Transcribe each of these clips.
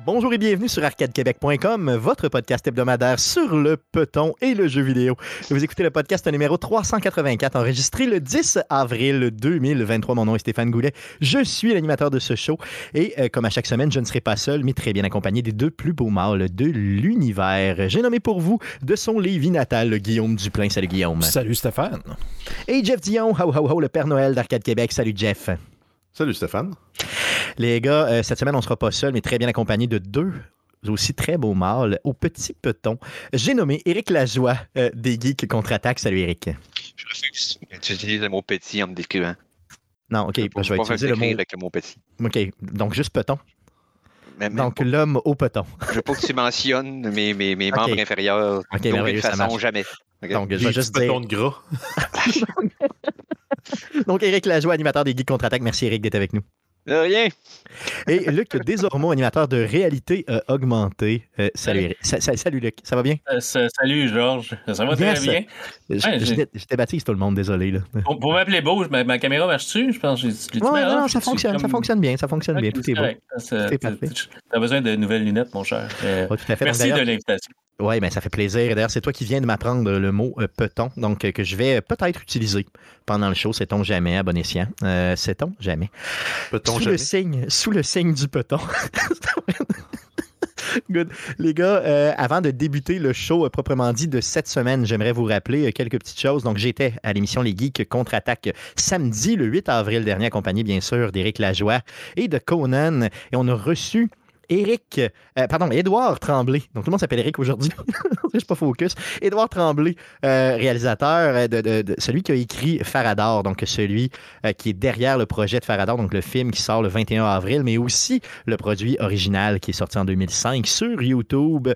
Bonjour et bienvenue sur arcadequebec.com, votre podcast hebdomadaire sur le peloton et le jeu vidéo. Vous écoutez le podcast numéro 384, enregistré le 10 avril 2023. Mon nom est Stéphane Goulet. Je suis l'animateur de ce show et comme à chaque semaine, je ne serai pas seul, mais très bien accompagné des deux plus beaux mâles de l'univers. J'ai nommé pour vous de son Lévis natal, Guillaume Duplain. Salut Guillaume. Salut Stéphane. Et Jeff Dion, le Père Noël d'Arcade Québec. Salut Jeff. Salut Stéphane. Les gars, cette semaine, on ne sera pas seul, mais très bien accompagné de deux aussi très beaux mâles au petit peloton. J'ai nommé Éric Lajoie des Geeks Contre-Attaque. Salut Éric. Je refuse d'utiliser le mot petit en me décrivant. Non, OK, je vais utiliser le mot... avec le mot petit. OK, donc juste peloton. Donc pas... l'homme au peloton. Je veux pas que tu mentionnes mes membres inférieurs d'aucune façon, jamais. Okay. Donc je vais juste dire... peloton de gras. Donc Éric Lajoie, animateur des Geeks Contre-Attaque. Merci Éric d'être avec nous. De rien. Et Luc Desormeaux, animateur de réalité augmentée. Salut Eric. Salut Luc, ça va bien? Salut Georges, ça va très bien. Je débaptise tout le monde, désolé. Là. Pour m'appeler beau, ma caméra marche-tu? Je pense que non, ça fonctionne bien, tout est beau. Tu as besoin de nouvelles lunettes, mon cher. Tout à fait. Merci de l'invitation. Oui, mais ça fait plaisir. D'ailleurs, c'est toi qui viens de m'apprendre le mot peloton, donc que je vais peut-être utiliser pendant le show. Sait-on jamais, à bon escient. Sait-on jamais. Peut-on jamais. Sous le signe du peloton. Good. Les gars, avant de débuter le show proprement dit de cette semaine, j'aimerais vous rappeler quelques petites choses. Donc, j'étais à l'émission Les Geeks Contre-Attaque samedi, le 8 avril dernier, accompagné bien sûr d'Éric Lajoie et de Conan. Et on a reçu Édouard Tremblay. Donc, tout le monde s'appelle Éric aujourd'hui. Je suis pas focus. Édouard Tremblay, réalisateur de celui qui a écrit Farador, donc celui qui est derrière le projet de Farador, donc le film qui sort le 21 avril, mais aussi le produit original qui est sorti en 2005 sur YouTube.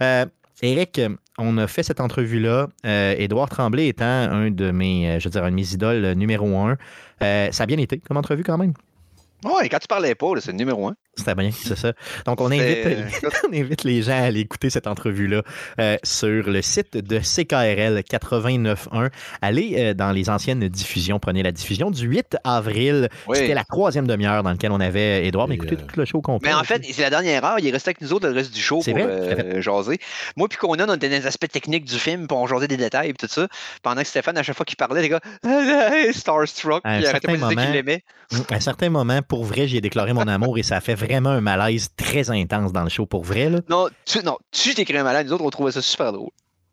Éric, on a fait cette entrevue-là. Édouard Tremblay étant un de mes idoles numéro 1. Ça a bien été comme entrevue quand même. Oui, quand tu parlais pas, c'est le numéro 1. C'était bien, c'est ça. Donc, on invite les gens à aller écouter cette entrevue-là sur le site de CKRL 89.1. Allez dans les anciennes diffusions. Prenez la diffusion du 8 avril. Oui. C'était la 3e demi-heure dans laquelle on avait Édouard, mais écoutez tout le show complet. Mais en fait, c'est la dernière heure. Il est resté avec nous autres le reste du show pour jaser. Moi puis Conan, on était dans les aspects techniques du film, puis on jasait des détails et tout ça. Pendant que Stéphane, à chaque fois qu'il parlait, les gars, starstruck, puis il arrêtait pas de dire qu'il l'aimait. À un certain moment, pour vrai, j'ai déclaré mon amour et ça a fait vraiment un malaise très intense dans le show, pour vrai. Là. Non, tu t'es créé un malaise, nous autres, on trouvait ça super drôle.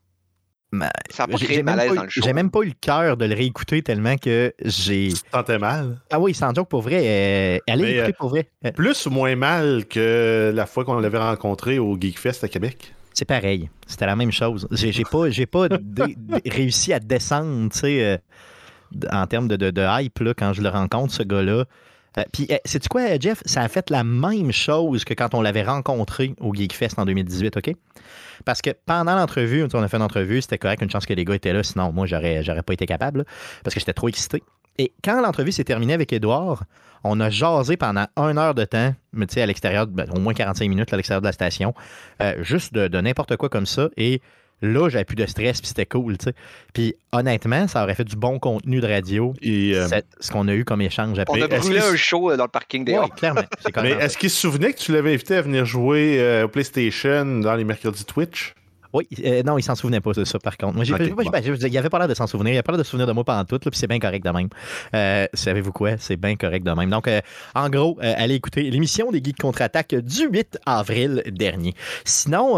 Ça n'a pas créé de malaise dans le show. J'ai même pas eu le cœur de le réécouter tellement que j'ai... Tu te sentais mal? Ah oui, sans joke, pour vrai. Allez écouter pour vrai. Plus ou moins mal que la fois qu'on l'avait rencontré au Geekfest à Québec? C'est pareil. C'était la même chose. J'ai pas réussi à descendre, tu sais, en termes de hype, là, quand je le rencontre, ce gars-là. Puis, sais-tu quoi, Jeff? Ça a fait la même chose que quand on l'avait rencontré au Geekfest en 2018, OK? Parce que pendant l'entrevue, on a fait une entrevue, c'était correct, une chance que les gars étaient là, sinon moi, j'aurais pas été capable, là, parce que j'étais trop excité. Et quand l'entrevue s'est terminée avec Édouard, on a jasé pendant 1 heure de temps, mais tu sais, à l'extérieur, au moins 45 minutes là, à l'extérieur de la station, juste de n'importe quoi comme ça, et là, j'avais plus de stress, puis c'était cool, tu sais. Puis honnêtement, ça aurait fait du bon contenu de radio, et ce qu'on a eu comme échange après. On a brûlé un show dans le parking des Oui, clairement. Mais est-ce qu'il se souvenait que tu l'avais invité à venir jouer au PlayStation dans les mercredis Twitch? Oui, non, il s'en souvenait pas de ça, par contre. Moi, il avait pas l'air de s'en souvenir. Il avait pas l'air de se souvenir de moi pendant tout, puis c'est bien correct de même. Savez-vous quoi? C'est bien correct de même. Donc, en gros, allez écouter l'émission des Geeks Contre-Attaque du 8 avril dernier. Sinon,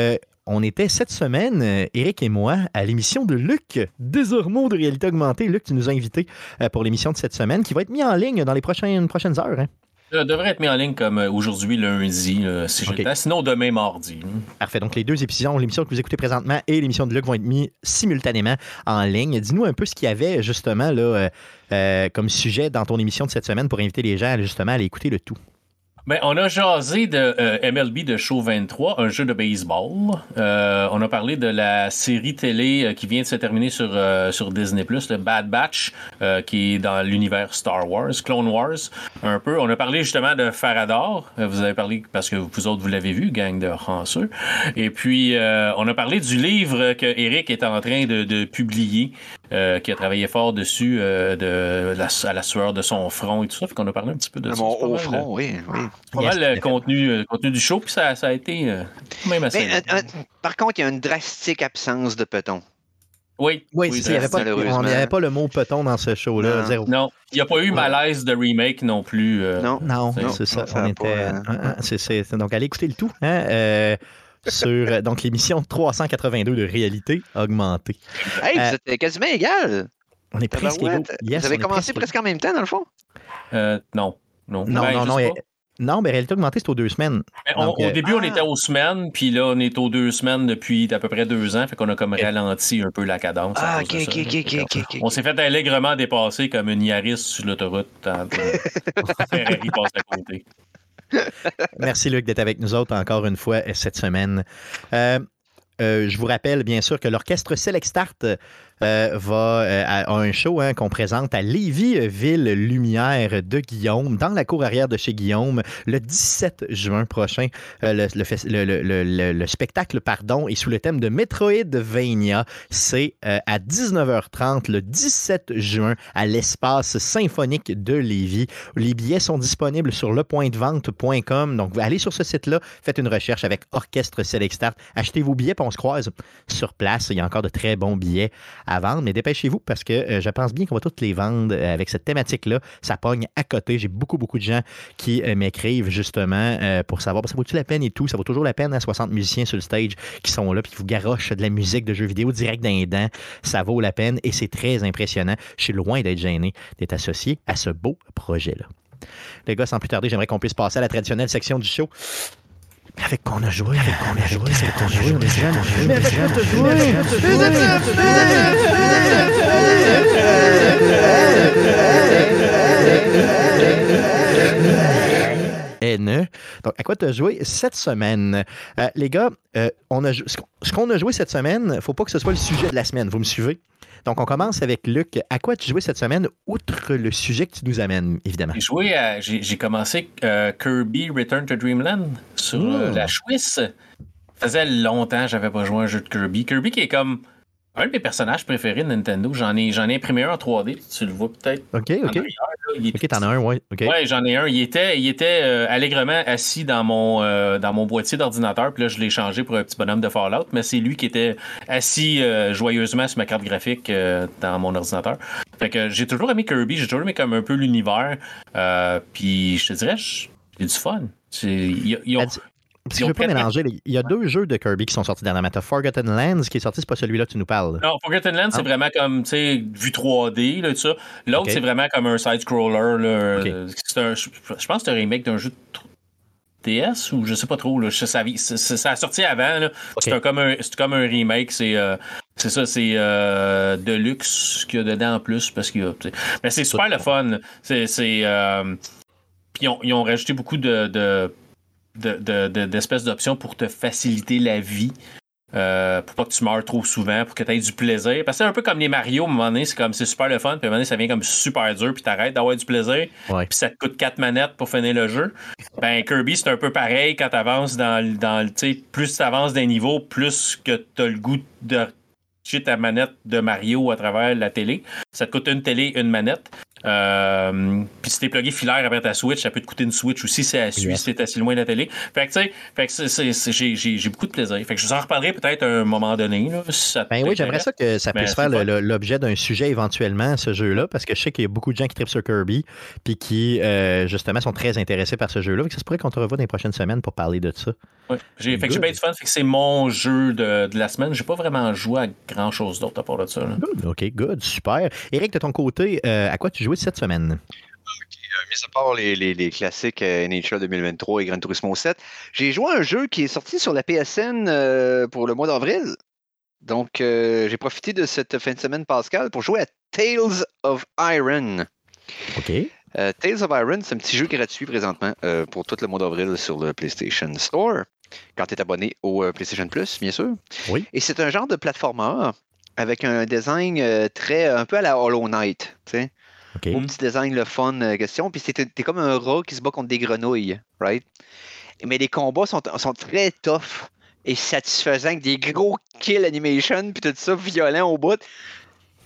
on était cette semaine, Éric et moi, à l'émission de Luc Desormeaux de Réalité Augmentée. Luc, tu nous as invités pour l'émission de cette semaine, qui va être mis en ligne dans les prochaines heures. Hein? Ça devrait être mis en ligne comme aujourd'hui, lundi, si j'ai le temps. Sinon, demain, mardi. Parfait. Donc, les deux émissions, l'émission que vous écoutez présentement et l'émission de Luc, vont être mis simultanément en ligne. Dis-nous un peu ce qu'il y avait, justement, là, comme sujet dans ton émission de cette semaine pour inviter les gens, justement, à aller écouter le tout. Ben, on a jasé de MLB de Show 23, un jeu de baseball. On a parlé de la série télé qui vient de se terminer sur Disney+, le Bad Batch, qui est dans l'univers Star Wars, Clone Wars, un peu. On a parlé justement de Farador. Vous avez parlé parce que vous autres, vous l'avez vu, gang de chanceux. Et puis, on a parlé du livre que Eric est en train de publier qui a travaillé fort dessus à la sueur de son front et tout ça. Fait qu'on a parlé un petit peu de ça. Mon haut front, oui. Pas mal le contenu du show, puis ça a été même assez... Par contre, il y a une drastique absence de peton. Oui, on n'avait pas le mot peton dans ce show-là. Zéro. Non, il n'y a pas eu malaise de remake non plus. Non, c'est ça. On était... Donc, allez écouter le tout. Sur donc l'émission 382 de réalité augmentée. Hey, vous êtes quasiment égal. On est presque égaux. Yes, vous avez commencé presque en même temps, dans le fond? Non. Non, mais réalité augmentée, c'est aux 2 semaines. Au début, on était aux semaines, puis là, on est aux 2 semaines depuis à peu près 2 ans, fait qu'on a comme ralenti un peu la cadence. OK. On s'est fait allègrement dépasser comme une Yaris sur l'autoroute. Ferrari passe à côté. Merci, Luc, d'être avec nous autres encore une fois cette semaine. Je vous rappelle, bien sûr, que l'orchestre Select Start a un show qu'on présente à Lévis, Ville Lumière de Guillaume, dans la cour arrière de chez Guillaume, le 17 juin prochain. Le spectacle, est sous le thème de Metroidvania. C'est à 19h30 le 17 juin à l'espace symphonique de Lévis. Les billets sont disponibles sur lepointdevente.com. Donc, allez sur ce site-là, faites une recherche avec Orchestre Select Start. Achetez vos billets, puis on se croise sur place. Il y a encore de très bons billets à vendre, mais dépêchez-vous parce que je pense bien qu'on va toutes les vendre avec cette thématique-là. Ça pogne à côté. J'ai beaucoup de gens qui m'écrivent justement pour savoir ça vaut-tu la peine et tout. Ça vaut toujours la peine, 60 musiciens sur le stage qui sont là puis qui vous garochent de la musique de jeux vidéo direct dans les dents. Ça vaut la peine et c'est très impressionnant. Je suis loin d'être gêné d'être associé à ce beau projet-là. Les gars, sans plus tarder, j'aimerais qu'on puisse passer à la traditionnelle section du show. Avec qu'on a joué, c'est qu'on a joué, on est mais avec qu'on a joué, Donc, à quoi tu as joué cette semaine? Les gars, ce qu'on a joué cette semaine, il ne faut pas que ce soit le sujet de la semaine. Vous me suivez? Donc, on commence avec Luc. À quoi as-tu joué cette semaine, outre le sujet que tu nous amènes, évidemment? J'ai commencé Kirby Return to Dreamland sur la Switch. Ça faisait longtemps que j'avais pas joué à un jeu de Kirby. Kirby qui est comme un de mes personnages préférés de Nintendo. J'en ai imprimé un en 3D. Tu le vois peut-être. OK. OK, t'en as un, oui. Okay. Oui, j'en ai un. Il était allègrement assis dans mon boîtier d'ordinateur. Puis là, je l'ai changé pour un petit bonhomme de Fallout. Mais c'est lui qui était assis joyeusement sur ma carte graphique dans mon ordinateur. Fait que j'ai toujours aimé Kirby. J'ai toujours aimé comme un peu l'univers. Puis je te dirais, j'ai du fun. Je ne veux pas mélanger. Il y a 2 jeux de Kirby qui sont sortis dernièrement. Tu as Forgotten Lands qui est sorti, c'est pas celui-là que tu nous parles. Non, Forgotten Lands, c'est vraiment comme, tu sais, vue 3D, là, tout ça. L'autre, c'est vraiment comme un side-scroller. Là. Je pense que c'est un remake d'un jeu de DS ou je sais pas trop. Là. Ça a sorti avant. Là. C'est comme un remake. C'est ça, c'est Deluxe qu'il y a dedans en plus. Parce qu'il y a, mais c'est super le fun. Puis ils ont rajouté beaucoup d'espèces d'options pour te faciliter la vie, pour pas que tu meurs trop souvent, pour que tu aies du plaisir. Parce que c'est un peu comme les Mario, à un moment donné, c'est super le fun, puis à un moment donné, ça vient comme super dur, puis t'arrêtes d'avoir du plaisir, puis ça te coûte 4 manettes pour finir le jeu. Ben, Kirby, c'est un peu pareil quand t'avances tu sais, plus t'avances d'un niveau, plus que t'as le goût de toucher ta manette de Mario à travers la télé. Ça te coûte une télé, une manette. Puis si t'es plugué filaire après ta Switch, ça peut te coûter une Switch aussi si elle suit, si t'es assis loin de la télé. Fait que j'ai beaucoup de plaisir. Fait que je vous en reparlerai peut-être à un moment donné. Là, si ça oui, j'aimerais ça que ça puisse faire l'objet d'un sujet éventuellement, ce jeu-là, parce que je sais qu'il y a beaucoup de gens qui trippent sur Kirby puis qui, justement, sont très intéressés par ce jeu-là. Fait que ça se pourrait qu'on te revoie dans les prochaines semaines pour parler de ça. Oui, j'ai bien du fun. Fait que c'est mon jeu de la semaine. J'ai pas vraiment joué à grand-chose d'autre à part de ça. Là. OK, good, super. Éric, de ton côté, à quoi tu jouais cette semaine? Mis à part les classiques NHL 2023 et Gran Turismo 7, j'ai joué à un jeu qui est sorti sur la PSN pour le mois d'avril. Donc, j'ai profité de cette fin de semaine pascale pour jouer à Tales of Iron. OK. Tales of Iron, c'est un petit jeu gratuit présentement pour tout le mois d'avril sur le PlayStation Store, quand tu es abonné au PlayStation Plus, bien sûr. Oui. Et c'est un genre de platformer avec un design un peu à la Hollow Knight, tu sais. Okay. Au petit design, le fun question. Puis t'es comme un rat qui se bat contre des grenouilles, right? Mais les combats sont très tough et satisfaisants avec des gros kill animation puis tout ça, violent au bout.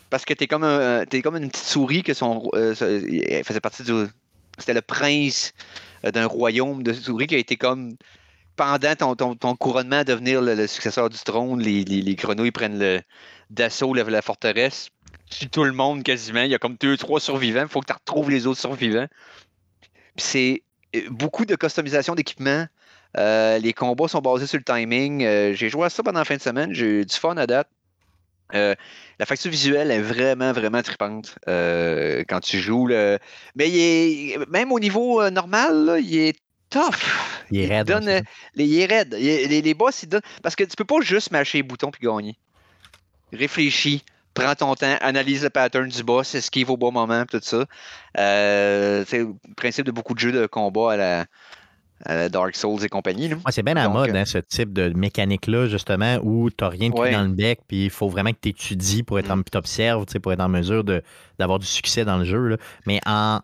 Parce que t'es comme une petite souris que elle faisait partie du. C'était le prince d'un royaume de souris qui a été comme. Pendant ton couronnement à devenir le successeur du trône, les grenouilles prennent d'assaut la forteresse. Tue tout le monde quasiment. Il y a comme 2-3 survivants. Il faut que tu retrouves les autres survivants. Puis c'est beaucoup de customisation d'équipement. Les combats sont basés sur le timing. J'ai joué à ça pendant la fin de semaine. J'ai eu du fun à date. La facture visuelle est vraiment, vraiment trippante quand tu joues. Mais même au niveau normal, là, il est tough. Il est raide. Il est raide. Les boss, ils donnent. Parce que tu peux pas juste mâcher les boutons puis gagner. Réfléchis, prends ton temps, analyse le pattern du boss, esquive au bon moment, tout ça. C'est le principe de beaucoup de jeux de combat à la Dark Souls et compagnie. Ouais, c'est bien à la mode, ce type de mécanique-là, justement, où tu n'as rien de pris dans le bec, puis il faut vraiment que tu étudies pour être tu observes, pour être en mesure d'avoir du succès dans le jeu. Là. Mais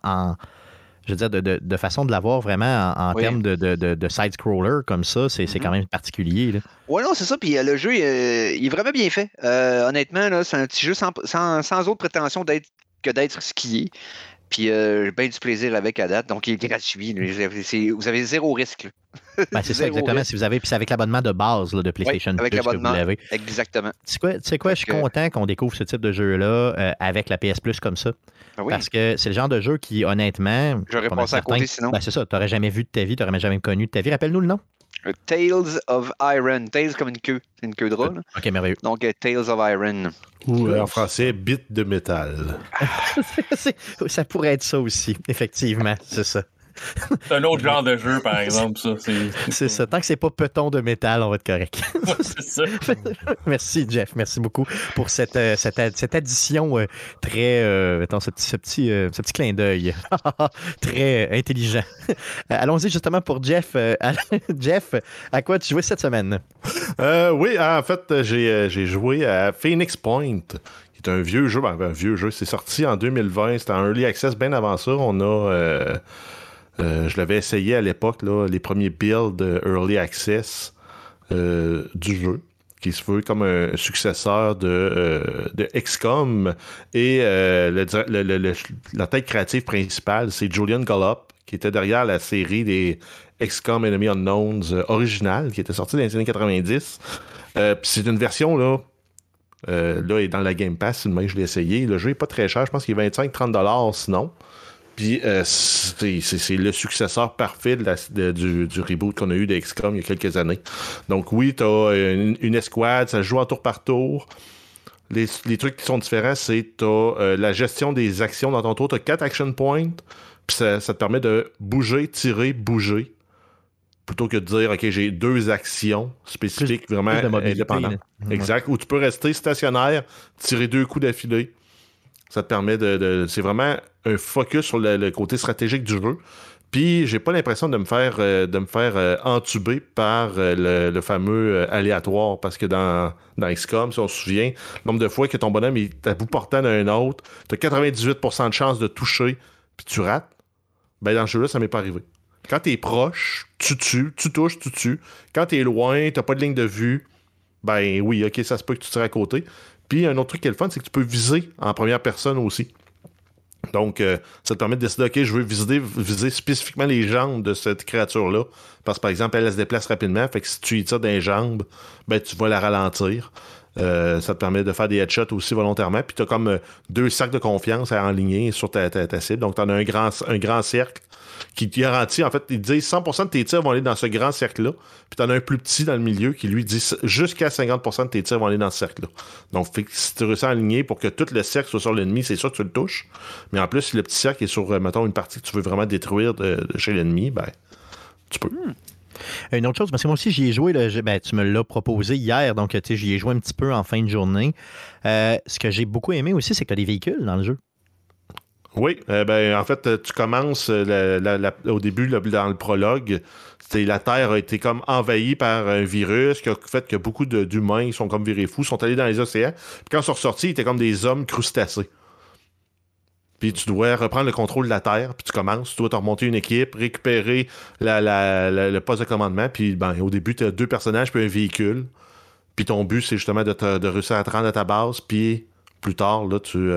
je veux dire, de façon de l'avoir vraiment en termes de side-scroller comme ça, c'est quand même particulier. Oui, non, c'est ça. Puis le jeu, il est vraiment bien fait. Honnêtement, là, c'est un petit jeu sans autre prétention que d'être skié. Puis j'ai bien du plaisir avec à date. Donc, il est gratuit. Vous avez zéro risque. Ben, c'est ça, exactement. Si vous avez, puis c'est avec l'abonnement de base là, de PlayStation avec Plus que vous l'avez. Exactement. Tu sais quoi, je suis content qu'on découvre ce type de jeu-là avec la PS Plus comme ça. Oui. Parce que c'est le genre de jeu qui, honnêtement... J'aurais passé à côté sinon. Ben, c'est ça, tu n'aurais jamais vu de ta vie, tu n'aurais jamais connu de ta vie. Rappelle-nous le nom. Tales of Iron. Tales comme une queue. C'est une queue de rat. OK, merveilleux. Donc, Tales of Iron. Ou en français, bit de métal. Ça pourrait être ça aussi, effectivement, c'est ça. C'est un autre genre de jeu, par exemple, ça. C'est ça. Tant que c'est pas peton de métal, on va être correct. C'est ça. Merci, Jeff. Merci beaucoup pour cette addition très... ce petit clin d'œil. Très intelligent. Allons-y justement pour Jeff. Jeff, à quoi tu jouais cette semaine? Oui, en fait, j'ai joué à Phoenix Point, qui est un vieux jeu. Un vieux jeu. C'est sorti en 2020. C'était en Early Access bien avant ça. On a... je l'avais essayé à l'époque, là, les premiers builds Early Access du jeu, qui se veut comme un successeur de XCOM. Et la tête créative principale, c'est Julian Gollop, qui était derrière la série des XCOM Enemy Unknowns originale, qui était sortie dans les années 90. C'est une version, là, est dans la Game Pass, je l'ai essayé. Le jeu n'est pas très cher, je pense qu'il est 25-30$ sinon. Puis c'est le successeur parfait du reboot qu'on a eu de XCOM il y a quelques années. Donc oui, tu as une escouade, ça se joue en tour par tour. Les trucs qui sont différents, c'est tu as la gestion des actions dans ton tour. Tu as 4 action points, puis ça te permet de bouger, tirer, bouger. Plutôt que de dire, OK, j'ai 2 actions spécifiques vraiment indépendantes. Exact. Ou tu peux rester stationnaire, tirer 2 coups d'affilée. Ça te permet c'est vraiment un focus sur le côté stratégique du jeu. Puis, j'ai pas l'impression de me faire entuber par le fameux aléatoire. Parce que dans XCOM, si on se souvient, le nombre de fois que ton bonhomme est à bout portant d'un autre, tu as 98% de chance de toucher, puis tu rates. Ben, dans ce jeu-là, ça m'est pas arrivé. Quand t'es proche, tu tues, tu touches, tu tues. Quand t'es loin, t'as pas de ligne de vue, ben oui, OK, ça se peut que tu tires à côté. Puis, un autre truc qui est le fun, c'est que tu peux viser en première personne aussi. Donc, ça te permet de décider, OK, je veux viser spécifiquement les jambes de cette créature-là. Parce que, par exemple, elle se déplace rapidement. Fait que si tu y tires dans les jambes, ben, tu vas la ralentir. Ça te permet de faire des headshots aussi volontairement. Puis, tu as comme 2 cercles de confiance à enligner sur ta cible. Donc, tu en as un grand cercle qui te garantit, en fait, ils disent 100% de tes tirs vont aller dans ce grand cercle-là, puis t'en as un plus petit dans le milieu qui lui dit jusqu'à 50% de tes tirs vont aller dans ce cercle-là. Donc, si tu réussis à aligner pour que tout le cercle soit sur l'ennemi, c'est sûr que tu le touches. Mais en plus, si le petit cercle est sur, mettons, une partie que tu veux vraiment détruire de chez l'ennemi, ben, tu peux. Une autre chose, parce que moi aussi, j'y ai joué, tu me l'as proposé hier, donc j'y ai joué un petit peu en fin de journée. Ce que j'ai beaucoup aimé aussi, c'est que tu as des véhicules dans le jeu. Oui, en fait, tu commences au début, dans le prologue, la Terre a été comme envahie par un virus qui a fait que beaucoup d'humains sont comme virés fous, sont allés dans les océans. Puis quand ils sont ressortis, ils étaient comme des hommes crustacés. Puis tu dois reprendre le contrôle de la Terre, puis tu commences, tu dois te remonter une équipe, récupérer le poste de commandement, puis au début, tu as 2 personnages puis un véhicule. Puis ton but, c'est justement de réussir à te rendre à ta base, puis plus tard, là, tu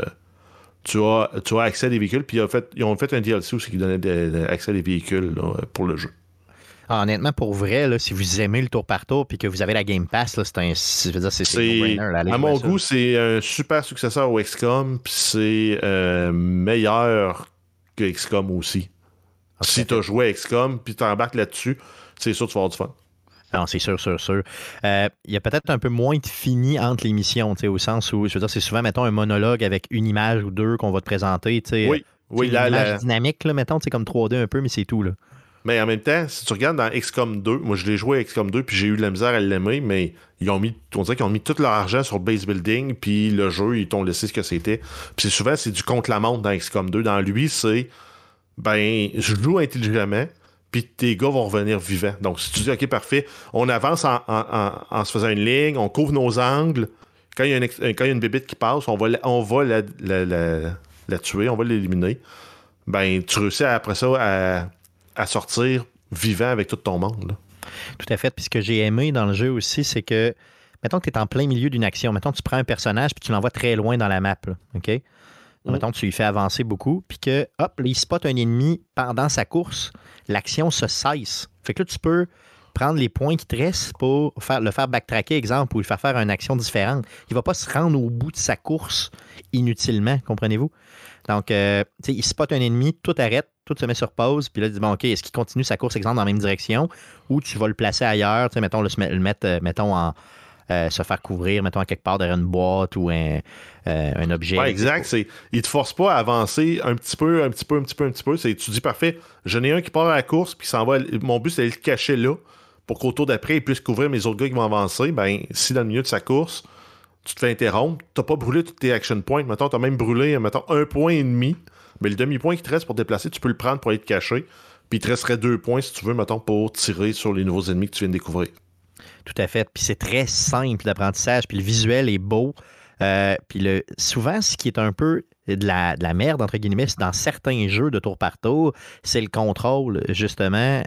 as accès à des véhicules. Puis ils ont fait un DLC aussi qui donnait accès à des véhicules là, pour le jeu. Ah, honnêtement, pour vrai, là, si vous aimez le tour par tour puis que vous avez la Game Pass, là, c'est no-brainer. À mon goût, c'est un super successeur au XCOM, puis c'est meilleur que XCOM aussi. Okay. Si tu as joué à XCOM puis tu embarques là-dessus, c'est sûr que tu vas avoir du fun. Non, c'est sûr. Il y a peut-être un peu moins de fini entre les missions, au sens où, je veux dire, c'est souvent, mettons, un monologue avec une image ou deux qu'on va te présenter. Oui, une image dynamique, là, mettons, comme 3D un peu, mais c'est tout, là. Mais en même temps, si tu regardes dans XCOM 2, moi je l'ai joué à XCOM 2 puis j'ai eu de la misère à l'aimer, mais on dirait qu'ils ont mis tout leur argent sur le base building, puis le jeu, ils t'ont laissé ce que c'était. Puis souvent, c'est du contre-la-montre dans XCOM 2. Dans lui, c'est je joue intelligemment, puis tes gars vont revenir vivants. Donc si tu dis, OK, parfait, on avance en se faisant une ligne, on couvre nos angles. Quand il y a une bébite qui passe, on va la tuer, on va l'éliminer. Tu réussis après ça à sortir vivant avec tout ton monde. Là. Tout à fait. Puis ce que j'ai aimé dans le jeu aussi, c'est que, mettons que tu es en plein milieu d'une action. Mettons que tu prends un personnage puis tu l'envoies très loin dans la map. Là, OK? Mettons que tu lui fais avancer beaucoup puis que, hop, là, il spot un ennemi pendant sa course. L'action se cesse. Fait que là, tu peux prendre les points qui te restent pour le faire backtracker, exemple, ou le faire une action différente. Il ne va pas se rendre au bout de sa course inutilement, comprenez-vous? Donc, il spot un ennemi, tout arrête, tout se met sur pause, puis là, il dit, bon, OK, est-ce qu'il continue sa course, exemple, dans la même direction, ou tu vas le placer ailleurs, mettons, le mettre, mettons, se faire couvrir, mettons, à quelque part derrière une boîte ou un objet. Ouais, exact. Il te force pas à avancer un petit peu. Tu dis, parfait, j'en ai un qui part à la course, puis s'en va. Mon but, c'est d'aller le cacher là, pour qu'au tour d'après, il puisse couvrir mes autres gars qui vont avancer. Si dans le milieu de sa course, tu te fais interrompre, t'as pas brûlé tous tes action points. Mettons, t'as même brûlé, mettons, 1,5 point. Mais le demi-point qui te reste pour te déplacer, tu peux le prendre pour aller te cacher. Puis il te resterait 2 points, si tu veux, mettons, pour tirer sur les nouveaux ennemis que tu viens de découvrir. Tout à fait. Puis c'est très simple d'apprentissage. Puis le visuel est beau. Puis souvent, ce qui est un peu de la merde, entre guillemets, c'est dans certains jeux de tour par tour, c'est le contrôle, justement,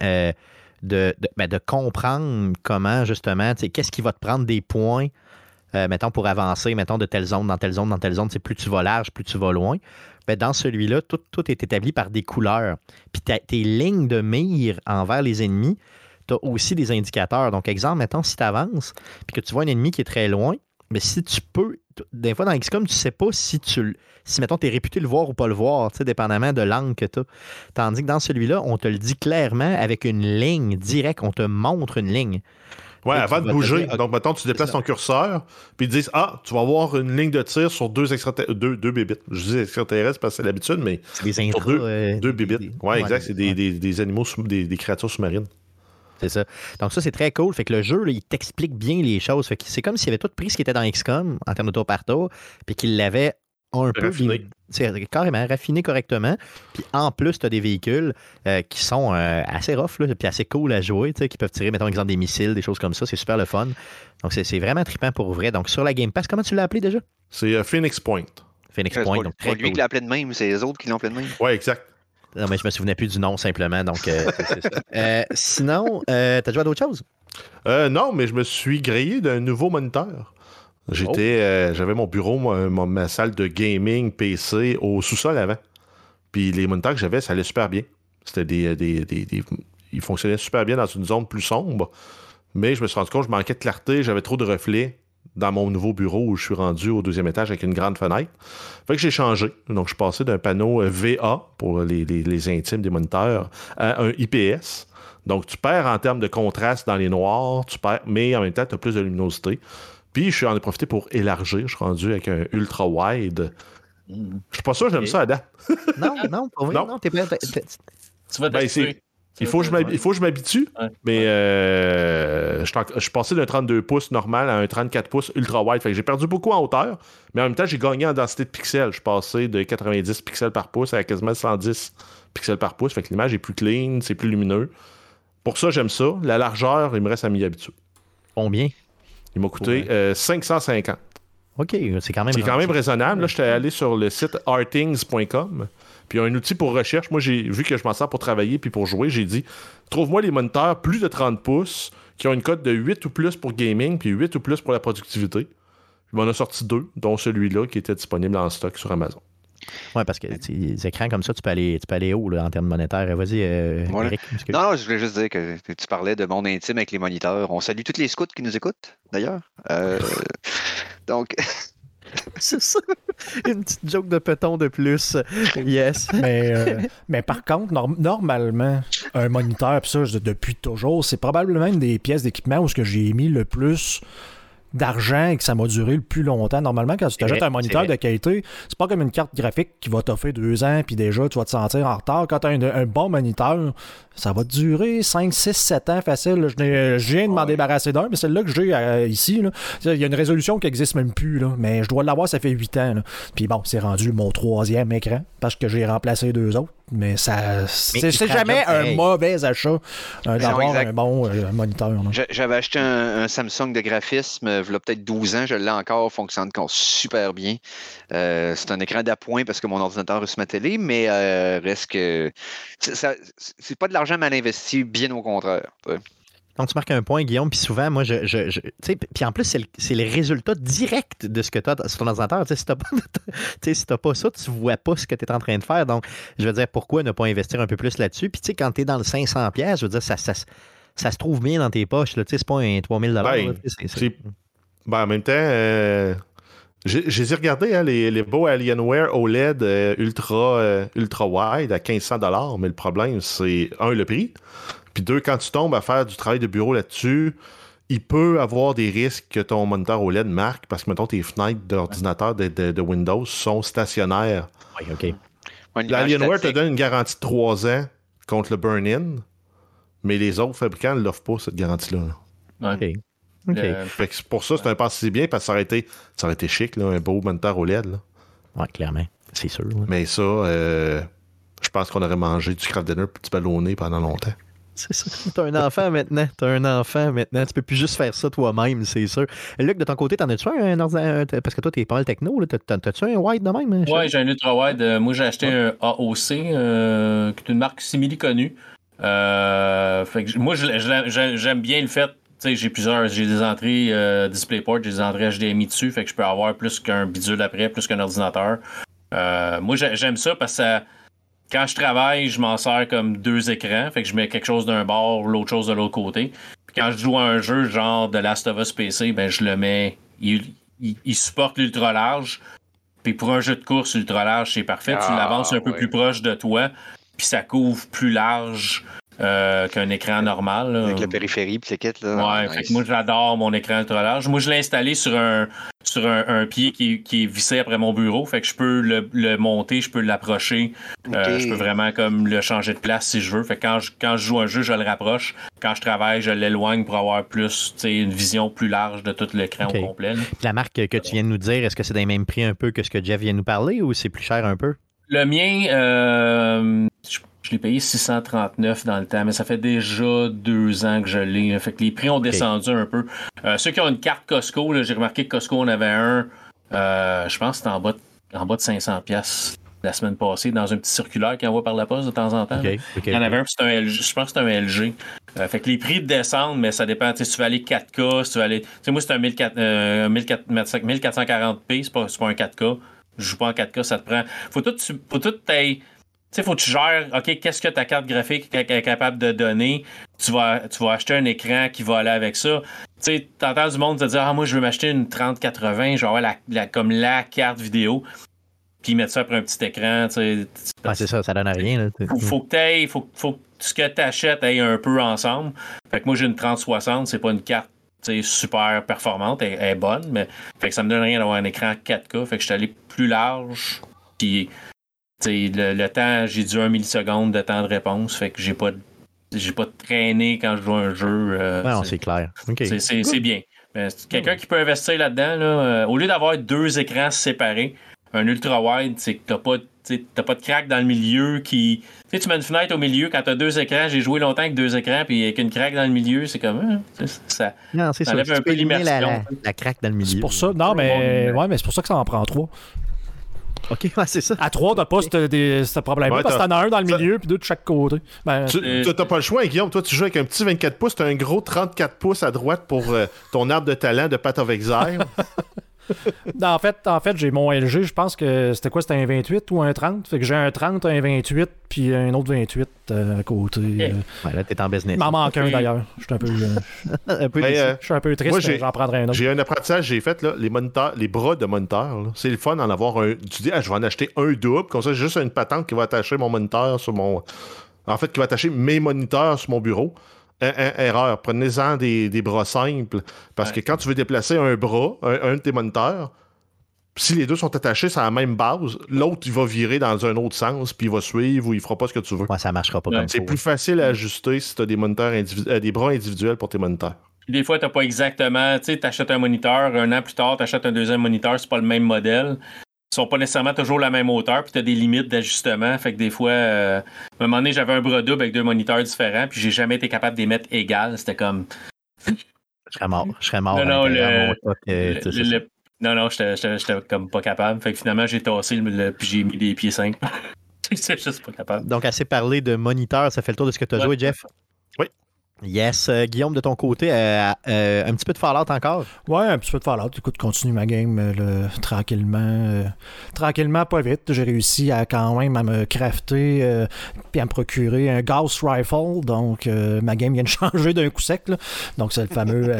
de comprendre comment, justement, qu'est-ce qui va te prendre des points, mettons, pour avancer, mettons, de telle zone, dans telle zone, dans telle zone. Plus tu vas large, plus tu vas loin. Dans celui-là, tout est établi par des couleurs. Puis tes lignes de mire envers les ennemis, tu as aussi des indicateurs. Donc, exemple, mettons, si tu avances puis que tu vois un ennemi qui est très loin, mais si tu peux, des fois dans XCOM, tu ne sais pas si mettons, tu es réputé le voir ou pas le voir, dépendamment de l'angle que tu as. Tandis que dans celui-là, on te le dit clairement avec une ligne directe, on te montre une ligne. Ouais, avant de bouger. Donc, mettons, tu déplaces ton curseur, puis ils te disent, tu vas avoir une ligne de tir sur deux bébites. Je dis extraterrestres parce que c'est l'habitude, mais. C'est des intras. Deux bébites. Ouais, exact. C'est des animaux, des créatures sous-marines. C'est ça. Donc, ça, c'est très cool. Fait que le jeu, là, il t'explique bien les choses. Fait que c'est comme s'il avait tout pris ce qui était dans XCOM en termes de tour par tour, puis qu'il l'avait un peu raffiné. Carrément raffiné correctement. Puis en plus, tu as des véhicules qui sont assez rough, là, puis assez cool à jouer, qui peuvent tirer, mettons, exemple, des missiles, des choses comme ça. C'est super le fun. Donc, c'est vraiment trippant pour vrai. Donc, sur la Game Pass, comment tu l'as appelé déjà? C'est Phoenix Point. Phoenix Point. Donc, c'est lui qui l'a appelé de même, c'est les autres qui l'ont appelé de même. Ouais, exact. Non, mais je me souvenais plus du nom, simplement. Donc, c'est ça. Sinon, t'as joué à d'autres choses? Non, mais je me suis grillé d'un nouveau moniteur. J'avais mon bureau, ma salle de gaming PC au sous-sol avant. Puis les moniteurs que j'avais, ça allait super bien. C'était ils fonctionnaient super bien dans une zone plus sombre. Mais je me suis rendu compte que je manquais de clarté, j'avais trop de reflets dans mon nouveau bureau où je suis rendu au 2e étage avec une grande fenêtre. Fait que j'ai changé. Donc, je suis passé d'un panneau VA pour les intimes des moniteurs à un IPS. Donc, tu perds en termes de contraste dans les noirs, mais en même temps, tu as plus de luminosité. Puis, j'en ai profité pour élargir. Je suis rendu avec un ultra wide. Je suis pas sûr que j'aime ça à date. Non, pour vrai, non. Tu vas t'habituer. Il faut que je m'habitue, ouais. Mais je suis passé d'un 32 pouces normal à un 34 pouces ultra wide. Fait que j'ai perdu beaucoup en hauteur, mais en même temps, j'ai gagné en densité de pixels. Je suis passé de 90 pixels par pouce à quasiment 110 pixels par pouce. Fait que l'image est plus clean, c'est plus lumineux. Pour ça, j'aime ça. La largeur, il me reste à m'y habituer. Combien? Il m'a coûté 550. OK, c'est quand même... C'est quand même raisonnable. Là, j'étais allé sur le site artings.com. Puis il y a un outil pour recherche. Moi, j'ai vu que je m'en sers pour travailler puis pour jouer. J'ai dit, trouve-moi les moniteurs plus de 30 pouces qui ont une cote de 8 ou plus pour gaming puis 8 ou plus pour la productivité. On a sorti 2, dont celui-là qui était disponible en stock sur Amazon. Oui, parce que les écrans comme ça, tu peux aller haut là, en termes monétaires. Vas-y, Eric. Non, je voulais juste dire que tu parlais de monde intime avec les moniteurs. On salue tous les scouts qui nous écoutent, d'ailleurs. Donc... C'est ça. Une petite joke de peton de plus. Yes. Mais par contre, normalement, un moniteur, pis ça, depuis toujours, c'est probablement une des pièces d'équipement où j'ai mis le plus d'argent et que ça m'a duré le plus longtemps. Normalement, quand tu t'achètes un moniteur de qualité, c'est pas comme une carte graphique qui va t'offrir 2 ans puis déjà tu vas te sentir en retard. Quand tu as un bon moniteur, ça va te durer 5, 6, 7 ans facile. Là, je viens de m'en débarrasser d'un, mais celle-là que j'ai ici, il y a une résolution qui n'existe même plus, là, mais je dois l'avoir, ça fait 8 ans. Là. Puis bon, c'est rendu mon 3e écran parce que j'ai remplacé 2 autres. Mais c'est jamais un mauvais achat d'avoir un bon moniteur. J'avais acheté un Samsung de graphisme il y a peut-être 12 ans. Je l'ai encore, fonctionne encore super bien. C'est un écran d'appoint parce que mon ordinateur est sur ma télé, mais reste que c'est pas de l'argent mal investi, bien au contraire. Quand tu marques un point, Guillaume, puis souvent, moi, puis en plus, c'est le résultat direct de ce que tu as sur ton ordinateur. Si tu n'as pas ça, tu ne vois pas ce que tu es en train de faire. Donc, je veux dire, pourquoi ne pas investir un peu plus là-dessus? Puis, tu sais, quand tu es dans le 500$, je veux dire, ça se trouve bien dans tes poches. C'est pas un 3000$. En même temps, j'ai regardé les beaux Alienware OLED ultra wide à 1500$, mais le problème, c'est, le prix. Puis 2, quand tu tombes à faire du travail de bureau là-dessus, il peut avoir des risques que ton moniteur OLED marque parce que, mettons, tes fenêtres d'ordinateur de Windows sont stationnaires. Oui, OK. L'Alienware te donne une garantie de 3 ans contre le burn-in, mais les autres fabricants ne l'offrent pas, cette garantie-là. OK. Okay. Fait que pour ça, c'est un pas si bien parce que ça aurait été chic, là, un beau moniteur OLED. Oui, clairement. C'est sûr. Là. Mais ça, je pense qu'on aurait mangé du Kraft Dinner et du ballonné pendant longtemps. C'est ça. T'as un enfant maintenant. Tu peux plus juste faire ça toi-même, c'est sûr. Luc, de ton côté, t'en as-tu un ordinateur? Parce que toi, t'es pas mal techno. Là. T'as-tu un wide de même? Oui, j'ai un ultra-wide. Moi, j'ai acheté un AOC, qui est une marque simili connue. Fait que moi, j'aime bien le fait. J'ai des entrées DisplayPort, j'ai des entrées HDMI dessus, fait que je peux avoir plus qu'un bidule après, plus qu'un ordinateur. Moi, j'aime ça parce que ça... Quand je travaille, je m'en sers comme 2 écrans. Fait que je mets quelque chose d'un bord, l'autre chose de l'autre côté. Puis quand je joue à un jeu genre de Last of Us PC, ben je le mets. Il supporte l'ultra large. Puis pour un jeu de course, l'ultra large, c'est parfait. Tu l'avances un peu plus proche de toi. Puis ça couvre plus large qu'un écran normal. Là. Avec la périphérie puis le kit. Là. Ouais, nice. Fait que moi j'adore mon écran ultra large. Moi je l'ai installé sur un pied qui est vissé après mon bureau. Fait que je peux le monter, je peux l'approcher. Okay. Je peux vraiment comme le changer de place si je veux. Fait que quand je joue un jeu, je le rapproche. Quand je travaille, je l'éloigne pour avoir plus une vision plus large de tout l'écran au complet. Là. La marque que tu viens de nous dire, est-ce que c'est dans les mêmes prix un peu que ce que Jeff vient de nous parler ou c'est plus cher un peu? Le mien, je l'ai payé 639 dans le temps, mais ça fait déjà 2 ans que je l'ai. Fait que les prix ont descendu un peu. Ceux qui ont une carte Costco, là, j'ai remarqué que Costco en avait un, je pense que c'était en bas de 500$ la semaine passée, dans un petit circulaire qu'ils envoie par la poste de temps en temps. Okay. Il y en avait un, c'est un LG, je pense que c'est un LG. Fait que les prix descendent, mais ça dépend. Si tu veux aller 4K, si tu veux aller... moi, c'est un 1440p, c'est pas un 4K. Je joue pas en 4K, ça te prend... Faut tout faut que tu gères, OK, qu'est-ce que ta carte graphique est capable de donner? Tu vas acheter un écran qui va aller avec ça. Tu sais, t'entends du monde te dire, moi, je veux m'acheter une 3080, je vais avoir comme la carte vidéo, puis mettre ça après un petit écran. C'est ça donne à rien. Là. Faut que ce que tu achètes aille un peu ensemble. Fait que moi, j'ai une 3060, c'est pas une carte super performante, elle est bonne, mais fait que ça me donne rien d'avoir un écran 4K. Fait que je suis allé plus large, puis... Le temps, j'ai dû 1 milliseconde de temps de réponse, fait que j'ai pas traîné quand je joue un jeu. Non, c'est clair. Okay. C'est bien. Quelqu'un qui peut investir là-dedans, là, au lieu d'avoir 2 écrans séparés, un ultra-wide, c'est que t'as pas de craque dans le milieu qui... tu mets une fenêtre au milieu, quand t'as 2 écrans, j'ai joué longtemps avec 2 écrans, puis avec une craque dans le milieu, c'est comme... ça enlève un peu l'immersion. La craque dans le milieu. C'est pour ça, mais c'est pour ça que ça en prend 3. OK, c'est ça. À 3, t'as pas ce problème-là, parce que t'en as un dans le milieu puis 2 de chaque côté. T'as pas le choix, Guillaume. Toi, tu joues avec un petit 24 pouces, t'as un gros 34 pouces à droite pour ton arbre de talent de Path of Exile. En fait, j'ai mon LG, je pense que c'était quoi? C'était un 28 ou un 30? Fait que j'ai un 30, un 28, puis un autre 28 à côté. Ouais, là, t'es en business. Il m'en manque un d'ailleurs. Je suis un peu, je suis un peu triste, mais j'en prendrai un autre. J'ai un apprentissage, j'ai fait là, les moniteurs, les bras de moniteur. Là, c'est le fun d'en avoir un. Tu dis, je vais en acheter un double, comme ça, j'ai juste une patente qui va attacher mon moniteur sur mon. En fait, qui va attacher mes moniteurs sur mon bureau. Erreur. Prenez-en des bras simples. Parce que quand tu veux déplacer un bras, un de tes moniteurs, si les deux sont attachés sur la même base, l'autre, il va virer dans un autre sens, puis il va suivre ou il fera pas ce que tu veux. Ouais, ça marchera pas comme ça. C'est plus facile à ajuster si tu as des moniteurs des bras individuels pour tes moniteurs. Des fois, tu n'as pas exactement. Tu sais, tu achètes un moniteur, un an plus tard, tu achètes un deuxième moniteur, c'est pas le même modèle. Ils sont pas nécessairement toujours la même hauteur, puis tu as des limites d'ajustement. Fait que des fois, à un moment donné, j'avais un bras double avec deux moniteurs différents, puis j'ai jamais été capable de les mettre égales. C'était comme. Je serais mort. Non, j'étais comme pas capable. Fait que finalement, j'ai tassé puis j'ai mis des pieds simples. C'est juste pas capable. Donc, assez parlé de moniteur, ça fait le tour de ce que tu as joué, Jeff? Oui. Yes. Guillaume, de ton côté, un petit peu de Fallout encore? Ouais, un petit peu de Fallout. Écoute, continue ma game tranquillement. Tranquillement, pas vite. J'ai réussi à quand même à me crafter puis à me procurer un Gauss Rifle. Donc, ma game vient de changer d'un coup sec. Là. Donc, c'est le fameux...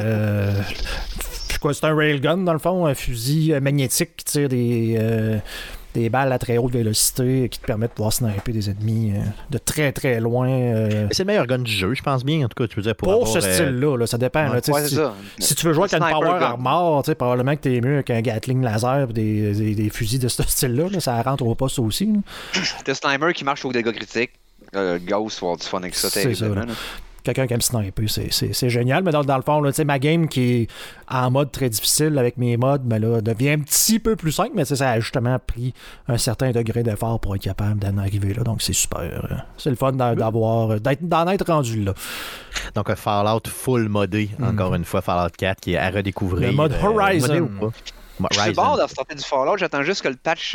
c'est un railgun, dans le fond, un fusil magnétique qui tire des balles à très haute vélocité qui te permettent de pouvoir sniper des ennemis de très très loin. C'est le meilleur gun du jeu, je pense bien, en tout cas, tu veux dire, pour ce style-là, là, ça dépend. Ouais, là, si tu veux jouer avec une power armor, probablement que t'es mieux avec un Gatling laser et des fusils de ce style-là, ça rentre au poste aussi. Le sniper qui marche au dégâts critiques. Gauss va avoir du fun avec ça, terriblement. Quelqu'un qui aime sniper, c'est génial. Mais dans le fond, là, ma game qui est en mode très difficile avec mes mods, mais là, devient un petit peu plus simple, mais ça a justement pris un certain degré d'effort pour être capable d'en arriver là. Donc c'est super. C'est le fun d'en être rendu là. Donc un Fallout full modé, encore une fois, Fallout 4 qui est à redécouvrir. Le mode Horizon. Je suis bon dans sortir du Fallout, j'attends juste que le patch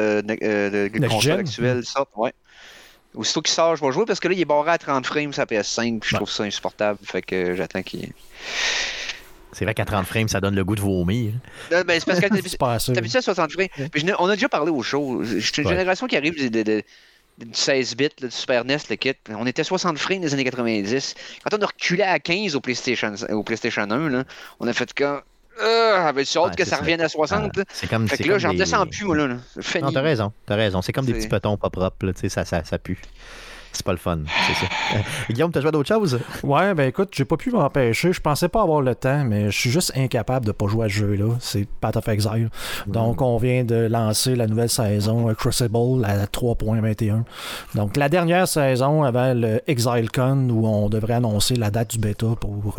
de console actuel sorte. Ouais. Aussitôt qu'il sort, je vais jouer parce que là, il est barré à 30 frames sur PS5, puis je trouve ça insupportable. Fait que j'attends qu'il. C'est vrai qu'à 30 frames, ça donne le goût de vomir. Ben, c'est parce que t'es habitué à 60 frames. Mais on a déjà parlé au show. C'est une génération qui arrive du 16 bits, du Super NES, le kit. On était 60 frames dans les années 90. Quand on a reculé à 15 au PlayStation 1, là, on a fait quand. Avais-tu hâte que ça revienne à 60? C'est comme, fait que là, j'en redescends plus, moi, là. Non, t'as raison. C'est comme des petits petons pas propres, là, ça pue. C'est pas le fun, c'est ça. Guillaume, t'as joué à d'autres choses? Ouais, ben écoute, j'ai pas pu m'empêcher. Je pensais pas avoir le temps, mais je suis juste incapable de pas jouer à ce jeu-là. C'est Path of Exile. Donc, on vient de lancer la nouvelle saison Crucible à 3.21. Donc, la dernière saison avant le ExileCon où on devrait annoncer la date du bêta pour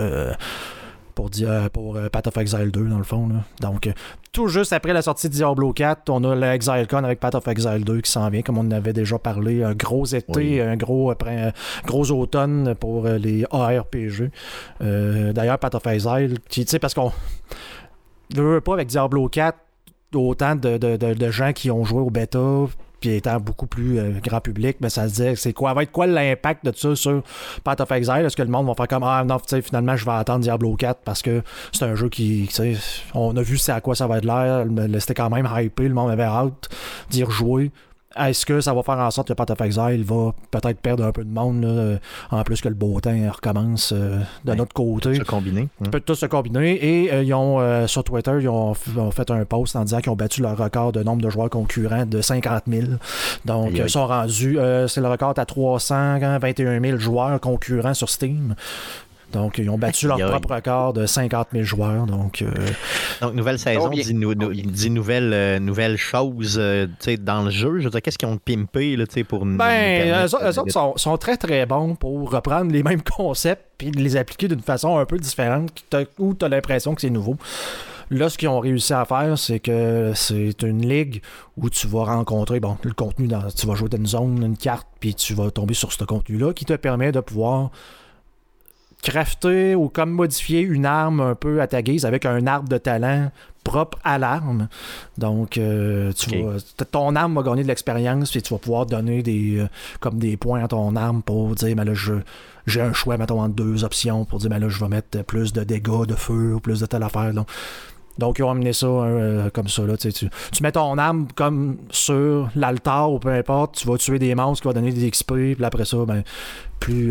Path of Exile 2, dans le fond. Là. Donc, tout juste après la sortie de Diablo 4, on a l'ExileCon avec Path of Exile 2 qui s'en vient, comme on en avait déjà parlé. Un gros été, un gros automne pour les ARPG. D'ailleurs, Path of Exile, tu sais, parce qu'on ne veut pas avec Diablo 4 autant de gens qui ont joué au bêta puis étant beaucoup plus grand public, ben ça se dit va être quoi l'impact de ça sur Path of Exile? Est-ce que le monde va faire comme non, finalement je vais attendre Diablo 4 parce que c'est un jeu qui, on a vu c'est à quoi ça va être l'air, c'était quand même hypé, le monde avait hâte d'y rejouer. Est-ce que ça va faire en sorte que Path of Exile va peut-être perdre un peu de monde, là, en plus que le beau temps recommence de notre côté? Se combiner. Peut tous se combiner. Et ils ont, sur Twitter, ils ont fait un post en disant qu'ils ont battu leur record de nombre de joueurs concurrents de 50 000. Donc, ils sont rendus, c'est le record à 321 000 joueurs concurrents sur Steam. Donc, ils ont battu leur propre record de 50 000 joueurs. Donc, nouvelle saison, dit nouvelle chose dans le jeu. Je veux dire, qu'est-ce qu'ils ont pimpé là, pour nous? Eux autres sont très, très bons pour reprendre les mêmes concepts puis les appliquer d'une façon un peu différente où tu as l'impression que c'est nouveau. Là, ce qu'ils ont réussi à faire, c'est que c'est une ligue où tu vas rencontrer le contenu. Tu vas jouer dans une zone, une carte, puis tu vas tomber sur ce contenu-là qui te permet de pouvoir crafter ou comme modifier une arme un peu à ta guise avec un arbre de talent propre à l'arme. Donc, ton arme va gagner de l'expérience et tu vas pouvoir donner des points à ton arme pour dire, là, j'ai un choix, mettons, entre deux options pour dire, là, je vais mettre plus de dégâts de feu ou plus de telle affaire. Donc, Donc, ils ont amené ça comme ça. Là, tu mets ton arme comme sur l'altar ou peu importe, tu vas tuer des monstres qui vont donner des XP, puis après ça, ben, plus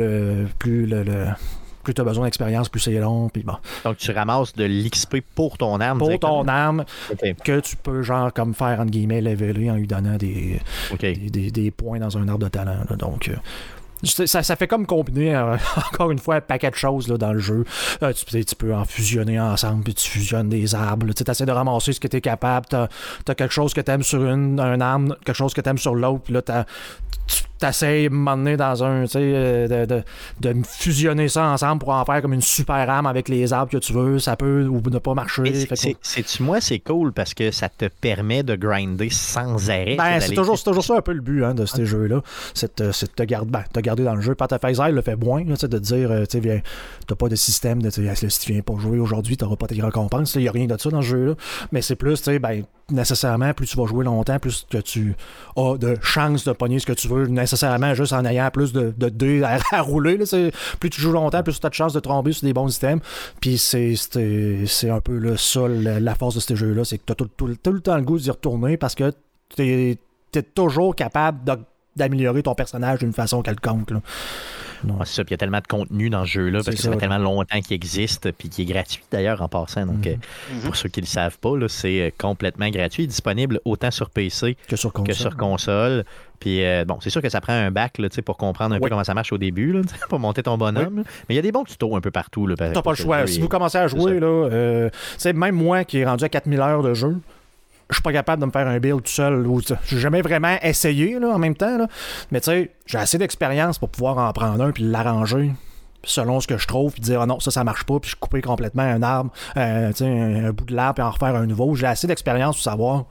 tu as besoin d'expérience, plus c'est long. Puis bon. Donc, tu ramasses de l'XP pour ton arme. Pour ton arme, que tu peux, genre, comme faire, entre guillemets, leveler en lui donnant des points dans un arbre de talent. Là. Donc, ça fait comme combiner, encore une fois, un paquet de choses là, dans le jeu. Tu peux en fusionner ensemble, puis tu fusionnes des arbres. Tu essaies de ramasser ce que tu es capable. Tu as quelque chose que tu aimes sur un arbre, quelque chose que tu aimes sur l'autre, puis là, tu t'essayes de m'emmener dans un, tu sais, de fusionner ça ensemble pour en faire comme une super arme avec les arbres que tu veux. Ça peut ou ne pas marcher. Moi, c'est cool parce que ça te permet de grinder sans arrêt. Ben, c'est toujours ça un peu le but de ces jeux-là. C'est de te garder dans le jeu. Path of Exile le fait moins, là, de dire, tu sais, t'as pas de système de, si tu viens pas jouer aujourd'hui, t'auras pas tes récompenses. Il n'y a rien de ça dans ce jeu-là. Mais c'est plus, tu sais, ben, nécessairement, plus tu vas jouer longtemps, plus que tu as de chances de pogner ce que tu veux, nécessairement juste en ayant plus de dés à rouler. Là, plus tu joues longtemps, plus tu as de chances de tomber sur des bons items. Puis c'est un peu là, ça, la force de ces jeux-là, c'est que tu as tout le temps le goût d'y retourner parce que tu es toujours capable d'améliorer ton personnage d'une façon quelconque. Là. C'est ça, puis il y a tellement de contenu dans ce jeu-là, parce que ça fait tellement longtemps qu'il existe, puis qu'il est gratuit d'ailleurs en passant. Donc, pour ceux qui ne le savent pas, là, c'est complètement gratuit, disponible autant sur PC que sur console. Puis bon, c'est sûr que ça prend un bac là, pour comprendre un peu comment ça marche au début, là, pour monter ton bonhomme. Mais il y a des bons tutos un peu partout. Tu n'as pas le choix. Si vous commencez à jouer, là, même moi qui est rendu à 4000 heures de jeu, je suis pas capable de me faire un build tout seul. J'ai jamais vraiment essayé là, en même temps. Là. Mais tu sais, j'ai assez d'expérience pour pouvoir en prendre un puis l'arranger selon ce que je trouve, puis dire non, ça marche pas, puis je couper complètement un arbre, un bout de l'arbre, puis en refaire un nouveau. J'ai assez d'expérience pour savoir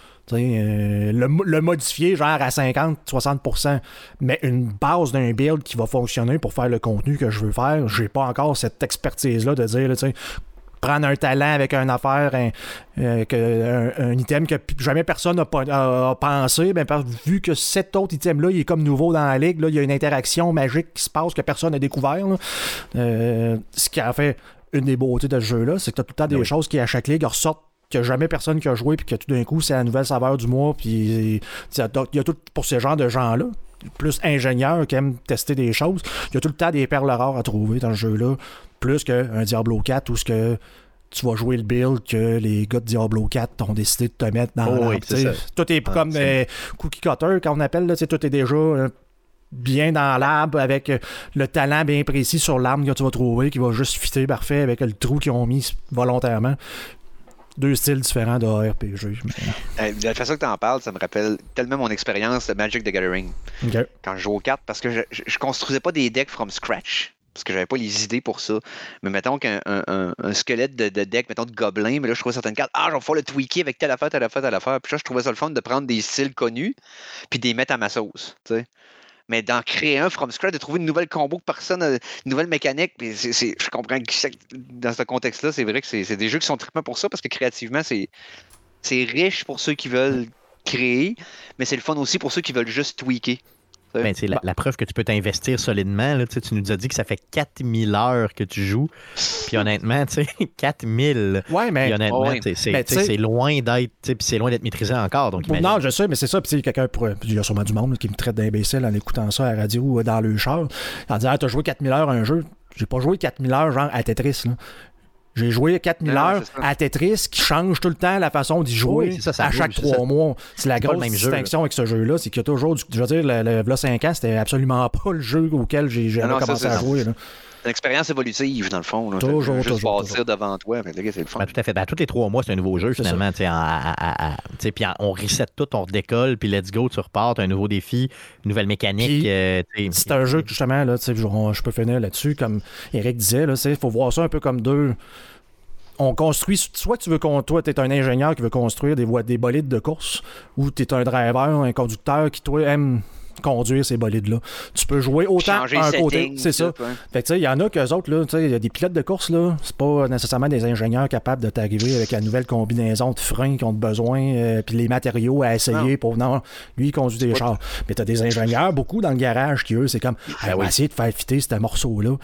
le modifier genre à 50-60%. Mais une base d'un build qui va fonctionner pour faire le contenu que je veux faire, j'ai pas encore cette expertise-là de dire, tu sais, prendre un talent avec une affaire, un item que jamais personne n'a pensé, ben, vu que cet autre item-là, il est comme nouveau dans la ligue, là, il y a une interaction magique qui se passe que personne n'a découvert. Ce qui a fait une des beautés de ce jeu-là, c'est que tu as tout le temps des choses qui, à chaque ligue, ressortent que jamais personne qui a joué, puis que tout d'un coup, c'est la nouvelle saveur du mois, puis il y a tout pour ce genre de gens-là. Plus ingénieurs qui aiment tester des choses, il y a tout le temps des perles rares à trouver dans ce jeu-là, plus qu'un Diablo 4 où ce que tu vas jouer le build que les gars de Diablo 4 ont décidé de te mettre dans l'arbre. Tout est comme cookie cutter, quand on appelle, là, tout est déjà bien dans l'arbre avec le talent bien précis sur l'arbre que tu vas trouver qui va juste fitter parfait avec le trou qu'ils ont mis volontairement. Deux styles différents de RPG. De la façon que tu en parles, ça me rappelle tellement mon expérience de Magic the Gathering. Okay. Quand je jouais aux cartes, parce que je construisais pas des decks from scratch. Parce que j'avais pas les idées pour ça. Mais mettons qu'un squelette de deck, mettons de gobelin, mais là je trouvais certaines cartes, je vais pouvoir le tweaker avec telle affaire. Puis là je trouvais ça le fun de prendre des styles connus puis de les mettre à ma sauce. T'sais. Mais d'en créer un from scratch, de trouver une nouvelle combo que personne, une nouvelle mécanique, puis je comprends que dans ce contexte-là, c'est vrai que c'est des jeux qui sont trippants pour ça, parce que créativement, c'est riche pour ceux qui veulent créer, mais c'est le fun aussi pour ceux qui veulent juste tweaker. Ben, la preuve que tu peux t'investir solidement, là, tu nous as dit que ça fait 4000 heures que tu joues. Puis honnêtement, 4000. Ouais, mais. Puis honnêtement, c'est loin d'être. Puis c'est loin d'être maîtrisé encore. Donc non, je sais, mais c'est ça. Puis quelqu'un il y a sûrement du monde qui me traite d'imbécile en écoutant ça à la radio ou dans le char. En disant, t'as joué 4000 heures à un jeu. J'ai pas joué 4000 heures genre à Tetris, là. J'ai joué 4000 heures à Tetris qui change tout le temps la façon d'y jouer à chaque 3 mois. C'est la grosse distinction avec ce jeu-là. C'est qu'il y a toujours je veux dire, le 5 ans, c'était absolument pas le jeu auquel j'ai jamais commencé à jouer. Là. C'est une expérience évolutive, dans le fond. Là. Toujours. Passer devant toi. Mais c'est le fun. Ben, tout à fait. Ben, tous les 3 mois, c'est un nouveau jeu, finalement. Puis on reset tout, on redécolle, puis let's go, tu repars, un nouveau défi, une nouvelle mécanique. C'est un jeu que, justement, là, je peux finir là-dessus, comme Eric disait, il faut voir ça un peu comme deux. On construit, soit tu veux toi, tu es un ingénieur qui veut construire des bolides de course, ou tu es un driver, un conducteur qui, toi, aime conduire ces bolides-là. Tu peux jouer autant à un côté. C'est ça. Fait que, tu sais, il y en a qu'eux autres, là, tu sais, il y a des pilotes de course, là, c'est pas nécessairement des ingénieurs capables de t'arriver avec la nouvelle combinaison de freins qu'ils ont besoin, puis les matériaux à essayer pour. Non, lui, il conduit des chars. Mais t'as des ingénieurs, beaucoup dans le garage, qui, eux, c'est comme, on va essayer de faire fitter ce morceau-là.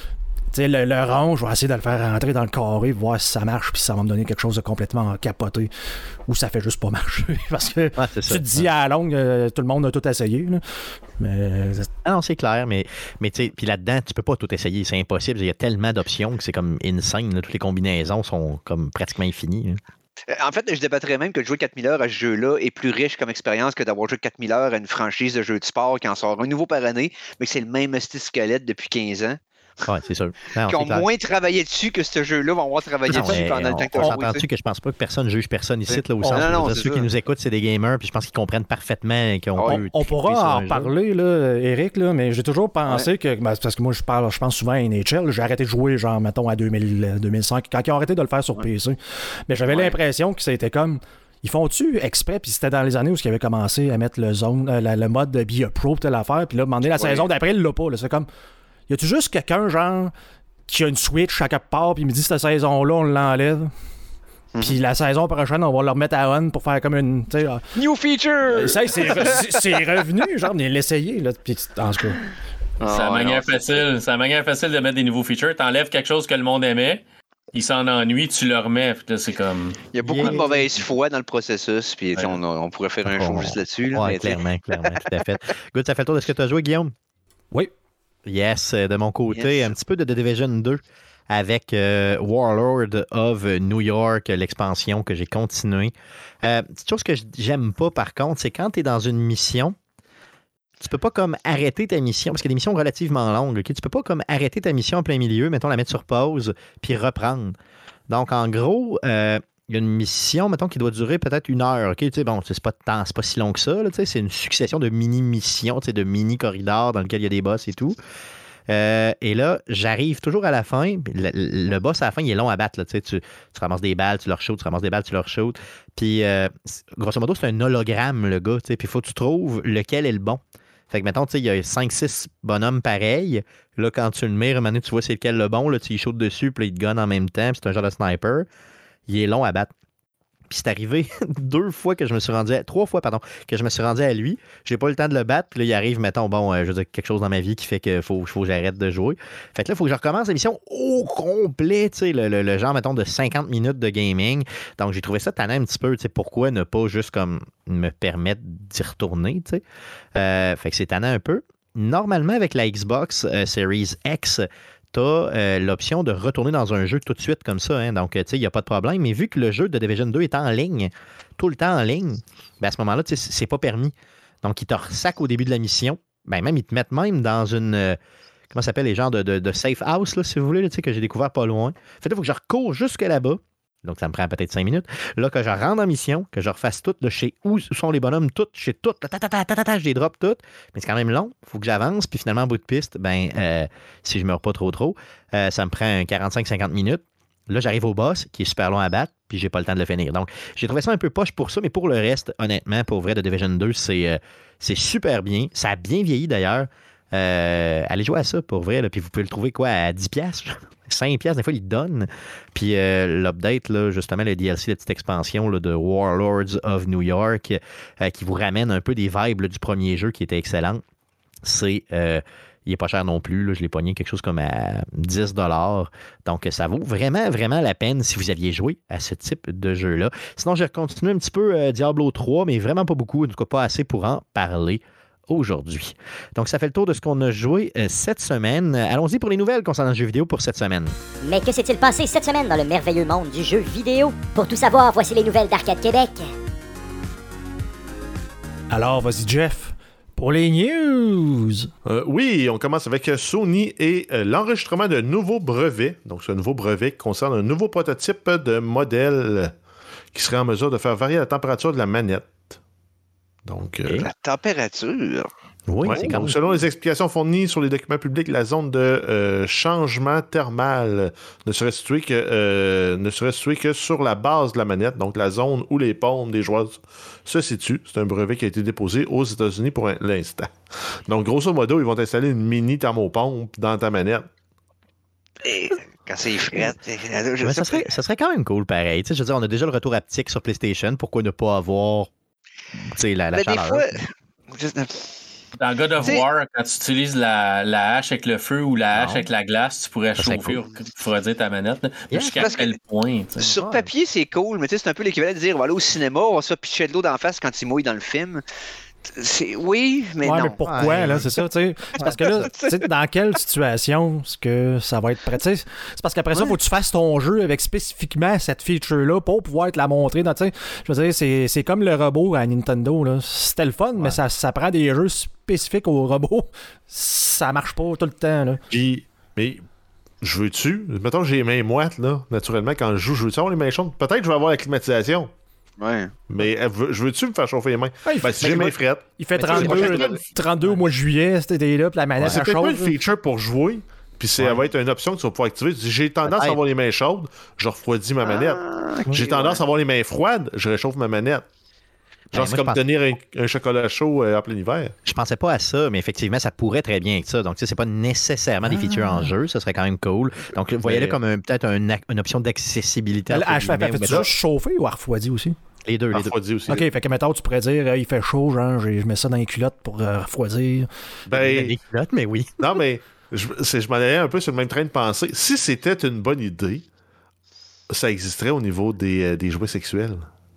Tu sais, le rond, je vais essayer de le faire rentrer dans le carré, voir si ça marche, puis ça va me donner quelque chose de complètement capoté, ou ça fait juste pas marcher. Parce que tu te dis à la longue, tout le monde a tout essayé. Là. Mais... Ah non, c'est clair, mais tu sais, puis là-dedans, tu peux pas tout essayer, c'est impossible. Il y a tellement d'options que c'est comme insane. Là. Toutes les combinaisons sont comme pratiquement infinies. Là. En fait, je débattrais même que de jouer 4000 heures à ce jeu-là est plus riche comme expérience que d'avoir joué 4000 heures à une franchise de jeux de sport qui en sort un nouveau par année, mais que c'est le même squelette depuis 15 ans. Oui, c'est sûr. Non, qui ont moins travaillé dessus que ce jeu-là vont avoir travaillé dessus pendant le temps que tu as joué. Entends-tu que je pense pas que personne juge personne ici, là, au sens où ceux qui nous écoutent, c'est des gamers, puis je pense qu'ils comprennent parfaitement qu'ils ont on pourra en parler, là, Eric, là, mais j'ai toujours pensé que, parce que moi je pense souvent à NHL, j'ai arrêté de jouer, genre, mettons, à 2005, quand ils ont arrêté de le faire sur PC. Mais j'avais l'impression que c'était comme... Ils font-tu exprès, puis c'était dans les années où ils avaient commencé à mettre le mode de Be a Pro, telle affaire, puis là, demander la saison d'après, il l'a pas. Là, c'est comme... Y a-tu juste quelqu'un, genre, qui a une Switch à quelque part, puis il me dit cette saison-là, on l'enlève. Puis la saison prochaine, on va le remettre à on pour faire comme une. New feature! Ça, c'est revenu, genre, mais l'essayer, là. Puis, en tout cas. C'est la manière facile. C'est la manière facile de mettre des nouveaux features. T'enlèves quelque chose que le monde aimait, il s'en ennuie, tu le remets. Puis là, c'est comme. Il y a beaucoup de mauvaise foi dans le processus, puis on pourrait faire un show juste là-dessus. Là, clairement, tout à fait. Good, ça fait le tour de ce que tu as joué, Guillaume? Oui. Yes, de mon côté, un petit peu de The Division 2 avec Warlord of New York, l'expansion que j'ai continué. Petite chose que j'aime pas, par contre, c'est quand tu es dans une mission, tu peux pas comme arrêter ta mission, parce qu'il y a des missions relativement longues, okay? Tu peux pas comme arrêter ta mission en plein milieu, mettons la mettre sur pause, puis reprendre. Donc, en gros... il y a une mission, mettons, qui doit durer peut-être 1 heure. OK, bon, c'est pas si long que ça. Là, c'est une succession de mini-missions, de mini-corridors dans lesquels il y a des boss et tout. Et là, j'arrive toujours à la fin. Le boss, à la fin, il est long à battre. Là, tu ramasses des balles, tu leur shoots, tu ramasses des balles, tu leur shoots. Puis, grosso modo, c'est un hologramme, le gars. Puis, il faut que tu trouves lequel est le bon. Fait que, mettons, il y a 5-6 bonhommes pareils. Là, quand tu le mires, à un moment donné, tu vois c'est lequel le bon. Là, tu y shoots dessus, puis il te gun en même temps. Puis c'est un genre de sniper. Il est long à battre. Puis c'est arrivé 3 fois que je me suis rendu à lui. J'ai pas eu le temps de le battre. Puis là, il arrive, mettons, je veux dire, quelque chose dans ma vie qui fait qu'il faut que j'arrête de jouer. Fait que là, il faut que je recommence la mission au complet, tu sais, le genre, mettons, de 50 minutes de gaming. Donc, j'ai trouvé ça tannant un petit peu, tu sais, pourquoi ne pas juste comme me permettre d'y retourner, tu sais. Fait que c'est tannant un peu. Normalement, avec la Xbox Series X, tu as l'option de retourner dans un jeu tout de suite comme ça. Hein? Donc, tu sais, il n'y a pas de problème. Mais vu que le jeu de Division 2 est en ligne, tout le temps en ligne, à ce moment-là, tu sais, c'est pas permis. Donc, ils te ressaquent au début de la mission. Même, ils te mettent même dans une... comment ça s'appelle, les genres de safe house, là, si vous voulez, là, que j'ai découvert pas loin. Fait, il faut que je recours jusque là-bas. Donc, ça me prend peut-être 5 minutes. Là, que je rentre en mission, que je refasse tout, là, chez où sont les bonhommes, tout, chez tout, je les drop toutes. Mais c'est quand même long. Il faut que j'avance. Puis finalement, en bout de piste, si je ne meurs pas trop, ça me prend 45-50 minutes. Là, j'arrive au boss, qui est super long à battre, puis j'ai pas le temps de le finir. Donc, j'ai trouvé ça un peu poche pour ça, mais pour le reste, honnêtement, pour vrai, de Division 2, c'est super bien. Ça a bien vieilli, d'ailleurs. Allez jouer à ça, pour vrai. Là, puis vous pouvez le trouver, à 10$? 5$, des fois, ils le donnent. Puis l'update, là, justement, le DLC, la petite expansion là, de Warlords of New York, qui vous ramène un peu des vibes là, du premier jeu qui était excellent. Il n'est pas cher non plus. Là, je l'ai pogné quelque chose comme à 10$. Donc, ça vaut vraiment, vraiment la peine si vous aviez joué à ce type de jeu-là. Sinon, j'ai continué un petit peu Diablo 3, mais vraiment pas beaucoup. En tout cas, pas assez pour en parler aujourd'hui. Donc, ça fait le tour de ce qu'on a joué cette semaine. Allons-y pour les nouvelles concernant le jeu vidéo pour cette semaine. Mais que s'est-il passé cette semaine dans le merveilleux monde du jeu vidéo? Pour tout savoir, voici les nouvelles d'Arcade Québec. Alors, vas-y, Jeff, pour les news. Oui, on commence avec Sony et l'enregistrement d'un nouveau brevet. Donc, ce nouveau brevet concerne un nouveau prototype de modèle qui serait en mesure de faire varier la température de la manette. Donc, la température. Oui, ouais, c'est donc, selon les explications fournies sur les documents publics, la zone de changement thermal ne serait située que sur la base de la manette, donc la zone où les paumes des joueurs se situent. C'est un brevet qui a été déposé aux États-Unis pour l'instant. Donc, grosso modo, ils vont installer une mini thermopompe dans ta manette. Et quand c'est frais, ça serait quand même cool, pareil. Je veux dire, on a déjà le retour haptique sur PlayStation. Pourquoi ne pas avoir la chaleur? Des fois, Dans God of War, quand tu utilises la hache avec le feu ou la hache avec la glace, tu pourrais chauffer ou refroidir ta manette. Jusqu'à quel point? Sur papier, c'est cool, mais c'est un peu l'équivalent de dire on va aller au cinéma, on va se faire pitcher de l'eau d'en face quand il mouille dans le film. Oui, mais non. Mais pourquoi, là, c'est ça, tu sais? C'est parce que là, tu sais, dans quelle situation est-ce que ça va être prêt? C'est parce qu'après ça, il faut que tu fasses ton jeu avec spécifiquement cette feature-là pour pouvoir te la montrer. Je veux dire, c'est comme le robot à Nintendo, là. C'était le fun, mais ça prend des jeux spécifiques au robot. Ça marche pas tout le temps, là. Mais je veux-tu? Mettons que j'ai les mains moites, là, naturellement, quand je veux-tu avoir les mains chaudes? Peut-être que je vais avoir la climatisation. Ouais. Mais je veux-tu me faire chauffer les mains? Si j'ai mes frettes. Il fait 32 au mois de juillet, c'était là, puis la manette c'est peut-être pas une feature pour jouer, puis ça va être une option que tu vas pouvoir activer. Si j'ai tendance à avoir les mains chaudes, je refroidis ma manette. J'ai tendance à avoir les mains froides, je réchauffe ma manette. Genre, c'est comme tenir un chocolat chaud en plein hiver. Je pensais pas à ça, mais effectivement, ça pourrait très bien être ça. Donc, tu sais, c'est pas nécessairement des features en jeu, ça serait quand même cool. Donc, voyez-le comme peut-être une option d'accessibilité. Fais-tu juste chauffer ou à refroidir aussi? Les deux. Aussi. OK, fait que mettons, tu pourrais dire, il fait chaud, genre, je mets ça dans les culottes pour refroidir. Les culottes, mais oui. Non, mais je m'en allais un peu sur le même train de pensée. Si c'était une bonne idée, ça existerait au niveau des jouets sexuels.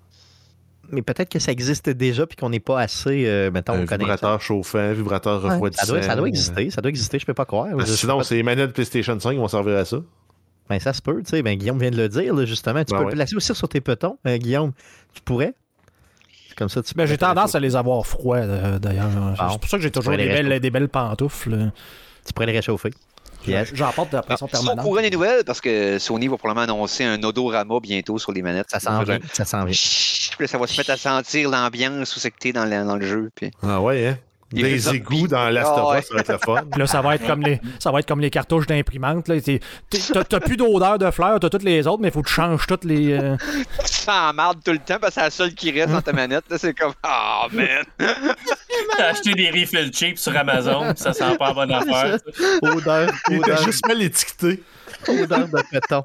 Mais peut-être que ça existe déjà puis qu'on n'est pas assez, mettons, un vibrateur chauffant, vibrateur refroidissant. Ça doit exister, je peux pas croire. Sinon, c'est les manettes de PlayStation 5 qui vont servir à ça. Ben, ça se peut, tu sais. Ben, Guillaume vient de le dire, là, justement. Tu peux le placer aussi sur tes petons, Guillaume. Tu pourrais. C'est comme ça, j'ai tendance à les avoir froids, d'ailleurs. C'est pour ça que j'ai toujours des belles pantoufles. Tu pourrais les réchauffer. Yes. J'en porte de la pression permanente. Au courant des nouvelles, parce que Sony va probablement annoncer un odorama bientôt sur les manettes. Ça s'en vient. Ça s'en vient. Ça va se mettre à sentir l'ambiance où c'est que t'es dans le jeu. Puis... Ah ouais, hein? Des égouts dans Last of Us, ça va être la fun. Puis là, ça va être comme les cartouches d'imprimante. T'as plus d'odeur de fleurs, t'as toutes les autres, mais il faut que tu changes toutes les... Tu sens marde tout le temps parce que c'est la seule qui reste dans ta manette. Là, c'est comme, oh man! T'as acheté des refills cheap sur Amazon, ça sent pas bonne affaire. Odeur. Juste mal étiqueté. Odeur de péton.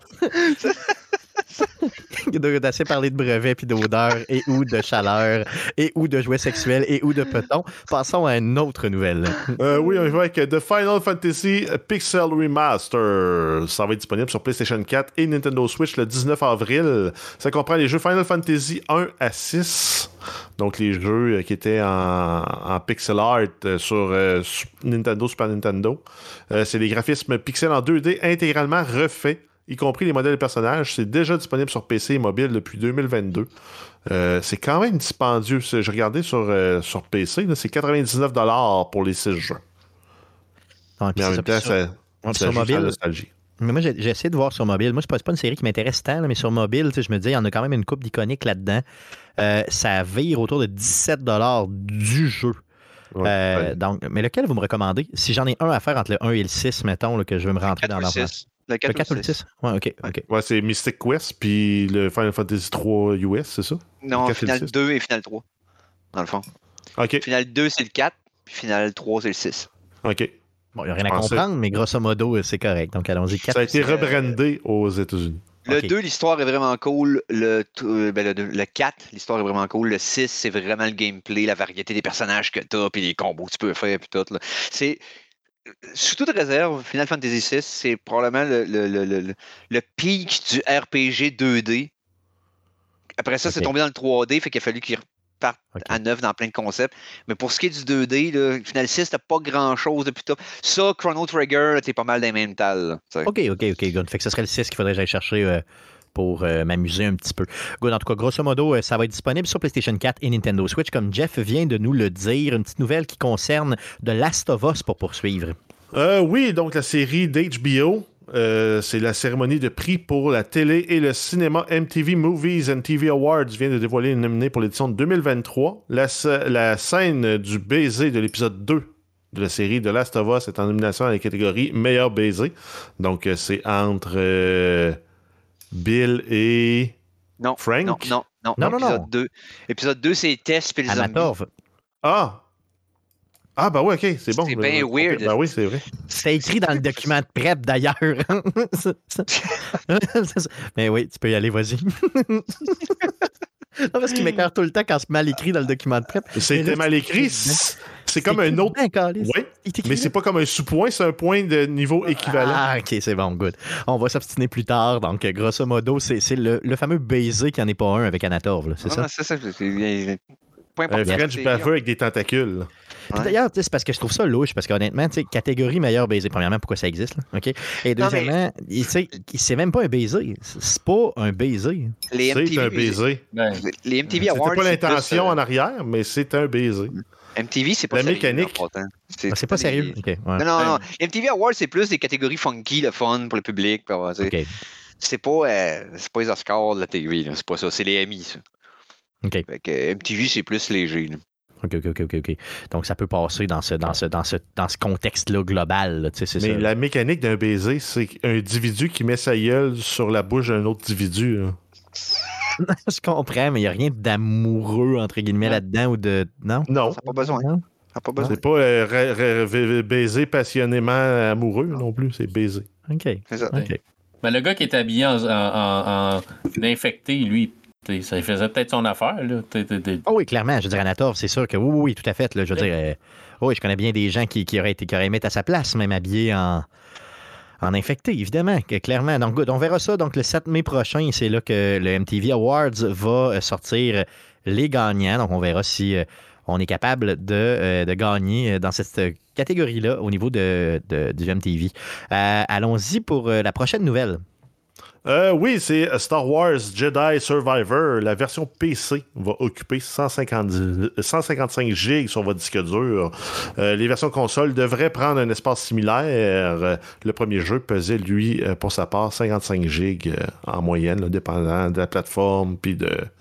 Il doit assez parler de brevets puis d'odeur et ou de chaleur et ou de jouets sexuels et ou de petons. Passons à une autre nouvelle. Oui, on va avec The Final Fantasy Pixel Remaster. Ça va être disponible sur PlayStation 4 et Nintendo Switch le 19 avril. Ça comprend les jeux Final Fantasy 1 à 6. Donc les jeux qui étaient en pixel art sur Nintendo, Super Nintendo. C'est des graphismes pixels en 2D intégralement refaits, y compris les modèles de personnages. C'est déjà disponible sur PC et mobile depuis 2022. C'est quand même dispendieux. J'ai regardé sur PC, là, c'est $99 pour les 6 jeux. Ouais, mais en même temps, ça sur mobile, la nostalgie. Mais moi, j'ai essayé de voir sur mobile. Moi, c'est pas une série qui m'intéresse tant, là, mais sur mobile, je me dis, il y en a quand même une couple d'iconiques là-dedans. Ça vire autour de $17 du jeu. Donc, mais lequel vous me recommandez? Si j'en ai un à faire entre le 1 et le 6, mettons, là, que je veux me rentrer dans l'enfance. Le 4 ou le 6. Ouais, OK. Ouais, c'est Mystic Quest puis le Final Fantasy 3 US, c'est ça? Non, Final 2 et Final 3, dans le fond. OK. Final 2, c'est le 4, puis Final 3, c'est le 6. OK. Bon, il n'y a rien à comprendre, mais grosso modo, c'est correct. Donc, allons-y. 4, ça a été rebrandé aux États-Unis. Le 2, l'histoire est vraiment cool. Le 4, l'histoire est vraiment cool. Le 6, c'est vraiment le gameplay, la variété des personnages que tu as, puis les combos que tu peux faire, puis tout. Là. C'est... Sous toute réserve, Final Fantasy VI, c'est probablement le pic du RPG 2D. Après ça, c'est tombé dans le 3D, fait qu'il a fallu qu'il reparte à neuf dans plein de concepts. Mais pour ce qui est du 2D, là, Final 6, t'as pas grand-chose depuis tout. Ça, Chrono Trigger, t'es pas mal dans les mêmes tales. OK, good. Fait que ce serait le 6 qu'il faudrait que j'aille chercher pour m'amuser un petit peu. Good, en tout cas, grosso modo, ça va être disponible sur PlayStation 4 et Nintendo Switch, comme Jeff vient de nous le dire. Une petite nouvelle qui concerne The Last of Us pour poursuivre. Oui, donc la série d'HBO. C'est la cérémonie de prix pour la télé et le cinéma. MTV Movies and TV Awards vient de dévoiler une nominée pour l'édition de 2023. La scène du baiser de l'épisode 2 de la série The Last of Us est en nomination dans la catégorie meilleur baiser. Donc, c'est entre Bill et Frank. Non. Épisode 2. Épisode 2, c'est Tess et les zombies. Ah, bah oui, OK, c'est bon. C'est bien weird. Ben oui, c'est vrai. C'est écrit dans le document de prep, d'ailleurs. Mais oui, tu peux y aller, vas-y. Non, parce qu'il m'écœure tout le temps quand c'est mal écrit dans le document de prep. C'était mal écrit. C'est comme un autre. Oui, mais c'est pas comme un sous-point, c'est un point de niveau équivalent. Ah, ok, c'est bon, good. On va s'obstiner plus tard. Donc, grosso modo, c'est le fameux baiser qui n'en est pas un avec Anatov, c'est ça? Non, c'est ça. Un French baveux avec des tentacules. Ouais. D'ailleurs, c'est parce que je trouve ça louche, parce qu'honnêtement, catégorie meilleur baiser. Premièrement, pourquoi ça existe? Là? OK? Et deuxièmement, c'est même pas un baiser. C'est pas un baiser. C'est un baiser. Les MTV Awards. C'était pas l'intention en arrière, mais c'est un baiser. MTV, c'est pas la sérieux. Mécanique. C'est pas sérieux. Okay, ouais. Non. MTV Awards, c'est plus des catégories funky, le fun pour le public. Okay. C'est pas les Oscars de la TV. C'est pas ça. C'est les Emmy, ça. Okay. Fait que MTV, c'est plus léger. Là. OK. Donc, ça peut passer dans ce contexte-là global. Là, c'est mais ça. La mécanique d'un baiser, c'est un individu qui met sa gueule sur la bouche d'un autre individu. Je comprends, mais il n'y a rien d'amoureux, entre guillemets, là-dedans ou de... Non? Non. Ça n'a pas besoin. Non? C'est pas baiser passionnément amoureux non plus, c'est baiser. OK. C'est ça. Okay. Mais le gars qui est habillé en infecté, lui, ça faisait peut-être son affaire. Là. Oh oui, clairement. Je veux dire, Anatov, c'est sûr que oui, tout à fait. Là, je veux dire, oui, je connais bien des gens qui auraient aimé être à sa place, même habillés en infecté, évidemment, clairement. Donc, good. On verra ça. Donc, le 7 mai prochain, c'est là que le MTV Awards va sortir les gagnants. Donc, on verra si on est capable de gagner dans cette catégorie-là au niveau du MTV. Allons-y pour la prochaine nouvelle. Oui, c'est Star Wars Jedi Survivor. La version PC va occuper 155 GB sur votre disque dur. Les versions console devraient prendre un espace similaire. Le premier jeu pesait, lui, pour sa part, 55 GB en moyenne, là, dépendant de la plateforme puis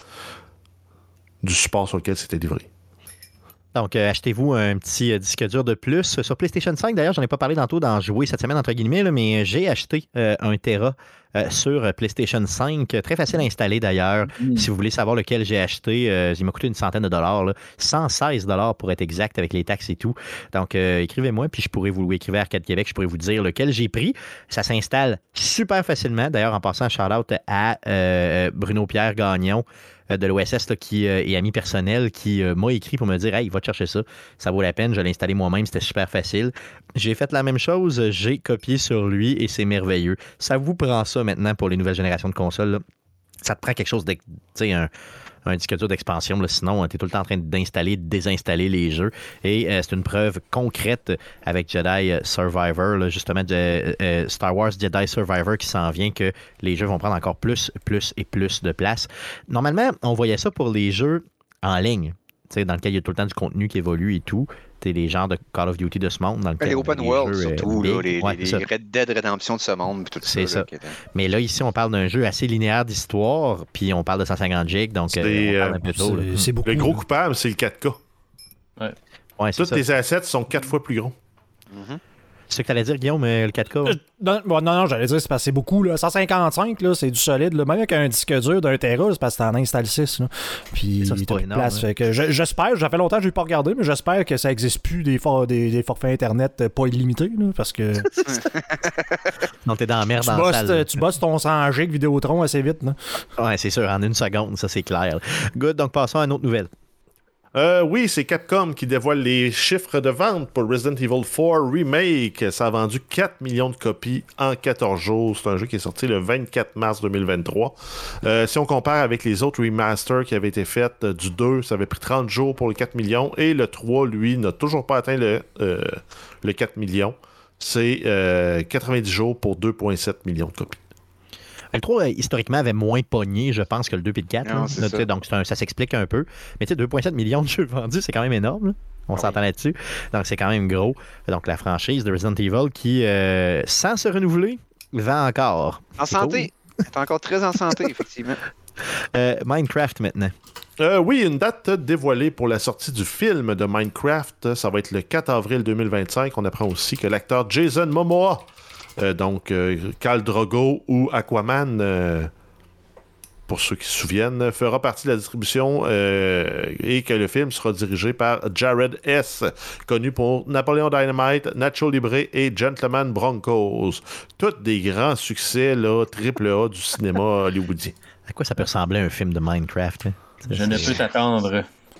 du support sur lequel c'était livré. Donc, achetez-vous un petit disque dur de plus. Sur PlayStation 5, d'ailleurs, j'en ai pas parlé tantôt d'en jouer cette semaine, entre guillemets, là, mais j'ai acheté 1 Tera sur PlayStation 5. Très facile à installer, d'ailleurs. Si vous voulez savoir lequel j'ai acheté, il m'a coûté une centaine de dollars. Là. 116 $ pour être exact, avec les taxes et tout. Donc, écrivez-moi, puis je pourrais vous écrire à Arcade Québec, je pourrais vous dire lequel j'ai pris. Ça s'installe super facilement. D'ailleurs, en passant, shout-out à Bruno Pierre Gagnon, de l'OSS qui est ami personnel, qui m'a écrit pour me dire « Hey, va te chercher ça, ça vaut la peine, je l'ai installé moi-même, c'était super facile. » J'ai fait la même chose, j'ai copié sur lui et c'est merveilleux. Ça vous prend ça maintenant pour les nouvelles générations de consoles. Là. Ça te prend quelque chose de, tu sais, un disque dur d'expansion, là, sinon tu es tout le temps en train d'installer, de désinstaller les jeux. Et c'est une preuve concrète avec Jedi Survivor, là, justement Star Wars Jedi Survivor qui s'en vient, que les jeux vont prendre encore plus de place. Normalement, on voyait ça pour les jeux en ligne, dans lequel il y a tout le temps du contenu qui évolue et tout. Les genres de Call of Duty de ce monde. Dans lequel les open world, surtout, là, les Red Dead Redemption de ce monde. Tout c'est ça. Mais là, ici, on parle d'un jeu assez linéaire d'histoire, puis on parle de 150 gigs, donc on parle un peu tôt. C'est beaucoup. Le gros coupable, c'est le 4K. Ouais, tous tes assets sont 4 fois plus gros. C'est ce que tu allais dire, Guillaume, le 4K? Non, j'allais dire, c'est parce que c'est beaucoup. Là. 155, là, c'est du solide. Là. Même avec un disque dur d'1 Tera, c'est parce que t'en installes 6. Là. Puis ça, c'est pas énorme. Place, fait que j'espère, ça fait longtemps que je n'ai pas regardé, mais j'espère que ça n'existe plus des forfaits Internet pas illimités. Là, parce que. Non, t'es dans la merde en salle. Tu bosses ton 100 GB Vidéotron assez vite. Là. Ouais, c'est sûr, en une seconde, ça c'est clair. Good, donc passons à une autre nouvelle. Oui, c'est Capcom qui dévoile les chiffres de vente pour Resident Evil 4 Remake. Ça a vendu 4 millions de copies en 14 jours. C'est un jeu qui est sorti le 24 mars 2023. Si on compare avec les autres remasters qui avaient été faits, du 2, ça avait pris 30 jours pour les 4 millions. Et le 3, lui, n'a toujours pas atteint le 4 millions. C'est 90 jours pour 2,7 millions de copies. Le 3, historiquement, avait moins pogné, je pense, que le 2 et le 4. Non, là. Donc, ça s'explique un peu. Mais tu sais, 2,7 millions de jeux vendus, c'est quand même énorme. Là. On s'entend là-dessus. Donc, c'est quand même gros. Donc, la franchise de Resident Evil qui, sans se renouveler, vend encore. En santé. Cool. C'est encore très en santé, effectivement. Minecraft, maintenant. Oui, une date dévoilée pour la sortie du film de Minecraft. Ça va être le 4 avril 2025. On apprend aussi que l'acteur Jason Momoa, donc Khal Drogo ou Aquaman, pour ceux qui se souviennent, fera partie de la distribution et que le film sera dirigé par Jared S., connu pour Napoleon Dynamite, Nacho Libre et Gentleman Broncos. Tous des grands succès là, AAA du cinéma hollywoodien. À quoi ça peut ressembler à un film de Minecraft? Hein? Je ne peux t'attendre.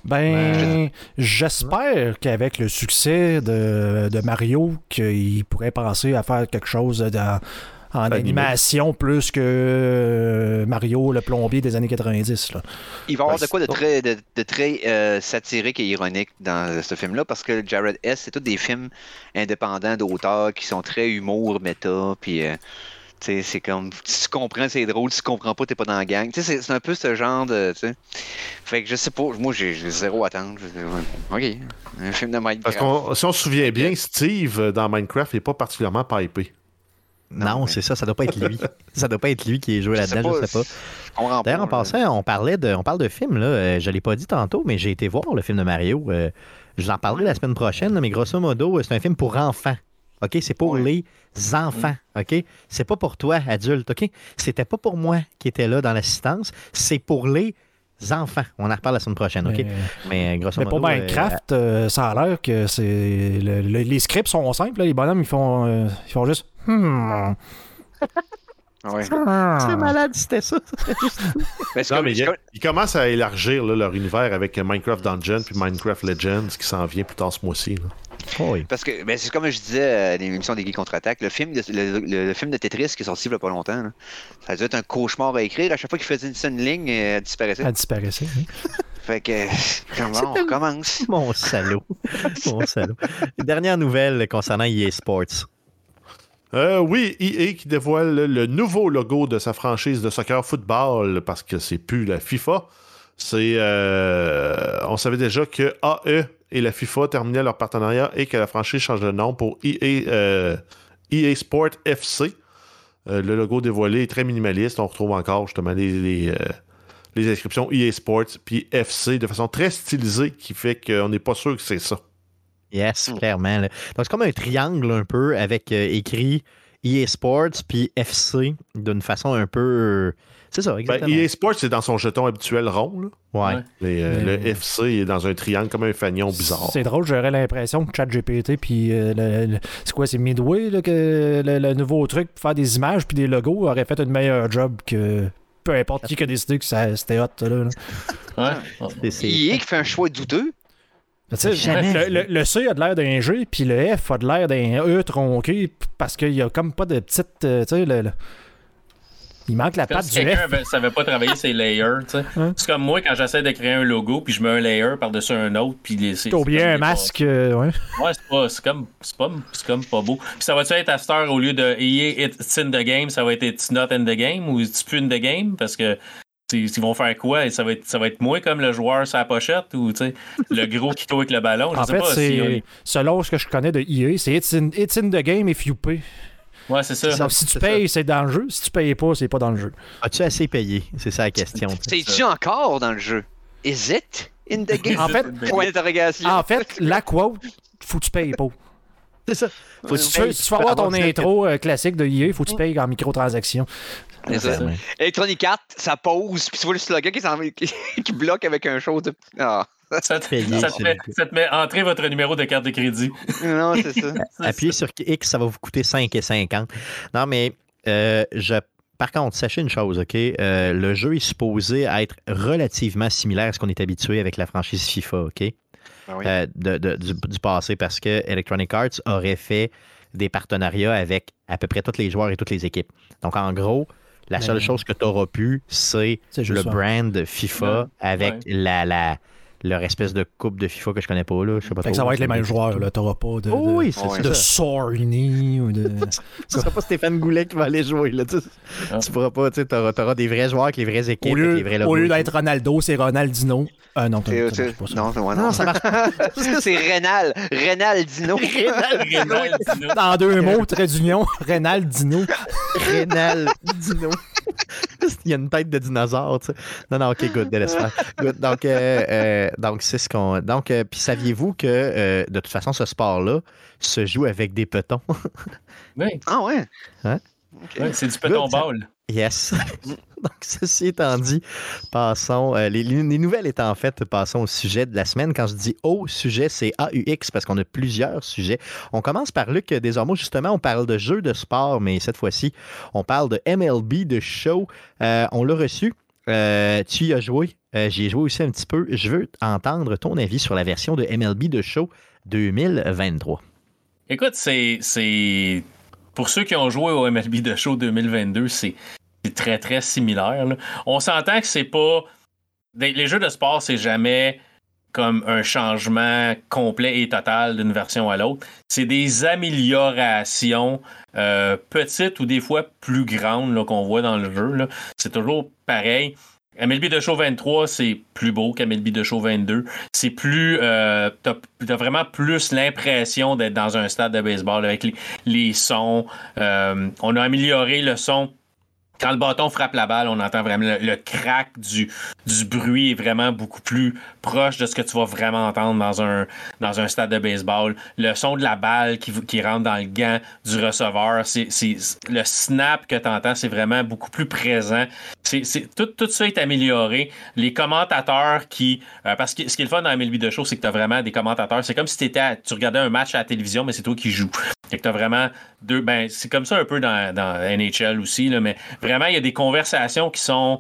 J'espère qu'avec le succès de Mario, qu'il pourrait penser à faire quelque chose en animation plus que Mario le plombier des années 90. Là. Il va y avoir de quoi de très satirique et ironique dans ce film-là, parce que Jared S., c'est tous des films indépendants d'auteurs qui sont très humour, méta, puis c'est comme, si tu comprends, c'est drôle, si tu comprends pas, t'es pas dans la gang. C'est un peu ce genre de... Fait que je sais pas, moi j'ai zéro attente. OK, un film de Minecraft. Parce que si on se souvient bien, Steve, dans Minecraft, il est pas particulièrement pipé. Non, c'est ça doit pas être lui. Ça doit pas être lui qui est joué là-dedans, je sais pas. D'ailleurs, en passant, on parle de film, là. Je l'ai pas dit tantôt, mais j'ai été voir le film de Mario. Je vous en parlerai la semaine prochaine, là, mais grosso modo, c'est un film pour enfants. OK? C'est pour les enfants. OK? C'est pas pour toi, adulte. OK? C'était pas pour moi qui était là dans l'assistance. C'est pour les enfants. On en reparle la semaine prochaine. OK? Mais grosso modo. Pour Minecraft, ça a l'air que c'est. Les scripts sont simples. Là. Les bonhommes, ils font juste. C'est malade, c'était ça. Non, mais ils commencent à élargir là, leur univers avec Minecraft Dungeon puis Minecraft Legends qui s'en vient plus tard ce mois-ci. Parce que c'est comme je disais à l'émission des Geeks contre-attaque, le film de Tetris qui est sorti il n'y a pas longtemps, là, ça a dû être un cauchemar à écrire. À chaque fois qu'il faisait une ligne, elle disparaissait. Oui. Fait que, comment on recommence? Mon salaud. Dernière nouvelle concernant EA Sports. Oui, EA qui dévoile le nouveau logo de sa franchise de soccer football parce que c'est plus la FIFA. On savait déjà que AE et la FIFA terminaient leur partenariat et que la franchise change de nom pour EA Sport FC. Le logo dévoilé est très minimaliste. On retrouve encore justement les inscriptions EA Sports puis FC de façon très stylisée qui fait qu'on n'est pas sûr que c'est ça. Yes, clairement. Là. Donc, c'est comme un triangle un peu avec écrit EA Sports puis FC d'une façon un peu... c'est ça, exactement. EA Sports, c'est dans son jeton habituel rond. Là. Ouais. Le FC est dans un triangle comme un fanion bizarre. C'est drôle, j'aurais l'impression que ChatGPT puis c'est quoi, c'est Midway, là, que le nouveau truc pour faire des images puis des logos aurait fait un meilleur job que peu importe qui a décidé que c'était hot. Là. EA qui fait un choix douteux. Le C a de l'air d'un G, puis le F a de l'air d'un E tronqué, parce qu'il y a comme pas de petite. Il manque la patte du F. Quelqu'un ne savait pas travailler ses layers. C'est comme moi quand j'essaie de créer un logo, puis je mets un layer par-dessus un autre. T'as oublié un masque. Ouais, c'est comme pas beau. Puis ça va-tu être à cette heure, au lieu de EA It's in the game, ça va être It's not in the game, ou It's plus in the game, parce que. Ils vont faire quoi? Et ça va être moins comme le joueur sur la pochette ou le gros qui court avec le ballon? En fait, selon ce que je connais de EA, c'est It's in the game if you pay. Ouais, c'est ça. Donc, si tu payes, c'est dans le jeu. Si tu payes pas, c'est pas dans le jeu. As-tu assez payé? C'est ça la question. C'est-tu encore dans le jeu? Is it in the game? En fait, point d'interrogation. En fait, la quote, faut que tu payes pas. C'est ça. Si tu veux avoir ton intro classique de EA, faut que tu payes en microtransactions. C'est ça. Electronic Arts, ça pause, puis tu vois le slogan qui bloque avec un show de. Ça te met entrer votre numéro de carte de crédit. Non, c'est ça. Appuyez sur X, ça va vous coûter 5,50. Non, mais par contre, sachez une chose, OK? Le jeu est supposé être relativement similaire à ce qu'on est habitué avec la franchise FIFA, OK? Ah oui. Du passé, parce que Electronic Arts aurait fait des partenariats avec à peu près tous les joueurs et toutes les équipes. Donc, en gros, seule chose que tu auras pu, c'est le brand FIFA avec leur espèce de coupe de FIFA que je connais pas. Là. Je sais pas trop, ça va être les mêmes joueurs. Tu n'auras pas de Sorny ou de... Ce sera pas Stéphane Goulet qui va aller jouer. Là, tu pourras pas. Tu auras des vrais joueurs avec les vraies équipes. Au lieu d'être Ronaldo, c'est Ronaldinho. Non, ça marche pas. C'est Rénaldino. Rénaldino. Dans deux mots, trait d'union, Rénaldino. Rénaldino. Il y a une tête de dinosaure, tu sais. Non, ok, good, laisse faire. Good. Donc, c'est ce qu'on. Donc, puis saviez-vous que de toute façon, ce sport-là se joue avec des petons? Oui. Ah ouais? Hein? Okay. Ouais, c'est du peton ball. Yes. Donc, ceci étant dit, passons. Les nouvelles étant faites, passons au sujet de la semaine. Quand je dis au sujet, c'est AUX parce qu'on a plusieurs sujets. On commence par Luc Desormeaux. Justement, on parle de jeux de sport, mais cette fois-ci, on parle de MLB, de show. On l'a reçu. Tu y as joué. J'y ai joué aussi un petit peu. Je veux entendre ton avis sur la version de MLB The Show 2023. Écoute, c'est pour ceux qui ont joué au MLB The Show 2022, c'est très, très similaire. Là. On s'entend que c'est pas... Les jeux de sport, c'est jamais comme un changement complet et total d'une version à l'autre. C'est des améliorations petites ou des fois plus grandes là, qu'on voit dans le jeu. Là. C'est toujours pareil. MLB The Show 23, c'est plus beau qu'MLB The Show 22. C'est plus... t'as vraiment plus l'impression d'être dans un stade de baseball avec les sons. On a amélioré le son. Quand le bâton frappe la balle, on entend vraiment le crack du bruit est vraiment beaucoup plus proche de ce que tu vas vraiment entendre dans un stade de baseball. Le son de la balle qui rentre dans le gant du receveur, c'est le snap que tu entends, c'est vraiment beaucoup plus présent. Tout ça est amélioré. Les commentateurs parce que ce qui est le fun dans MLB The Show, c'est que tu as vraiment des commentateurs. C'est comme si tu regardais un match à la télévision, mais c'est toi qui joues. Fait que tu as vraiment deux... Ben, c'est comme ça un peu dans NHL aussi, là, mais vraiment, il y a des conversations qui sont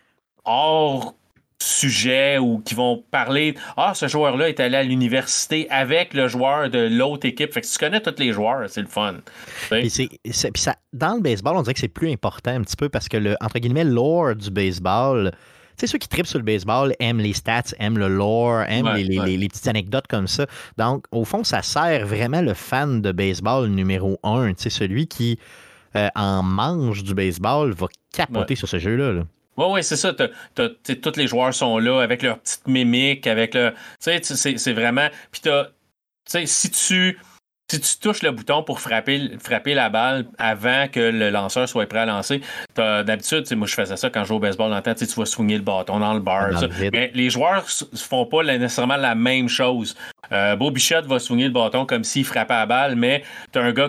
hors sujet ou qui vont parler ce joueur-là est allé à l'université avec le joueur de l'autre équipe. Fait que tu connais tous les joueurs, c'est le fun. Puis ça, dans le baseball, on dirait que c'est plus important un petit peu parce que le, entre guillemets, lore du baseball... Tu sais, ceux qui trippent sur le baseball aiment les stats, aiment le lore, aiment les petites anecdotes comme ça. Donc, au fond, ça sert vraiment le fan de baseball numéro 1. Tu sais, celui qui en mange du baseball va capoter sur ce jeu-là. Là. Oui, c'est ça. Tous les joueurs sont là avec leur petite mimique, avec le. Tu sais, c'est vraiment. Puis tu sais, si tu touches le bouton pour frapper la balle avant que le lanceur soit prêt à lancer, d'habitude, moi je faisais ça quand je jouais au baseball dans le temps, tu vas swinguer le bâton dans le bar. Mais les joueurs ne font pas nécessairement la même chose. Beau Bichette va swinguer le bâton comme s'il frappait la balle, mais t'as un gars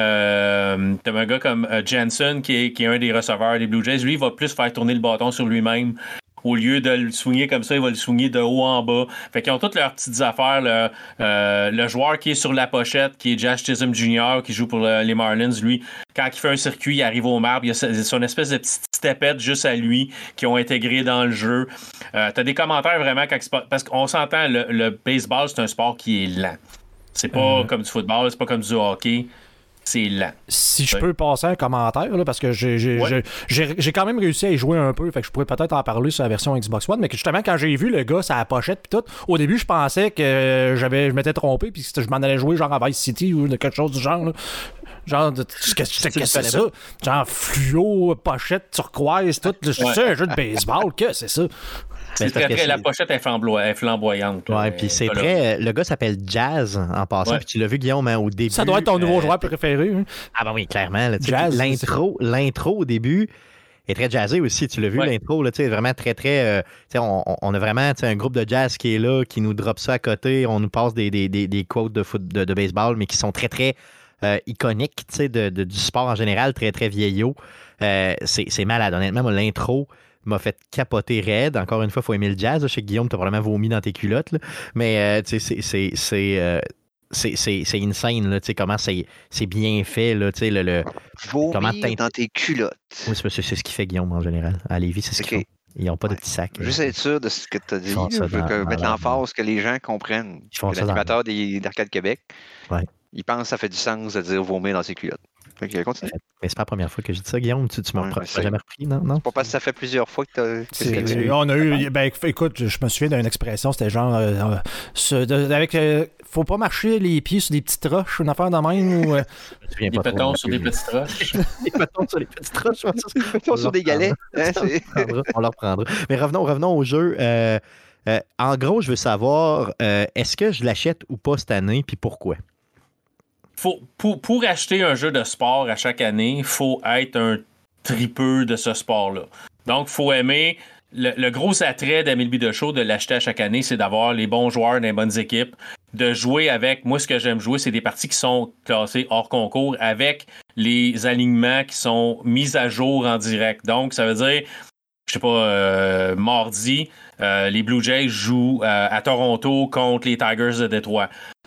comme Jensen qui est un des receveurs des Blue Jays. Lui, il va plus faire tourner le bâton sur lui-même. Au lieu de le swinguer comme ça, il va le swinguer de haut en bas. Fait qu'ils ont toutes leurs petites affaires. Le joueur qui est sur la pochette, qui est Josh Chisholm Jr., qui joue pour les Marlins, lui, quand il fait un circuit, il arrive au marbre. Il y a son espèce de petite stepette juste à lui qui ont intégré dans le jeu. T'as des commentaires vraiment parce qu'on s'entend, le baseball, c'est un sport qui est lent. C'est pas comme du football, c'est pas comme du hockey. C'est lent. Si je peux passer un commentaire, là, parce que j'ai quand même réussi à y jouer un peu, fait que je pourrais peut-être en parler sur la version Xbox One, mais que justement, quand j'ai vu le gars sur la pochette pis tout, au début, je pensais que je m'étais trompé puis que je m'en allais jouer genre à Vice City ou quelque chose du genre. Là. Genre, qu'est-ce que c'est ça? Genre, fluo, pochette, turquoise, tout. C'est un jeu de baseball, que c'est ça? La pochette est flamboyante. Ouais, puis c'est très. Le gars s'appelle Jazz en passant. Puis tu l'as vu, Guillaume, au début. Ça doit être ton nouveau joueur préféré. Hein? Ah, ben oui, clairement. Là, Jazz. L'intro au début est très jazzé aussi. Tu l'as vu, l'intro, là, vraiment très, très. On a vraiment un groupe de jazz qui est là, qui nous drop ça à côté. On nous passe des quotes de baseball, mais qui sont très, très iconiques du sport en général, très, très vieillot. C'est malade. Honnêtement, moi, l'intro m'a fait capoter raide. Encore une fois, il faut aimer le jazz. Je sais que Guillaume, t'as probablement vomi dans tes culottes. Là. Mais c'est insane, là, comment c'est bien fait. Là, vomir dans tes culottes. Oui, c'est ce qu'il fait Guillaume en général. À Lévis, c'est ce qu'ils font. Ils n'ont pas de petits sacs. Juste être sûr de ce que tu as dit. Je veux mettre l'emphase que les gens comprennent. L'animateur d'Arcade Québec, il pense que ça fait du sens de dire vomir dans ses culottes. Continue. Mais c'est pas la première fois que j'ai dit ça, Guillaume. Tu m'as jamais repris, non? C'est pas parce que ça fait plusieurs fois que tu as... On a eu... écoute, je me souviens d'une expression, c'était genre... faut pas marcher les pieds sur des petites roches, une affaire de même, ou... Des pétons sur des petites roches. Des pétons sur des petites roches. Des pétons sur des galets. On leur prendra. Mais revenons au jeu. En gros, je veux savoir, est-ce que je l'achète ou pas cette année, puis pourquoi? Pour acheter un jeu de sport à chaque année, il faut être un tripeux de ce sport-là. Donc, il faut aimer... Le gros attrait d'MLB The Show de l'acheter à chaque année, c'est d'avoir les bons joueurs dans les bonnes équipes, de jouer avec... Moi, ce que j'aime jouer, c'est des parties qui sont classées hors concours avec les alignements qui sont mis à jour en direct. Donc, ça veut dire... Je sais pas, mardi, les Blue Jays jouent à Toronto contre les Tigers de Détroit.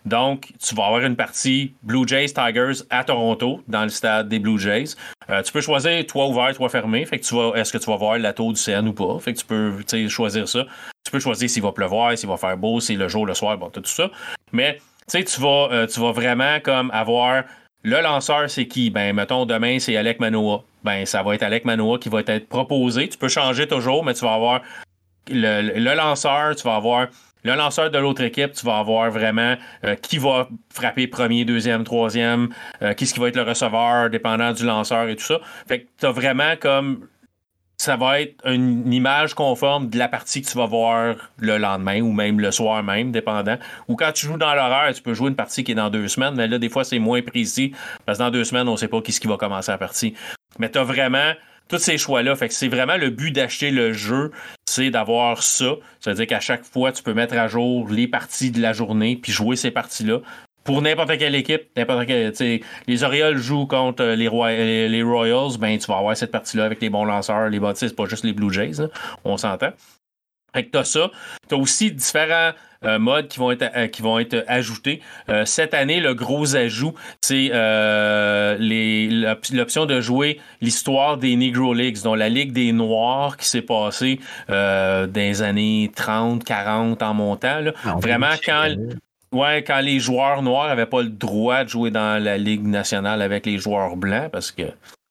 Donc, tu vas avoir une partie Blue Jays Tigers à Toronto, dans le stade des Blue Jays. Tu peux choisir toit ouvert, toit fermé. Fait que est-ce que tu vas voir la tour du CN ou pas? Fait que tu peux choisir ça. Tu peux choisir s'il va pleuvoir, s'il va faire beau, si le jour, le soir, bon, tout ça. Mais tu vas vraiment comme avoir le lanceur, c'est qui? Ben, mettons, demain, c'est Alek Manoah. Ben, ça va être Alek Manoah qui va être proposé. Tu peux changer toujours, mais tu vas avoir le lanceur, tu vas avoir le lanceur de l'autre équipe, tu vas avoir vraiment qui va frapper premier, deuxième, troisième, qui va être le receveur, dépendant du lanceur et tout ça. Fait que tu as vraiment comme... Ça va être une image conforme de la partie que tu vas voir le lendemain ou même le soir même, dépendant. Ou quand tu joues dans l'horaire, tu peux jouer une partie qui est dans 2 semaines, mais là, des fois, c'est moins précis parce que dans 2 semaines, on ne sait pas qui va commencer la partie. Mais tu as vraiment tous ces choix-là. Fait que c'est vraiment le but d'acheter le jeu, c'est d'avoir ça. Ça veut dire qu'à chaque fois, tu peux mettre à jour les parties de la journée puis jouer ces parties-là. Pour n'importe quelle équipe, les Orioles jouent contre les Royals, ben tu vas avoir cette partie-là avec les bons lanceurs, les bâtisses, c'est pas juste les Blue Jays, là, on s'entend. Fait que t'as ça. T'as aussi différents modes qui vont être ajoutés. Cette année, le gros ajout, c'est l'option de jouer l'histoire des Negro Leagues, dont la Ligue des Noirs qui s'est passée dans les années 30, 40 en montant. Là. Vraiment, quand les joueurs noirs n'avaient pas le droit de jouer dans la Ligue nationale avec les joueurs blancs, parce que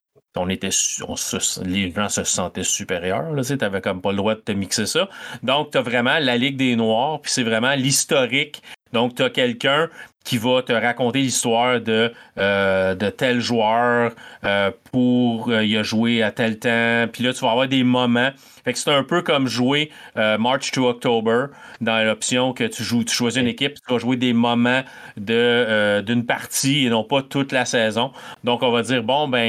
les gens se sentaient supérieurs. Tu n'avais comme pas le droit de te mixer ça. Donc, tu as vraiment la Ligue des Noirs, puis c'est vraiment l'historique. Donc, tu as quelqu'un qui va te raconter l'histoire de tel joueur il a joué à tel temps. Puis là, tu vas avoir des moments. Fait que c'est un peu comme jouer March to October dans l'option que tu choisis une équipe, tu vas jouer des moments d'une partie et non pas toute la saison. Donc, on va dire, bon, ben,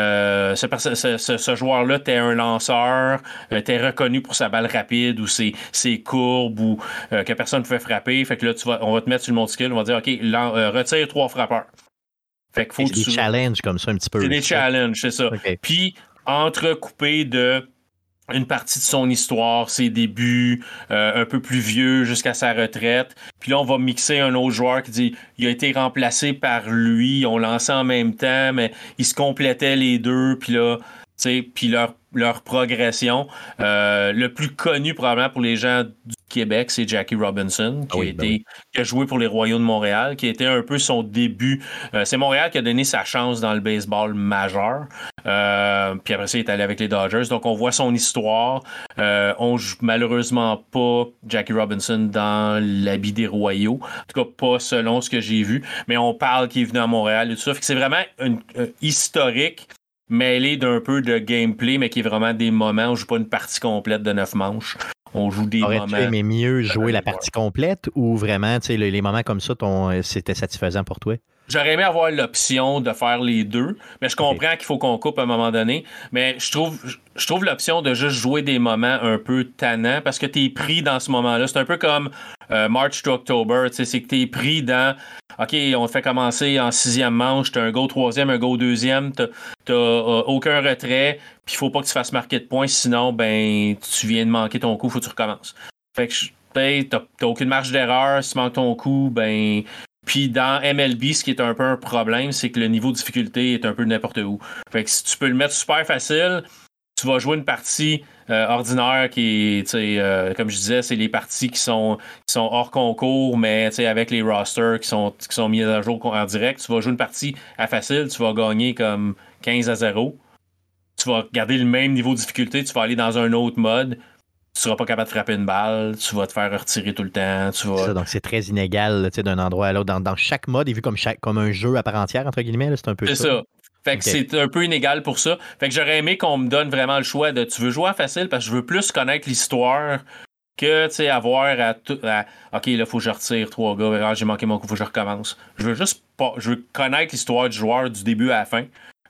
ce joueur-là, t'es un lanceur, t'es reconnu pour sa balle rapide ou ses courbes ou que personne ne pouvait frapper. Fait que là, on va te mettre sur le monticule, on va dire, OK, retire 3 frappeurs. Fait qu'il faut c'est des challenges comme ça un petit peu. C'est des challenges, c'est ça. Okay. Puis, entrecoupé de une partie de son histoire, ses débuts, un peu plus vieux jusqu'à sa retraite. Puis là, on va mixer un autre joueur qui dit il a été remplacé par lui, on lançait en même temps, mais ils se complétaient les deux. Puis là, tu sais, puis leur progression. Le plus connu probablement pour les gens du Québec, c'est Jackie Robinson, qui a joué pour les Royaux de Montréal, qui était un peu son début. C'est Montréal qui a donné sa chance dans le baseball majeur. Puis après ça, il est allé avec les Dodgers. Donc, on voit son histoire. On joue malheureusement pas Jackie Robinson dans l'habit des Royaux. En tout cas, pas selon ce que j'ai vu. Mais on parle qu'il est venu à Montréal et tout ça. Fait que c'est vraiment historique, mêlé d'un peu de gameplay, mais qui est vraiment des moments. On joue pas une partie complète de 9 manches. On joue des moments. Aurais-tu aimé mieux jouer la partie complète ou vraiment, tu sais, les moments comme ça, c'était satisfaisant pour toi? J'aurais aimé avoir l'option de faire les deux, mais je comprends qu'il faut qu'on coupe à un moment donné. Mais je trouve l'option de juste jouer des moments un peu tannants parce que t'es pris dans ce moment-là. C'est un peu comme March to October, tu sais, c'est que t'es pris dans OK, on te fait commencer en 6e manche, t'as un go 3e, un go 2e, t'as aucun retrait, puis il faut pas que tu fasses marquer de points, sinon ben tu viens de manquer ton coup, faut que tu recommences. Fait que t'as aucune marge d'erreur, si tu manques ton coup, ben. Puis dans MLB, ce qui est un peu un problème, c'est que le niveau de difficulté est un peu n'importe où. Fait que si tu peux le mettre super facile, tu vas jouer une partie ordinaire qui est, comme je disais, c'est les parties qui sont hors concours, mais avec les rosters qui sont mis à jour en direct. Tu vas jouer une partie à facile, tu vas gagner comme 15-0. Tu vas garder le même niveau de difficulté, tu vas aller dans un autre mode. Tu seras pas capable de frapper une balle, tu vas te faire retirer tout le temps. Ça, donc c'est très inégal d'un endroit à l'autre. Dans chaque mode est vu comme un jeu à part entière, entre guillemets, là, c'est un peu ça. C'est ça. Fait que c'est un peu inégal pour ça. Fait que j'aurais aimé qu'on me donne vraiment le choix de tu veux jouer à facile parce que je veux plus connaître l'histoire que avoir OK, là, il faut que je retire 3 gars. J'ai manqué mon coup, il faut que je recommence. Je veux connaître l'histoire du joueur du début à la fin.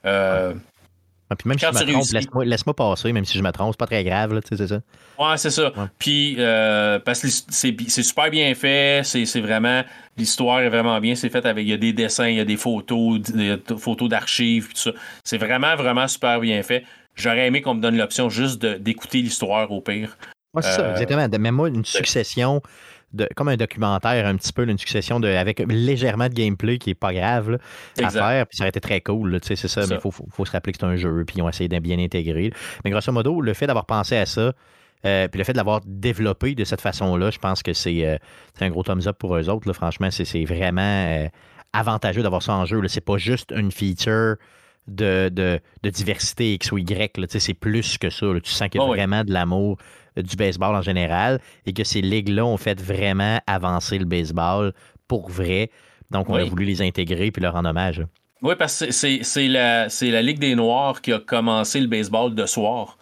Puis même si je me trompe, laisse-moi passer, même si je me trompe, c'est pas très grave, là, c'est ça. Ouais, c'est ça. Ouais. Puis, parce que c'est super bien fait, c'est vraiment, l'histoire est vraiment bien, c'est fait il y a des dessins, il y a des photos d'archives, tout ça. C'est vraiment, vraiment super bien fait. J'aurais aimé qu'on me donne l'option juste d'écouter l'histoire au pire. Ouais, c'est ça, exactement. Mets-moi une succession comme un documentaire un petit peu, une succession avec légèrement de gameplay qui est pas grave là, à faire, puis ça aurait été très cool, là, c'est ça, mais il faut se rappeler que c'est un jeu, puis ils ont essayé de bien intégrer. Mais grosso modo, le fait d'avoir pensé à ça, puis le fait de l'avoir développé de cette façon-là, je pense que c'est un gros thumbs up pour eux autres. Là. Franchement, c'est vraiment avantageux d'avoir ça en jeu. Là. C'est pas juste une feature de diversité X ou Y. Là. C'est plus que ça. Là. Tu sens qu'il y a vraiment de l'amour du baseball en général et que ces ligues-là ont fait vraiment avancer le baseball pour vrai. Donc, on a voulu les intégrer puis leur rendre hommage. Là. Oui, parce que c'est la Ligue des Noirs qui a commencé le baseball de soir.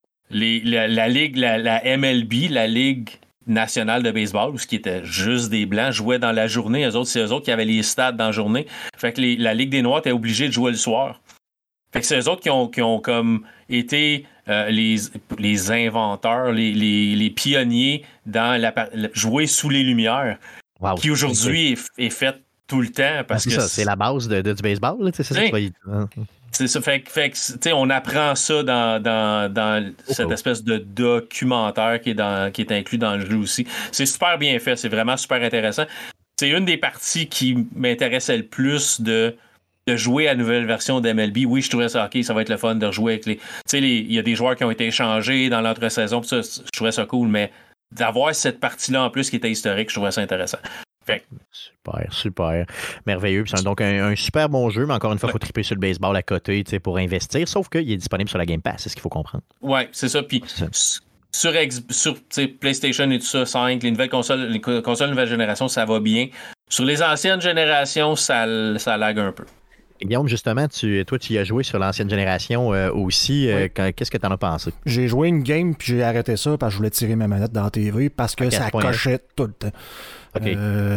La Ligue, la MLB, la Ligue nationale de baseball, où ce qui était juste des Blancs, jouait dans la journée. C'est eux autres qui avaient les stades dans la journée. Fait que la Ligue des Noirs était obligée de jouer le soir. Fait que c'est eux autres qui ont comme été les inventeurs, les pionniers dans jouer sous les lumières, qui aujourd'hui est fait tout le temps. Parce que c'est la base du baseball. Là, c'est ça que tu vas... C'est ça, fait que on apprend ça dans cette espèce de documentaire qui est inclus dans le jeu aussi. C'est super bien fait, c'est vraiment super intéressant. C'est une des parties qui m'intéressait le plus de jouer à la nouvelle version d'MLB. Oui, je trouvais ça OK, ça va être le fun de rejouer avec il y a des joueurs qui ont été échangés dans l'entre-saison, pis ça, je trouvais ça cool, mais d'avoir cette partie-là en plus qui était historique, je trouvais ça intéressant. Fait. Super. Merveilleux. C'est donc un super bon jeu, mais encore une fois, il faut triper sur le baseball à côté pour investir, sauf qu'il est disponible sur la Game Pass, c'est ce qu'il faut comprendre. Oui, c'est ça. Puis sur PlayStation et tout ça, 5, les nouvelles consoles, nouvelle génération, ça va bien. Sur les anciennes générations, ça lag un peu. Guillaume, justement, toi, tu y as joué sur l'ancienne génération aussi. Qu'est-ce que tu en as pensé? J'ai joué une game, puis j'ai arrêté ça parce que je voulais tirer ma manette dans la TV parce que ça cochait tout le temps. Okay.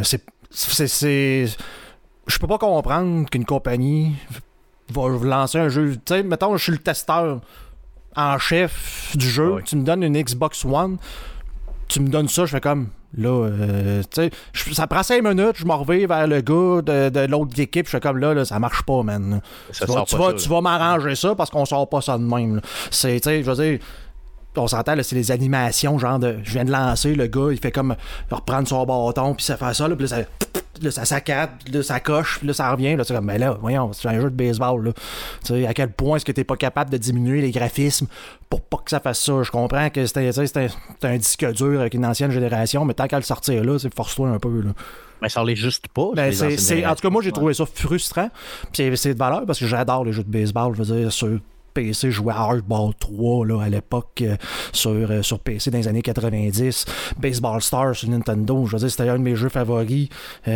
Je peux pas comprendre qu'une compagnie va lancer un jeu. Tu sais, mettons, je suis le testeur en chef du jeu. Tu me donnes une Xbox One, tu me donnes ça, je fais comme là, tu sais, ça prend 5 minutes, je m'en reviens vers le gars de l'autre équipe, je fais comme là, ça marche pas, man. Tu vas m'arranger ça parce qu'on sort pas ça de même. C'est, tu sais, je veux dire. On s'entend, là, c'est les animations, genre je viens de lancer, le gars, il fait comme reprendre son bâton, puis ça fait ça, là, puis ça saccade, puis là, ça coche, puis là, ça revient, là, c'est comme, mais là, voyons, c'est un jeu de baseball, là. Tu sais, à quel point est-ce que t'es pas capable de diminuer les graphismes pour pas que ça fasse ça? Je comprends que c'était un disque dur avec une ancienne génération, mais tant qu'à le sortir là, c'est force-toi un peu, là. Mais ça l'est juste pas. Ben, en tout cas, moi, j'ai trouvé ça frustrant, puis c'est de valeur, parce que j'adore les jeux de baseball, je veux dire, sur PC, je jouais à Hardball 3 là, à l'époque sur PC dans les années 90. Baseball Stars sur Nintendo, je veux dire, c'était un de mes jeux favoris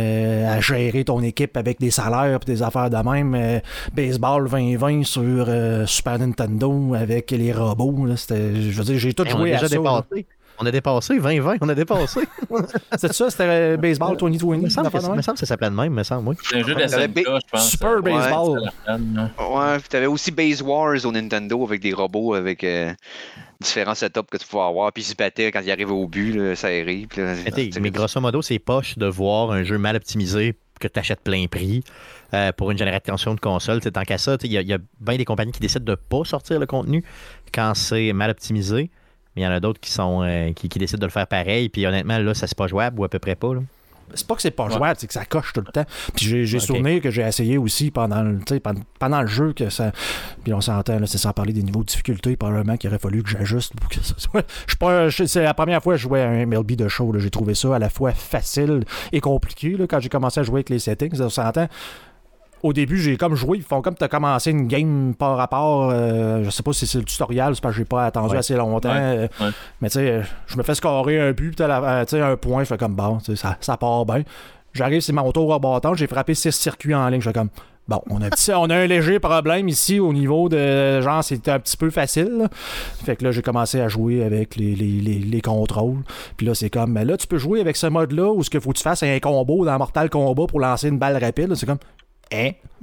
à gérer ton équipe avec des salaires et des affaires de même. Baseball 2020 sur Super Nintendo avec les robots. Là, je veux dire, j'ai tout joué à ça. On a dépassé 2020, on a dépassé. C'est ça, c'était Baseball 2020. Il me semble que ça s'appelait de même, me semble, oui. C'est un jeu de SNK, je pense. Super Baseball. Ouais, puis t'avais aussi Base Wars au Nintendo avec des robots avec différents setups que tu pouvais avoir, puis ils se battaient quand ils arrivaient au but, là, ça arrive. Mais grosso modo, c'est poche de voir un jeu mal optimisé que tu achètes plein prix pour une génération de consoles. Tant qu'à ça, il y a bien des compagnies qui décident de ne pas sortir le contenu quand c'est mal optimisé. Mais il y en a d'autres qui décident de le faire pareil. Puis honnêtement, là, ça c'est pas jouable ou à peu près pas. Là. C'est pas que c'est pas jouable, c'est que ça coche tout le temps. Puis j'ai souvenir que j'ai essayé aussi pendant le jeu que ça. Puis on s'entend, là, c'est sans parler des niveaux de difficulté, probablement qu'il aurait fallu que j'ajuste pour que ça soit. C'est la première fois que je jouais à un MLB de show. Là, j'ai trouvé ça à la fois facile et compliqué là, quand j'ai commencé à jouer avec les settings. On s'entend. Au début, j'ai comme joué, ils font comme tu as commencé une game par rapport, je sais pas si c'est le tutoriel, c'est parce que j'ai pas attendu assez longtemps, mais tu sais, je me fais scorer un but, puis un point, je fais comme bon, ça part bien. J'arrive, c'est mon tour au bâton, j'ai frappé 6 circuits en ligne, je fais comme bon, on a un léger problème ici au niveau de genre, c'était un petit peu facile. Là. Fait que là, j'ai commencé à jouer avec les contrôles. Puis là, c'est comme, ben là, tu peux jouer avec ce mode-là où ce qu'il faut que tu fasses un combo dans Mortal Kombat pour lancer une balle rapide. Là, c'est comme,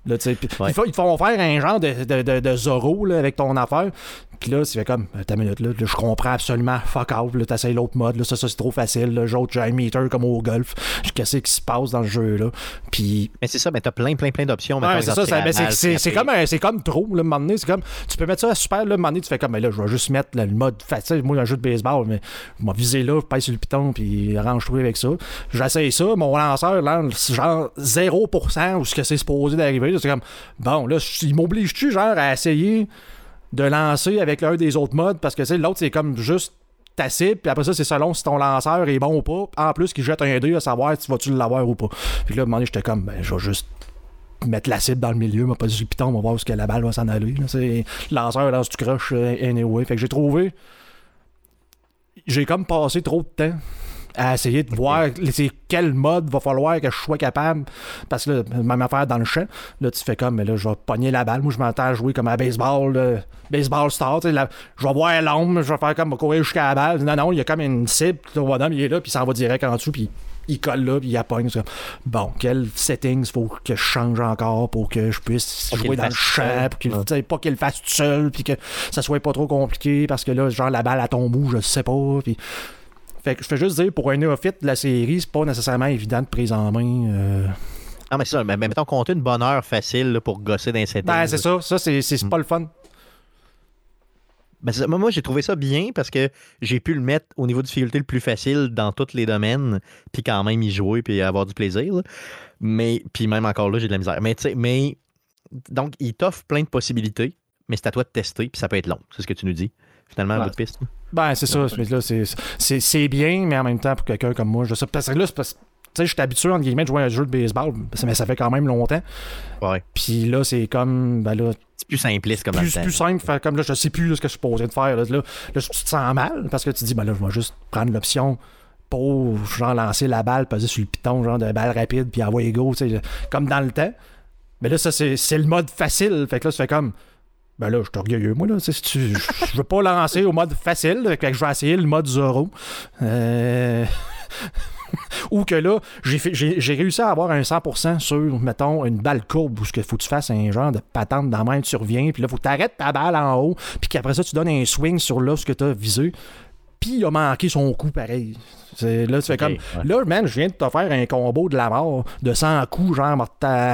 Là, ils te font faire un genre de Zorro là, avec ton affaire. Puis là, tu fais comme, ta minute, là, je comprends absolument fuck off. Là, t'essayes l'autre mode, là, ça c'est trop facile. Là, j'ai un meter comme au golf. Qu'est-ce qui se passe dans le jeu, là. Puis... Mais c'est ça, mais t'as plein d'options. Ouais, c'est ça, c'est comme trop, là, un moment donné. C'est comme, tu peux mettre ça à super, là, un moment donné, tu fais comme, mais là, je vais juste mettre le mode facile. Moi, un jeu de baseball, mais je vais viser là, je pèse sur le piton, puis arrange-toi avec ça. J'essaye ça, mon lanceur lance genre 0% ou ce que c'est supposé d'arriver. C'est comme, bon, là, il m'oblige-tu, genre, à essayer de lancer avec l'un des autres modes, parce que l'autre, c'est comme juste ta cible, puis après ça, c'est selon si ton lanceur est bon ou pas. En plus, qu'il jette un dé à savoir si vas-tu l'avoir ou pas. Puis là, à un moment donné, j'étais comme, je vais juste mettre la cible dans le milieu, m'a pas dit le piton, on va voir où la balle va s'en aller. Là. Le lanceur lance du crush anyway. Fait que j'ai comme passé trop de temps à essayer de voir quel mode va falloir que je sois capable, parce que là, même affaire dans le champ, là tu fais comme, mais là je vais pogner la balle, moi je m'entends à jouer comme à baseball, baseball star, je vais voir l'ombre, je vais faire comme courir jusqu'à la balle, non, il y a comme une cible, le bonhomme il est là, puis il s'en va direct en dessous, puis il colle là, puis il pogne. Bon, quels settings faut que je change encore pour que je puisse jouer dans le champ, pour pas qu'il le fasse tout seul, puis que ça soit pas trop compliqué, parce que là, genre la balle à tombe où, je sais pas, puis... Fait que je fais juste dire, pour un néophyte de la série, c'est pas nécessairement évident de prise en main. Non, mais ça, mais mettons qu'on a une bonne heure facile là, pour gosser dans les settings. Ben, c'est ça. Ça, c'est pas le fun. Ben, moi, j'ai trouvé ça bien parce que j'ai pu le mettre au niveau de difficulté le plus facile dans tous les domaines, puis quand même y jouer, puis avoir du plaisir. Là. Mais, puis même encore là, j'ai de la misère. Mais donc, il t'offre plein de possibilités, mais c'est à toi de tester, puis ça peut être long. C'est ce que tu nous dis, finalement, à bout de piste. Ben, c'est ça. Mais là, c'est bien, mais en même temps, pour quelqu'un comme moi, je sais. Parce que là, tu sais, je suis habitué, entre guillemets, de jouer à un jeu de baseball, mais ça fait quand même longtemps. Ouais. Puis là, c'est comme. Ben là, c'est plus simpliste comme plus simple. Faire comme là, je sais plus là, ce que je suis supposé de faire. Là, tu te sens mal parce que tu dis, ben là, je vais juste prendre l'option pour genre lancer la balle, poser sur le piton, genre de balle rapide, puis envoyer go, tu sais, comme dans le temps. Mais là, ça, c'est le mode facile. Fait que là, ça fait comme. Ben là, je suis orgueilleux, moi, là. Je veux pas lancer au mode facile, fait que je vais essayer le mode Zorro. Ou que là, j'ai réussi à avoir un 100% sur, mettons, une balle courbe où il faut que tu fasses un genre de patente dans la main, tu reviens, puis là, il faut que tu arrêtes ta balle en haut, puis qu'après ça, tu donnes un swing sur là, ce que tu as visé. Puis il a manqué son coup pareil. Là, tu fais comme. Ouais. Là, man, je viens de te faire un combo de la mort de 100 coups, genre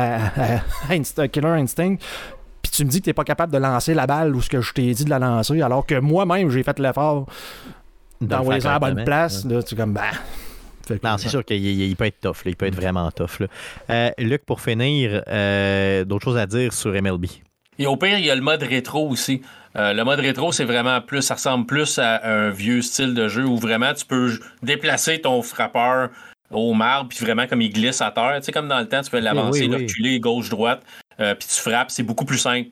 Killer Instinct. Puis tu me dis que t'es pas capable de lancer la balle ou ce que je t'ai dit de la lancer, alors que moi-même, j'ai fait l'effort d'envoyer ça à la bonne place. Là, tu es comme, non, c'est sûr qu'il peut être tough. Là. Il peut être vraiment tough. Là. Luc, pour finir, d'autres choses à dire sur MLB? Et au pire, il y a le mode rétro aussi. Le mode rétro, c'est vraiment plus, ça ressemble plus à un vieux style de jeu où vraiment tu peux déplacer ton frappeur au marbre, puis vraiment comme il glisse à terre. Tu sais, comme dans le temps, tu peux l'avancer, le reculer, gauche-droite, puis tu frappes. C'est beaucoup plus simple.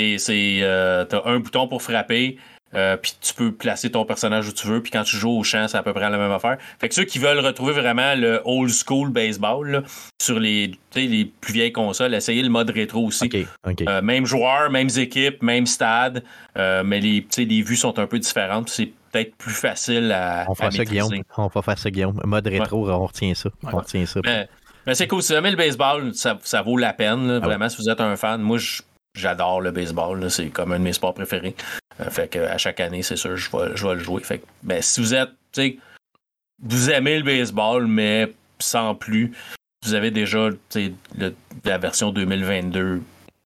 T'as un bouton pour frapper, puis tu peux placer ton personnage où tu veux, puis quand tu joues au champ, c'est à peu près la même affaire. Fait que ceux qui veulent retrouver vraiment le old school baseball là, sur les plus vieilles consoles, essayez le mode rétro aussi. Okay. Même joueur, mêmes équipes, même stade, mais les vues sont un peu différentes. C'est peut-être plus facile à maîtriser. On va faire ça, Guillaume. Mode rétro, on retient ça. Ouais. On retient ça. Mais c'est cool. Si jamais le baseball, ça vaut la peine. Là, vraiment, si vous êtes un fan. Moi, j'adore le baseball. Là, c'est comme un de mes sports préférés. Fait que à chaque année, c'est sûr, je vais le jouer. Fait que, si vous êtes, vous aimez le baseball, mais sans plus, vous avez déjà la version 2022.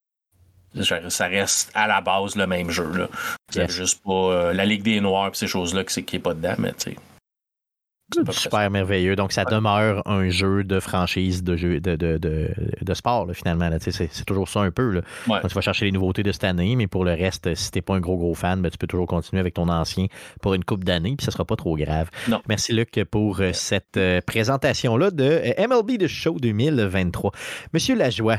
Ça reste à la base le même jeu. Là. Vous avez juste pas la Ligue des Noirs et ces choses-là qui n'est pas dedans, mais tu sais. C'est super merveilleux. Donc, ça demeure un jeu de franchise de sport, là, finalement. Là. C'est toujours ça un peu. Là. Ouais. Donc, tu vas chercher les nouveautés de cette année, mais pour le reste, si t'es pas un gros fan, tu peux toujours continuer avec ton ancien pour une couple d'années, puis ça sera pas trop grave. Non. Merci, Luc, pour cette présentation-là de MLB The Show 2023. Monsieur Lajoie.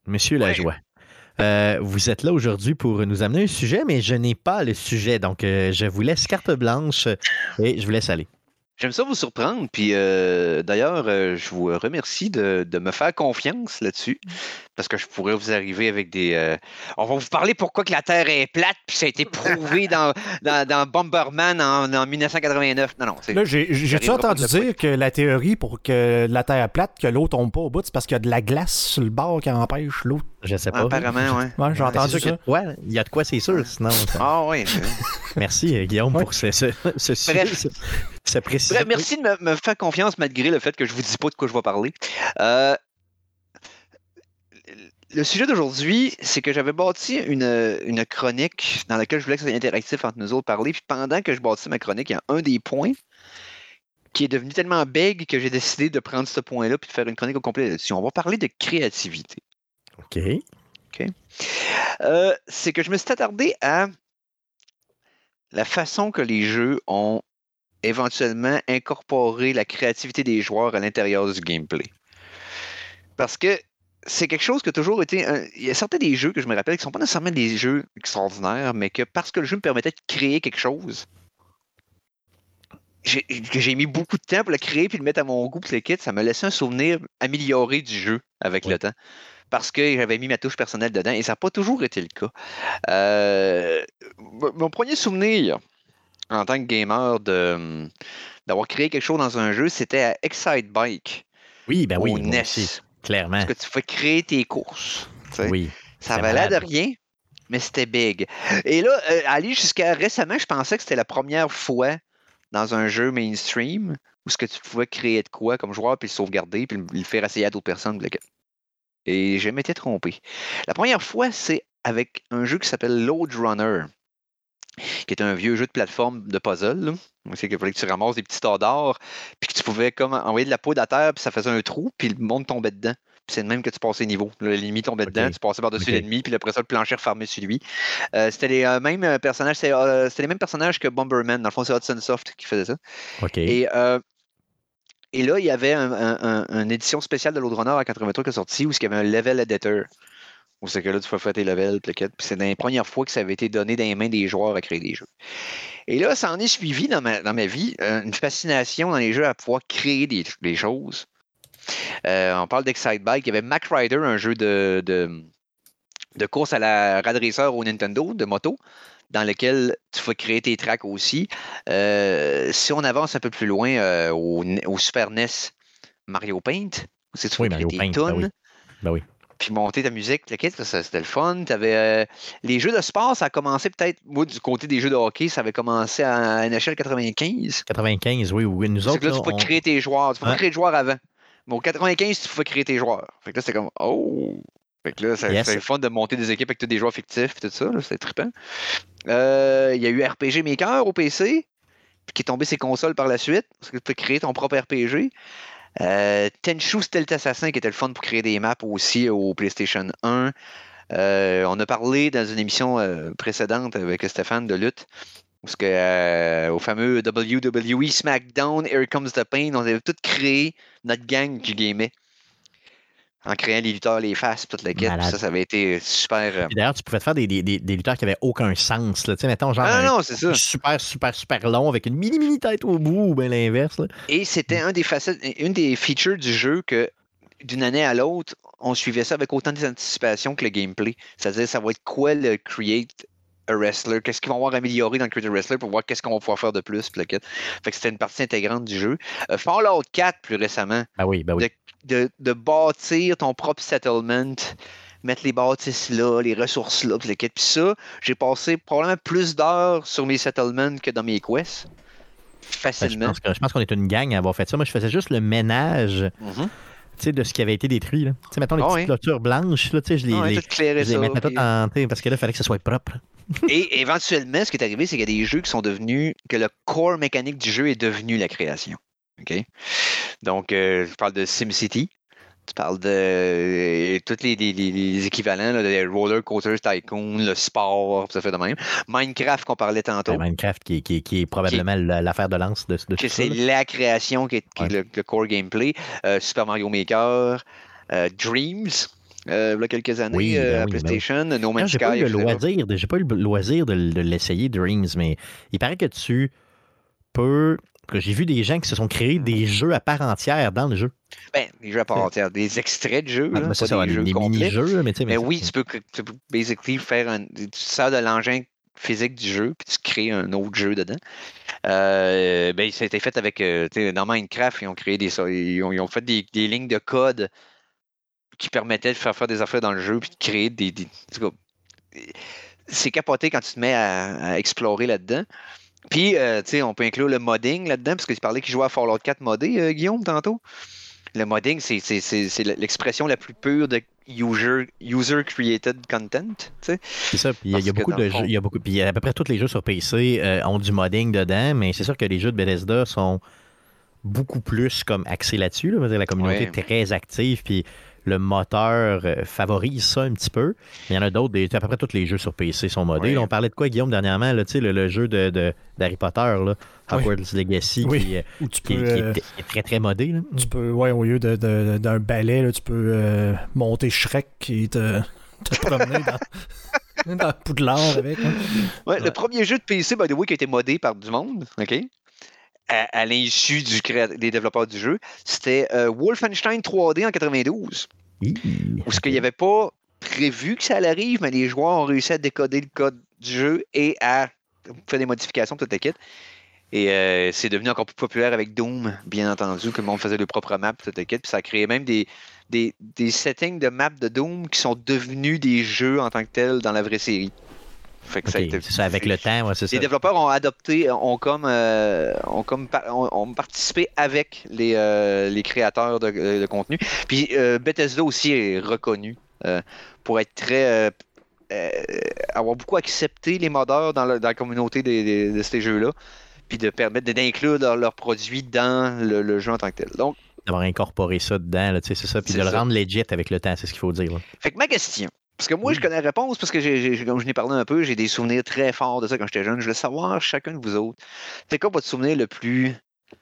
Vous êtes là aujourd'hui pour nous amener un sujet, mais je n'ai pas le sujet. Donc, je vous laisse carte blanche et je vous laisse aller. J'aime ça vous surprendre, puis d'ailleurs, je vous remercie de me faire confiance là-dessus, parce que je pourrais vous arriver avec des... On va vous parler pourquoi que la Terre est plate, puis ça a été prouvé dans Bomberman en 1989. Non, là, j'ai-tu entendu dire que la théorie pour que la Terre est plate, que l'eau tombe pas au bout, c'est parce qu'il y a de la glace sur le bord qui empêche l'eau Je sais pas. Apparemment, oui. Ouais, j'ai entendu ça. Il y a de quoi, c'est sûr, sinon. Ah oui. Merci, Guillaume, pour ce précis. Bref, merci de me faire confiance malgré le fait que je vous dis pas de quoi je vais parler. Le sujet d'aujourd'hui, c'est que j'avais bâti une chronique dans laquelle je voulais que ça soit interactif entre nous autres parler. Puis pendant que je bâtissais ma chronique, il y a un des points qui est devenu tellement big que j'ai décidé de prendre ce point-là puis de faire une chronique au complet là-dessus. On va parler de créativité. OK. C'est que je me suis attardé à la façon que les jeux ont éventuellement incorporé la créativité des joueurs à l'intérieur du gameplay. Parce que c'est quelque chose qui a toujours été... Il y a certains des jeux que je me rappelle qui ne sont pas nécessairement des jeux extraordinaires, mais que parce que le jeu me permettait de créer quelque chose, j'ai mis beaucoup de temps pour le créer puis le mettre à mon goût puis le kit, ça m'a laissé un souvenir amélioré du jeu avec le temps. Parce que j'avais mis ma touche personnelle dedans et ça n'a pas toujours été le cas. Mon premier souvenir en tant que gamer d'avoir créé quelque chose dans un jeu, c'était à Excitebike. Oui, ben oui. Au NES. Aussi, clairement. Parce que tu pouvais créer tes courses. Oui. Ça avait l'air de rien, mais c'était big. Et là, aller jusqu'à récemment, je pensais que c'était la première fois dans un jeu mainstream où ce que tu pouvais créer de quoi comme joueur, puis le sauvegarder, puis le faire essayer à d'autres personnes. Et je m'étais trompé. La première fois, c'est avec un jeu qui s'appelle Lode Runner, qui est un vieux jeu de plateforme de puzzle. C'est qu'il fallait que tu ramasses des petits tas d'or, puis que tu pouvais comme envoyer de la poudre à terre, puis ça faisait un trou, puis le monde tombait dedans. Puis c'est le même que tu passais niveau. L'ennemi tombait dedans, tu passais par-dessus l'ennemi, puis après ça, le plancher refermé sur lui. C'était les mêmes personnages, c'était les mêmes personnages que Bomberman. Dans le fond, c'est Hudson Soft qui faisait ça. Et là, il y avait une édition spéciale de Lode Runner à 83 qui est sortie où il y avait un level editor. Où c'est que là, tu peux faire tes levels, puis c'est la première fois que ça avait été donné dans les mains des joueurs à créer des jeux. Et là, ça en est suivi dans ma vie une fascination dans les jeux à pouvoir créer des choses. On parle d'Excitebike. Il y avait Mac Rider, un jeu de course à la Rad Racer au Nintendo, de moto, dans lequel tu vas créer tes tracks aussi. Si on avance un peu plus loin au Super NES, Mario Paint, où tu vas créer tes tunes. Ben oui. Puis monter ta musique, c'était le fun. T'avais, les jeux de sport, ça a commencé peut-être, moi, du côté des jeux de hockey, ça avait commencé à NHL 95. 95, oui. Nous autres, là, tu peux créer tes joueurs. Tu peux pas créer de joueurs avant. Mais au 95, tu pouvais créer tes joueurs. Fait que là, c'était comme, oh! Fait que là, c'était le fun de monter des équipes avec tous des joueurs fictifs et tout ça. C'était trippant. Il y a eu RPG Maker au PC, puis qui est tombé ses consoles par la suite. Parce que tu peux créer ton propre RPG. Tenchu Stealth Assassin qui était le fun pour créer des maps aussi au PlayStation 1. On a parlé dans une émission précédente avec Stéphane de lutte parce que au fameux WWE SmackDown Here Comes the Pain, on avait tout créé notre gang qui gamait en créant les lutteurs, les faces, toute la quête. Ça avait été super. D'ailleurs, tu pouvais te faire des lutteurs qui n'avaient aucun sens. Tu sais, mettons, genre c'est ça. super long avec une mini tête au bout ou bien l'inverse. Là. Et c'était une des features du jeu que d'une année à l'autre, on suivait ça avec autant d'anticipation que le gameplay. C'est-à-dire, ça va être quoi le Create a Wrestler? Qu'est-ce qu'ils vont avoir amélioré dans le Create a Wrestler pour voir qu'est-ce qu'on va pouvoir faire de plus? Fait que c'était une partie intégrante du jeu. Fallout 4, plus récemment. Ben oui. De bâtir ton propre settlement, mettre les bâtisses là, les ressources là, puis ça, j'ai passé probablement plus d'heures sur mes settlements que dans mes quests. Facilement. Je pense qu'on est une gang à avoir fait ça. Moi, je faisais juste le ménage de ce qui avait été détruit. Là. Mettons les petites clôtures blanches, là, je les mettais toutes en... Parce que là, il fallait que ce soit propre. Et éventuellement, ce qui est arrivé, c'est qu'il y a des jeux qui sont devenus... que le core mécanique du jeu est devenu la création. Okay? Donc, je parle de SimCity. Tu parles de tous les équivalents, là, de Roller Coaster Tycoon, le sport, ça fait de même. Minecraft qu'on parlait tantôt. Minecraft qui est probablement l'affaire de lance de tout ça. C'est la création qui est le core gameplay. Super Mario Maker, Dreams. Il y a quelques années, PlayStation, No Man's Sky. J'ai pas eu le loisir de l'essayer, Dreams, mais il paraît que tu peux... J'ai vu des gens qui se sont créés des jeux à part entière dans le jeu. Ben, des jeux à part entière, des extraits de jeux. Des mini-jeux. Mais oui, tu peux basically faire tu sers de l'engin physique du jeu, puis tu crées un autre jeu dedans. Ben, ça a été fait avec, dans Minecraft, ils ont créé ils ont fait des lignes de code qui permettait de faire des affaires dans le jeu puis de créer des c'est capoté quand tu te mets à explorer là-dedans. Puis, on peut inclure le modding là-dedans, parce que tu parlais qu'il jouait à Fallout 4 modé, Guillaume, tantôt. Le modding, c'est l'expression la plus pure de user-created content. T'sais. C'est ça. Puis il y a beaucoup de jeux. Puis à peu près tous les jeux sur PC ont du modding dedans, mais c'est sûr que les jeux de Bethesda sont beaucoup plus comme axés là-dessus. Là. La communauté est très active, puis le moteur favorise ça un petit peu. Il y en a d'autres, à peu près tous les jeux sur PC sont modés. Oui. Là, on parlait de quoi, Guillaume, dernièrement? Là, le jeu d'Harry Potter, là, Hogwarts Legacy, qui est très, très modé. Là. Tu peux, au lieu d'un balai, là, tu peux monter Shrek et te promener dans Poudlard avec. Hein. Ouais, le premier jeu de PC, by the way, qui a été modé par du monde, OK? À l'insu des développeurs du jeu, c'était Wolfenstein 3D en 92. Où ce qu'il n'y avait pas prévu que ça arrive, mais les joueurs ont réussi à décoder le code du jeu et à faire des modifications pour toute l'équipe. Et c'est devenu encore plus populaire avec Doom, bien entendu, que le monde faisait le propre map pour toute l'équipe. Puis ça a créé même des settings de map de Doom qui sont devenus des jeux en tant que tels dans la vraie série. Fait que c'est ça, avec le temps, c'est ça. Les développeurs ont adopté, ont participé avec les créateurs de contenu. Puis Bethesda aussi est reconnu pour être très avoir beaucoup accepté les modeurs dans la communauté de ces jeux-là, puis de permettre d'inclure leurs produits dans le jeu en tant que tel. Donc, d'avoir incorporé ça dedans, là, c'est ça, puis de le rendre legit avec le temps, c'est ce qu'il faut dire. Là. Fait que ma question. Parce que moi, je connais la réponse, parce que comme je n'ai parlé un peu, j'ai des souvenirs très forts de ça quand j'étais jeune. Je voulais savoir, chacun de vous autres, c'est quoi votre souvenir le plus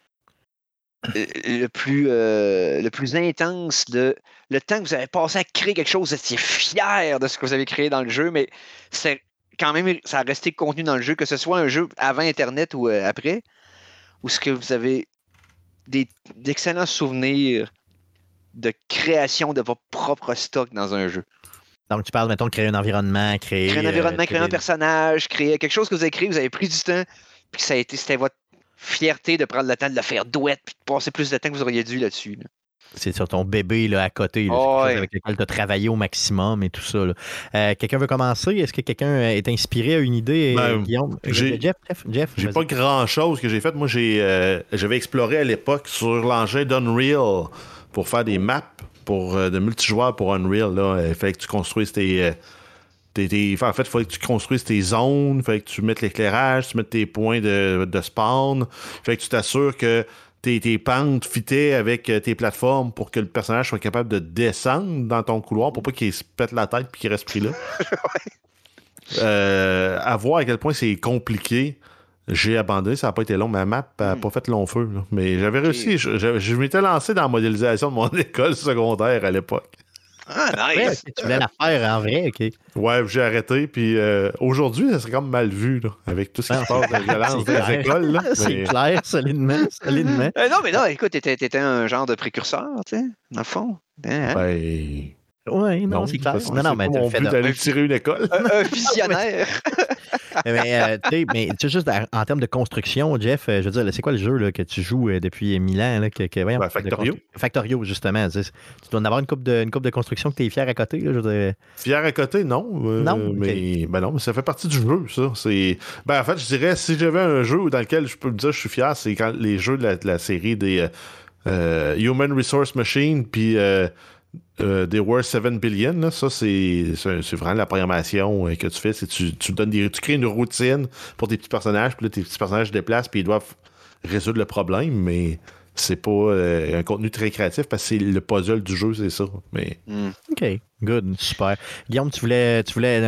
intense de le temps que vous avez passé à créer quelque chose, vous étiez fier de ce que vous avez créé dans le jeu, mais c'est quand même, ça a resté contenu dans le jeu, que ce soit un jeu avant Internet ou après, ou est-ce que vous avez d'excellents souvenirs de création de votre propre stock dans un jeu? Donc, tu parles, mettons, de créer un environnement, créer un personnage, créer quelque chose que vous avez créé, vous avez pris du temps, puis c'était votre fierté de prendre le temps de le faire douette, puis de passer plus de temps que vous auriez dû là-dessus. Là. C'est sur ton bébé là, à côté, là, avec lequel tu as travaillé au maximum et tout ça. Là. Quelqu'un veut commencer? Est-ce que quelqu'un est inspiré à une idée, Guillaume? Jeff? J'ai pas grand-chose que j'ai fait. Moi, j'avais exploré à l'époque sur l'engin d'Unreal pour faire des maps de multijoueurs pour Unreal. Là. Il fallait que tu construises en fait, il fallait que tu construises tes zones, il fallait que tu mettes l'éclairage, tu mettes tes points de spawn, il fallait que tu t'assures que tes pentes fitaient avec tes plateformes pour que le personnage soit capable de descendre dans ton couloir pour pas qu'il se pète la tête et qu'il reste pris là. À voir à quel point c'est compliqué. J'ai abandonné, ça n'a pas été long. Ma map n'a pas fait long feu. Là. Mais j'avais réussi. Je m'étais lancé dans la modélisation de mon école secondaire à l'époque. Ah, nice! Ouais, tu voulais la faire en vrai, OK. Ouais, j'ai arrêté. Puis aujourd'hui, ça serait comme mal vu, là, avec tout ce qui se passe de la violence dans les écoles. Là, c'est clair, solidement. Non, écoute, t'étais un genre de précurseur, tu sais, dans le fond. Hein? Ben... Oui, non, c'est clair. Non, mais mon but d'aller tirer une école. Un visionnaire. mais tu sais, juste en termes de construction, Jeff, je veux dire, c'est quoi le jeu là, que tu joues depuis 1000 ans? Là, Factorio. Factorio, justement. Tu dois en avoir une coupe de construction que tu es fier à côté. Là, je veux dire. Fier à côté, non. Non, mais ça fait partie du jeu, ça. En fait, je dirais, si j'avais un jeu dans lequel je peux me dire que je suis fier, c'est quand les jeux de la série des Human Resource Machine, puis des World 7 Billion, là, ça c'est vraiment la programmation que tu fais. Tu crées une routine pour tes petits personnages, puis là tes petits personnages se déplacent, puis ils doivent résoudre le problème, mais c'est pas un contenu très créatif parce que c'est le puzzle du jeu, c'est ça. Mais... OK, good, super. Guillaume, tu voulais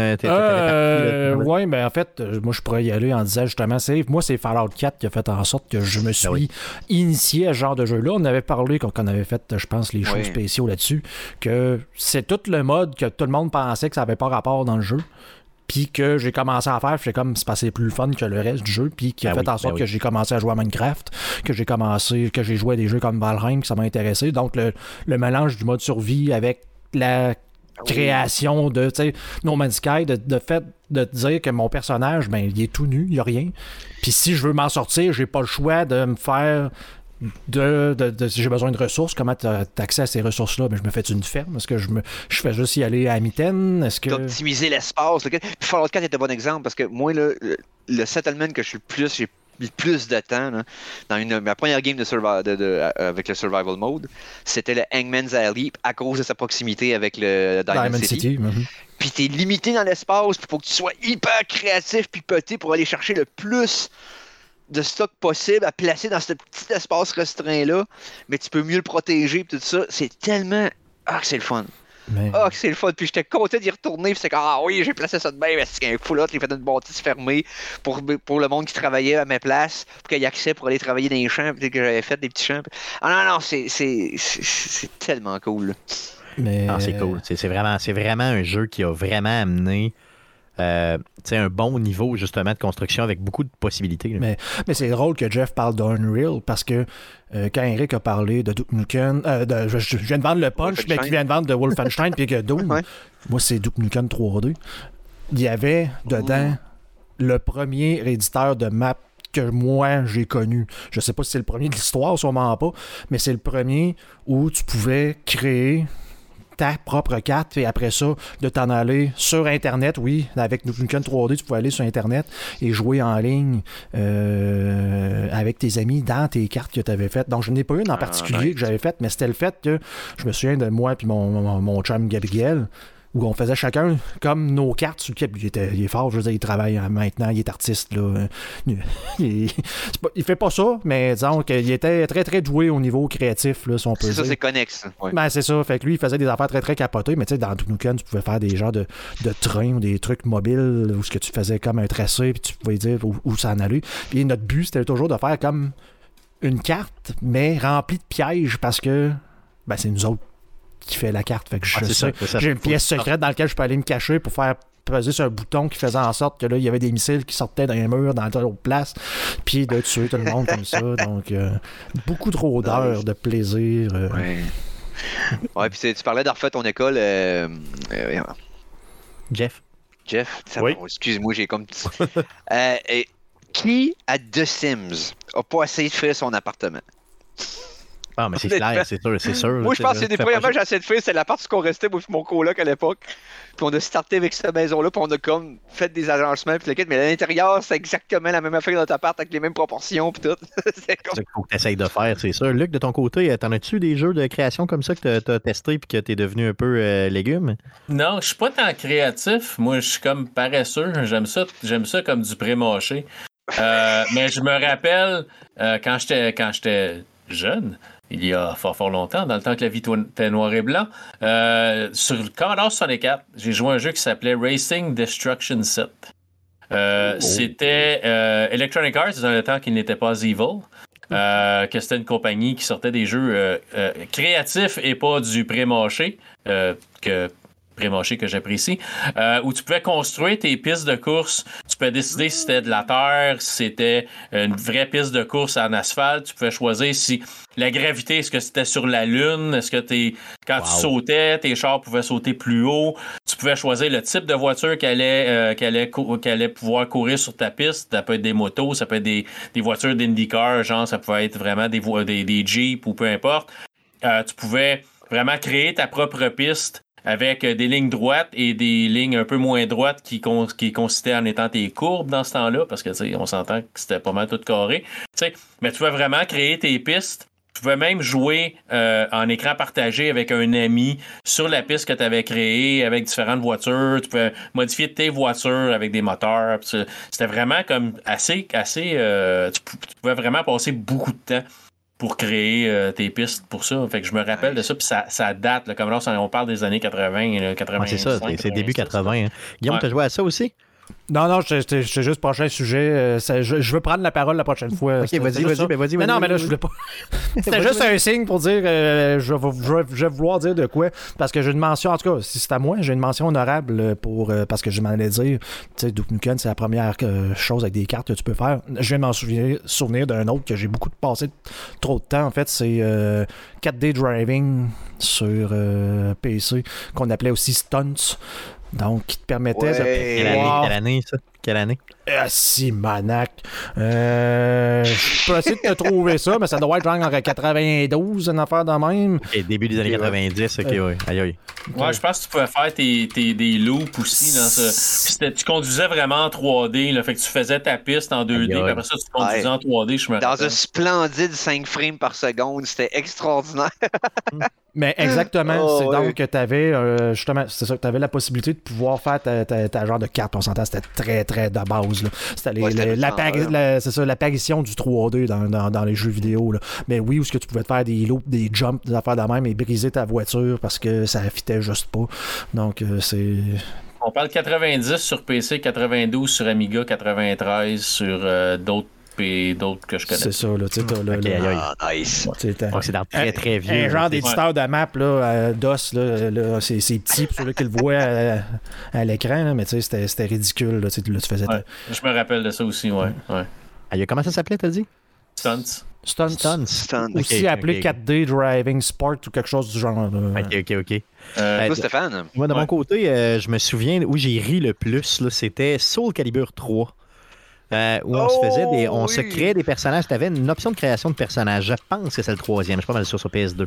oui, mais en fait, moi je pourrais y aller en disant justement, moi c'est Fallout 4 qui a fait en sorte que je me suis initié à ce genre de jeu-là. On avait parlé quand on avait fait, je pense, les shows spéciaux là-dessus, que c'est tout le mode que tout le monde pensait que ça n'avait pas rapport dans le jeu. Puis que j'ai commencé à faire, c'est comme c'est passé plus fun que le reste du jeu, puis qui a fait en sorte que j'ai commencé à jouer à Minecraft, que j'ai joué à des jeux comme Valheim, que ça m'a intéressé. Donc le mélange du mode survie avec la création de No Man's Sky, de fait de dire que mon personnage, ben il est tout nu, il n'y a rien. Puis si je veux m'en sortir, j'ai pas le choix de me faire si j'ai besoin de ressources, comment tu as accès à ces ressources-là? Ben, je me fais une ferme? Est-ce que je fais juste y aller à mitaine? Est-ce que... Optimiser l'espace. Puis Fallout 4 est un bon exemple parce que moi, là, le settlement que j'ai mis plus de temps là, dans ma première game avec le survival mode, c'était le Hangman's Alley à cause de sa proximité avec le Diamond City. Puis t'es limité dans l'espace, puis faut que tu sois hyper créatif puis pété pour aller chercher le plus de stock possible à placer dans ce petit espace restreint-là, mais tu peux mieux le protéger puis tout ça. C'est tellement... Ah, que c'est le fun. Ah, que c'est le fun. Puis j'étais content d'y retourner. Puis c'est comme, ah oui, j'ai placé ça de même. C'est un fou là. J'ai fait une bâtisse fermée pour le monde qui travaillait à mes places, pour qu'il y ait accès pour aller travailler dans les champs. Puis que j'avais fait des petits champs. Ah non, c'est tellement cool. C'est cool. C'est vraiment un jeu qui a vraiment amené un bon niveau justement de construction avec beaucoup de possibilités. Mais c'est drôle que Jeff parle d'Unreal parce que quand Eric a parlé de Duke Nukem, je viens de vendre le punch, mais qu'il vient de vendre de Wolfenstein puis que Doom, moi c'est Duke Nukem 3D. Il y avait dedans le premier éditeur de map que moi j'ai connu. Je sais pas si c'est le premier de l'histoire, sûrement pas, mais c'est le premier où tu pouvais créer ta propre carte et après ça, de t'en aller sur Internet, oui, avec Nukem 3D, tu pouvais aller sur Internet et jouer en ligne avec tes amis dans tes cartes que tu avais faites. Donc, je n'ai pas une en particulier que j'avais faite, mais c'était le fait que je me souviens de moi et mon chum Gabriel, où on faisait chacun comme nos cartes sur le cap. Il est fort, je veux dire, il travaille maintenant, il est artiste, là. Il fait pas ça, mais disons qu'il était très, très doué au niveau créatif, là, si on peut dire. Ça, c'est connexe. Ouais. Ben, c'est ça. Fait que lui, il faisait des affaires très, très capotées, mais tu sais, dans Duke Nukem, tu pouvais faire des genres de trains ou des trucs mobiles où ce que tu faisais comme un tracé, puis tu pouvais dire où ça en allait. Puis notre but, c'était toujours de faire comme une carte, mais remplie de pièges parce que, ben, c'est nous autres qui fait la carte. Fait que j'ai une pièce secrète dans laquelle je peux aller me cacher pour faire peser sur un bouton qui faisait en sorte que là, il y avait des missiles qui sortaient dans les murs, dans d'autres places, puis de tuer tout le monde comme ça. Donc, beaucoup trop d'heures de plaisir. Ouais, puis tu parlais de refaire ton école. Jeff, oui. Excuse-moi, j'ai comme... qui, à The Sims, a pas essayé de faire son appartement? Ah, mais c'est clair, c'est sûr. Moi, je pense que c'est des premièrement, j'ai essayé de faire, c'est la partie qu'on restait, moi, mon coloc à l'époque. Puis on a starté avec cette maison-là, puis on a comme fait des agencements, puis le kit, mais à l'intérieur, c'est exactement la même affaire dans ta appart, avec les mêmes proportions, puis tout. C'est comme... ça qu'il faut que tu essayes de faire, c'est sûr. Luc, de ton côté, t'en as-tu des jeux de création comme ça que t'as testé, puis que t'es devenu un peu légume? Non, je suis pas tant créatif. Moi, je suis comme paresseux. J'aime ça comme du pré-mâché. Mais je me rappelle, quand j'étais jeune, il y a fort longtemps, dans le temps que la vie était noir et blanc, sur le Commodore 64, j'ai joué à un jeu qui s'appelait Racing Destruction Set. C'était Electronic Arts dans le temps qu'il n'était pas Evil, que c'était une compagnie qui sortait des jeux créatifs et pas du pré-mâché, pré-mâché que j'apprécie, où tu pouvais construire tes pistes de course. Tu pouvais décider si c'était de la terre, si c'était une vraie piste de course en asphalte. Tu pouvais choisir si la gravité, est-ce que c'était sur la Lune? Est-ce que quand tu sautais, tes chars pouvaient sauter plus haut? Tu pouvais choisir le type de voiture qu'elle allait pouvoir courir sur ta piste. Ça peut être des motos, ça peut être des voitures d'IndyCar, genre ça pouvait être vraiment des Jeeps ou peu importe. Tu pouvais vraiment créer ta propre piste avec des lignes droites et des lignes un peu moins droites qui consistaient en étant tes courbes dans ce temps-là, parce que tu sais, on s'entend que c'était pas mal tout carré. T'sais, mais tu pouvais vraiment créer tes pistes. Tu pouvais même jouer en écran partagé avec un ami sur la piste que tu avais créée avec différentes voitures. Tu pouvais modifier tes voitures avec des moteurs. C'était vraiment comme assez tu pouvais vraiment passer beaucoup de temps pour créer tes pistes pour ça. Fait que je me rappelle de ça, puis ça date, là, comme là, on parle des années 80, 80. C'est ça, c'est début 80. Hein. Guillaume, tu as joué à ça aussi? Non, c'est juste prochain sujet. Je veux prendre la parole la prochaine fois. Ok, vas-y. Mais non, mais là, je voulais pas. C'était juste un signe pour dire je vais vouloir dire de quoi. Parce que j'ai une mention, en tout cas, si c'est à moi, j'ai une mention honorable parce que je m'en allais dire. Tu sais, Duke Nukem, c'est la première chose avec des cartes que tu peux faire. Je viens de m'en souvenir d'un autre que j'ai beaucoup passé trop de temps. En fait, c'est 4D Driving sur PC, qu'on appelait aussi Stunts. Donc, qui te permettait... Quelle année, ça? Quelle année? Simonac. Je peux essayer de te trouver ça, mais ça doit être genre en 92, une affaire de même. OK, début des années 90, OK, oui. Aïe, aïe. Ouais, je pense que tu pouvais faire des loops aussi dans ça. Puis tu conduisais vraiment en 3D, là, fait que tu faisais ta piste en 2D, puis après ça, tu conduisais en 3D, je me rappelle. Dans un splendide 5 frames par seconde, c'était extraordinaire. Mais exactement, c'est donc que tu avais, justement, c'est ça, que tu avais la possibilité de pouvoir faire ta genre de carte. On s'entend, c'était très, très de base. Là. C'était l'apparition du 3D dans les jeux vidéo. Là. Mais oui, où est-ce que tu pouvais te faire des loops, des jumps, des affaires de même et briser ta voiture parce que ça fitait juste pas. Donc, c'est... On parle 90 sur PC, 92 sur Amiga, 93 sur d'autres que je connais. C'est ça, là, tu sais, t'as nice. Donc, c'est dans très, très vieux. Un genre d'éditeur de map, là, DOS, là, c'est petit pour ceux qui le voient à l'écran, là, mais tu sais, c'était ridicule, là, tu faisais... Ouais. Je me rappelle de ça aussi, ouais. Comment ça s'appelait, t'as dit? Stunts. Aussi appelé 4D Driving Sport ou quelque chose du genre. OK. Toi, Stéphane? Moi, de mon côté, je me souviens où j'ai ri le plus, là, c'était Soul Calibur 3. Où on se faisait se créait des personnages. Tu avais une option de création de personnages. Je pense que c'est le 3e. Je suis pas mal sûr sur PS2.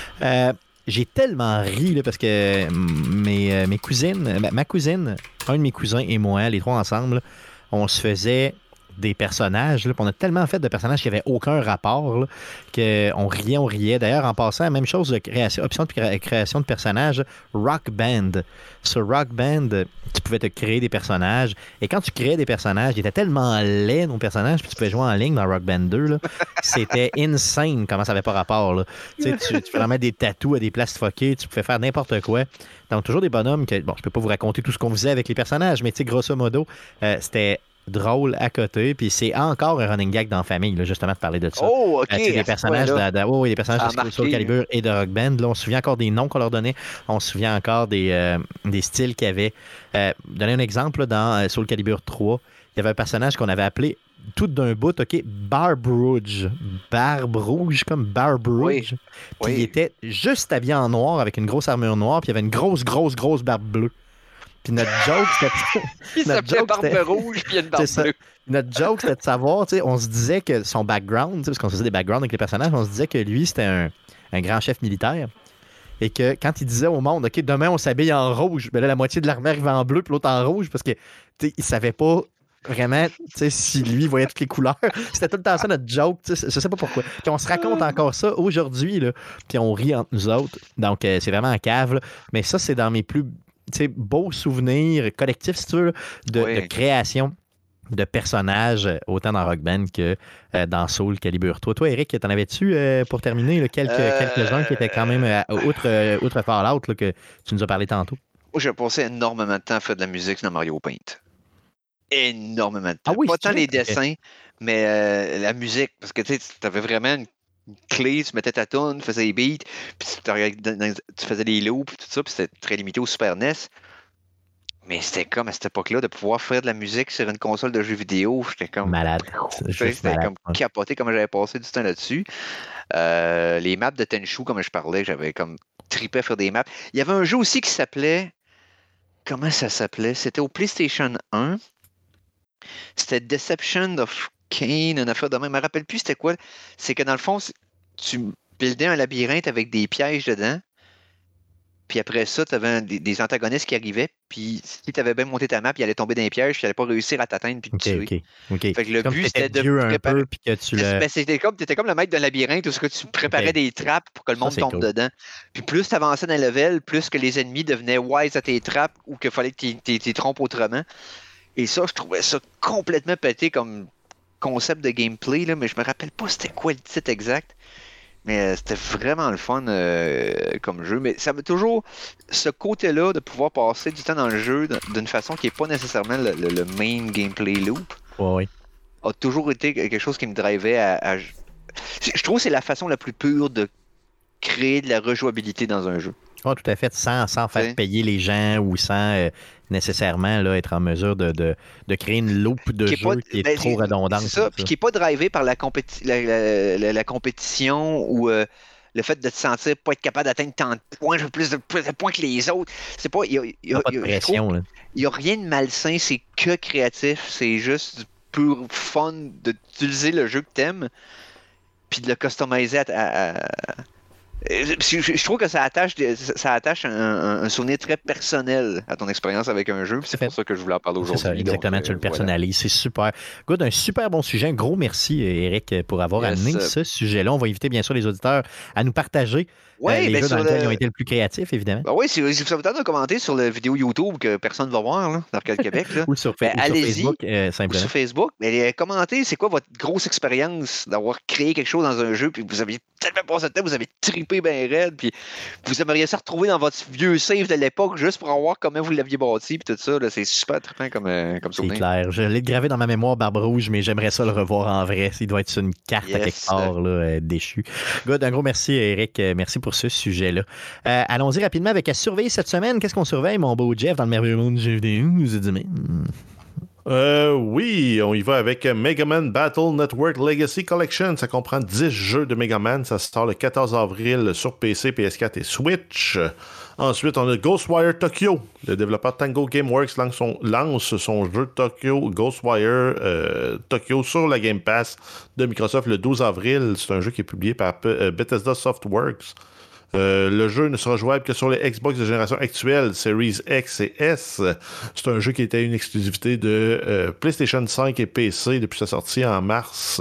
J'ai tellement ri là, parce que mes cousines, ma cousine, un de mes cousins et moi, les trois ensemble, on se faisait des personnages. Là, on a tellement fait de personnages qui n'avaient aucun rapport là, qu'on riait. D'ailleurs, en passant, même chose de option de création de personnages, Rock Band. Sur Rock Band, tu pouvais te créer des personnages. Et quand tu créais des personnages, ils étaient tellement laids, nos personnages, puis tu pouvais jouer en ligne dans Rock Band 2. Là, c'était insane comment ça n'avait pas rapport. Là. Tu pouvais mettre des tatous à des places fuckées, tu pouvais faire n'importe quoi. Donc, toujours des bonhommes que, bon, je peux pas vous raconter tout ce qu'on faisait avec les personnages, mais tu sais, grosso modo, c'était drôle à côté, puis c'est encore un running gag dans la famille, là, justement, de parler de ça. Oh, OK. Des personnages des personnages de Soul Calibur et de Rock Band. Là, on se souvient encore des noms qu'on leur donnait. On se souvient encore des styles qu'il y avait. Donner un exemple, là, dans Soul Calibur 3, il y avait un personnage qu'on avait appelé tout d'un bout, OK, Barbe Rouge. Barbe Rouge, comme Barbe Rouge. Puis il était juste habillé en noir avec une grosse armure noire, puis il y avait une grosse barbe bleue. Puis notre joke, c'était... Il s'appelait Barbe Rouge, puis il y a une barbe bleue. Notre joke, c'était de savoir, tu sais, on se disait que son background, parce qu'on faisait des backgrounds avec les personnages, on se disait que lui, c'était un grand chef militaire. Et que quand il disait au monde, OK, demain, on s'habille en rouge, mais là, la moitié de l'armée arrivait en bleu, puis l'autre en rouge, parce que, tu sais, il savait pas vraiment, tu sais, si lui voyait toutes les couleurs. C'était tout le temps ça, notre joke, tu sais, je sais pas pourquoi. Puis on se raconte encore ça aujourd'hui, là, puis on rit entre nous autres. Donc, c'est vraiment en cave, là. Mais ça, c'est dans mes plus... beaux souvenirs collectifs, si tu veux, de création de personnages, autant dans Rock Band que dans Soul Calibur. Toi, Eric, t'en avais-tu, pour terminer, là, quelques-uns qui étaient quand même, outre Fallout, là, que tu nous as parlé tantôt? Moi, j'ai passé énormément de temps à faire de la musique dans Mario Paint. Énormément de temps. Ah oui, pas tant les dessins, mais la musique, parce que tu avais vraiment une clé, tu mettais ta tune, tu faisais les beats, puis tu faisais des loops, tout ça, puis c'était très limité au Super NES. Mais c'était comme à cette époque-là de pouvoir faire de la musique sur une console de jeux vidéo, j'étais comme malade. C'était comme capoté comme j'avais passé du temps là-dessus. Les maps de Tenchu, comme je parlais, j'avais comme trippé à faire des maps. Il y avait un jeu aussi qui s'appelait... Comment ça s'appelait? C'était au PlayStation 1. C'était Deception of Kane, une affaire de même. Je me rappelle plus c'était quoi. C'est que dans le fond, tu buildais un labyrinthe avec des pièges dedans. Puis après ça, tu avais des antagonistes qui arrivaient. Puis si tu avais bien monté ta map, il allait tomber dans les pièges. Puis il n'allait pas réussir à t'atteindre puis te tuer. OK. Fait que le but, c'était de préparer. C'était comme le maître d'un labyrinthe où tu préparais des trappes pour que le monde tombe dedans. Puis plus tu avançais dans le level, plus que les ennemis devenaient wise à tes trappes ou qu'il fallait que tu t'y trompes autrement. Et ça, je trouvais ça complètement pété comme concept de gameplay, là, mais je me rappelle pas c'était quoi le titre exact. Mais c'était vraiment le fun comme jeu. Mais ça m'a toujours... Ce côté-là de pouvoir passer du temps dans le jeu d'une façon qui n'est pas nécessairement le main gameplay loop a toujours été quelque chose qui me drivait à... Je trouve que c'est la façon la plus pure de créer de la rejouabilité dans un jeu. Oui, tout à fait, sans faire payer les gens ou sans nécessairement là, être en mesure de créer une loupe de jeu qui est trop redondante. C'est ça, puis qui n'est pas drivé par la compétition ou le fait de te sentir pas être capable d'atteindre tant de points, plus de points que les autres. C'est pas... Il n'y a pas de pression. Il n'y a rien de malsain, c'est que créatif. C'est juste du pur fun d'utiliser le jeu que t'aimes, puis de le customiser Je trouve que ça attache un souvenir très personnel à ton expérience avec un jeu. C'est pour ça que je voulais en parler aujourd'hui. C'est ça, exactement. Tu le personnalises. Voilà. C'est super. Good, un super bon sujet. Un gros merci, Eric, pour avoir amené ce sujet-là. On va inviter bien sûr les auditeurs à nous partager les jeux dans lesquels ils ont été le plus créatifs, évidemment. Ben oui, si vous avez de commenter sur la vidéo YouTube que personne ne va voir, là, d'Arcade Québec. Là. Ou sur Facebook, simplement. Ou sur Facebook. Mais commentez, c'est quoi votre grosse expérience d'avoir créé quelque chose dans un jeu, puis vous aviez tellement passé de temps, vous avez trippé bien raide, puis vous aimeriez ça retrouver dans votre vieux save de l'époque juste pour en voir comment vous l'aviez bâti, puis tout ça. Là, c'est super trippant comme souvenir. C'est clair. Je l'ai gravé dans ma mémoire, Barbe Rouge, mais j'aimerais ça le revoir en vrai. Il doit être sur une carte à quelque part là, déchue. Good, un gros merci, Eric. Merci pour ce sujet-là. Allons-y rapidement avec à surveiller cette semaine. Qu'est-ce qu'on surveille, mon beau Jeff, dans le merveilleux monde du jeu vidéo? Oui, on y va avec Mega Man Battle Network Legacy Collection. Ça comprend 10 jeux de Mega Man. Ça sort le 14 avril sur PC, PS4 et Switch. Ensuite, on a Ghostwire Tokyo. Le développeur Tango Gameworks lance son jeu Tokyo Ghostwire Tokyo sur la Game Pass de Microsoft le 12 avril. C'est un jeu qui est publié par Bethesda Softworks. Le jeu ne sera jouable que sur les Xbox de génération actuelle, Series X et S. C'est un jeu qui était une exclusivité de PlayStation 5 et PC depuis sa sortie en mars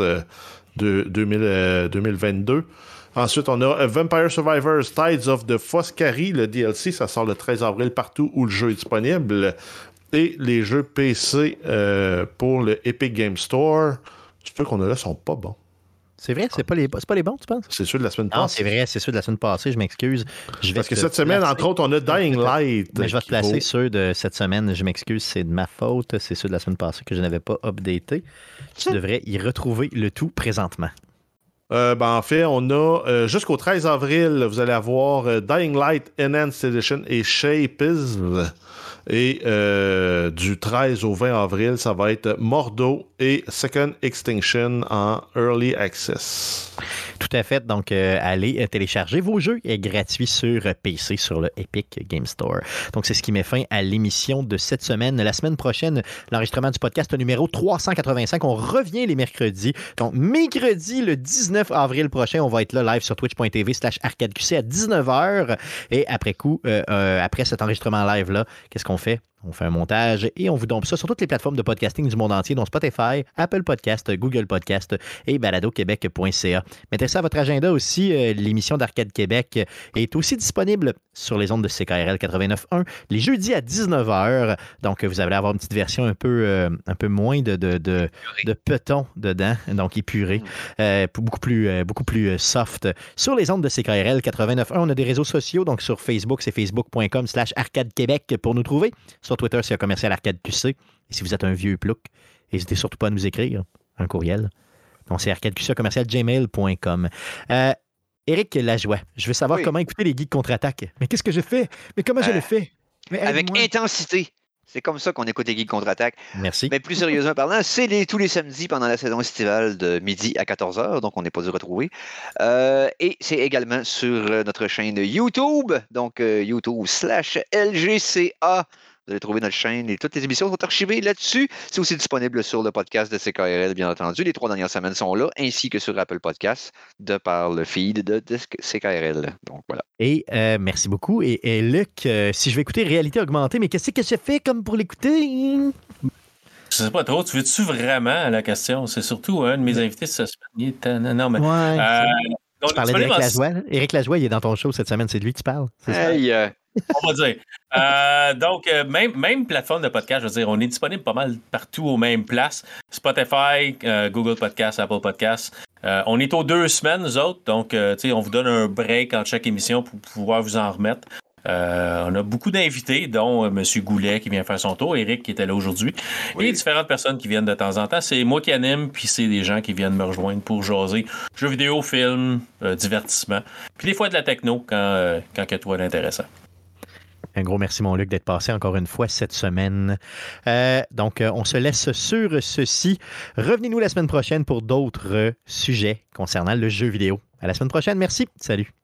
2022. Ensuite, on a Vampire Survivors Tides of the Foscari, le DLC. Ça sort le 13 avril partout où le jeu est disponible. Et les jeux PC pour le Epic Game Store, ceux qu'on a là sont pas bons. C'est vrai, c'est pas les bons, tu penses? C'est ceux de la semaine passée. Non, c'est vrai, c'est ceux de la semaine passée, je m'excuse. Parce que cette semaine, entre autres, on a Dying Light. Mais je vais te placer ceux de cette semaine, je m'excuse, c'est de ma faute. C'est ceux de la semaine passée que je n'avais pas updaté. Tu devrais y retrouver le tout présentement. En fait, on a jusqu'au 13 avril, vous allez avoir Dying Light Enhanced Edition et Shapes. Et du 13 au 20 avril, ça va être Mordo et Second Extinction en Early Access. Tout à fait. Donc, allez télécharger vos jeux gratuits sur PC, sur le Epic Game Store. Donc, c'est ce qui met fin à l'émission de cette semaine. La semaine prochaine, l'enregistrement du podcast numéro 385. On revient les mercredis. Donc, mercredi, le 19 avril prochain, on va être là live sur twitch.tv/arcadeqc à 19h. Et après coup, après cet enregistrement live-là, qu'est-ce qu'on fait? On fait un montage et on vous dompe ça sur toutes les plateformes de podcasting du monde entier, dont Spotify, Apple Podcast, Google Podcast et baladoquebec.ca. Mettez ça à votre agenda aussi. L'émission d'Arcade Québec est aussi disponible sur les ondes de CKRL 89.1 les jeudis à 19h. Donc, vous allez avoir une petite version un peu moins de peton dedans, donc épuré, beaucoup plus soft. Sur les ondes de CKRL 89.1, on a des réseaux sociaux. Donc, sur Facebook, c'est facebook.com/Arcade Québec pour nous trouver. Sur Twitter, c'est un commercial Arcade QC. Et si vous êtes un vieux plouc, n'hésitez surtout pas à nous écrire un courriel. Donc, c'est arcadeqc@gmail.com. Éric Lajoie, je veux savoir comment écouter les Geeks contre-attaque. Mais qu'est-ce que je fais? Mais comment je le fais? Avec intensité. C'est comme ça qu'on écoute les Geeks contre-attaque. Merci. Mais plus sérieusement parlant, c'est tous les samedis pendant la saison estivale de midi à 14h, donc on n'est pas dû retrouver. Et c'est également sur notre chaîne YouTube, donc YouTube/LGCA. Vous allez trouver notre chaîne et toutes les émissions sont archivées là-dessus. C'est aussi disponible sur le podcast de CKRL, bien entendu. Les 3 dernières semaines sont là, ainsi que sur Apple Podcasts, de par le feed de CKRL. Donc, voilà. Et merci beaucoup. Et Luc, si je vais écouter Réalité Augmentée, mais qu'est-ce que je fais comme pour l'écouter? Je sais pas trop. Tu veux-tu vraiment la question? C'est surtout un de mes invités cette semaine. Non, mais... tu parlais d'Éric Lajoie. Éric Lajoie, il est dans ton show cette semaine. C'est de lui que tu parles. On va dire. Donc, même plateforme de podcast, je veux dire, on est disponible pas mal partout aux mêmes places. Spotify, Google Podcasts, Apple Podcasts. On est aux 2 semaines, nous autres. Donc, on vous donne un break entre chaque émission pour pouvoir vous en remettre. On a beaucoup d'invités, dont M. Goulet qui vient faire son tour, Eric qui était là aujourd'hui, et différentes personnes qui viennent de temps en temps. C'est moi qui anime, puis c'est des gens qui viennent me rejoindre pour jaser jeux vidéo, films, divertissement, puis des fois de la techno quand il y a toi d'intéressant. Un gros merci, mon Luc, d'être passé encore une fois cette semaine. Donc, on se laisse sur ceci. Revenez-nous la semaine prochaine pour d'autres sujets concernant le jeu vidéo. À la semaine prochaine. Merci. Salut.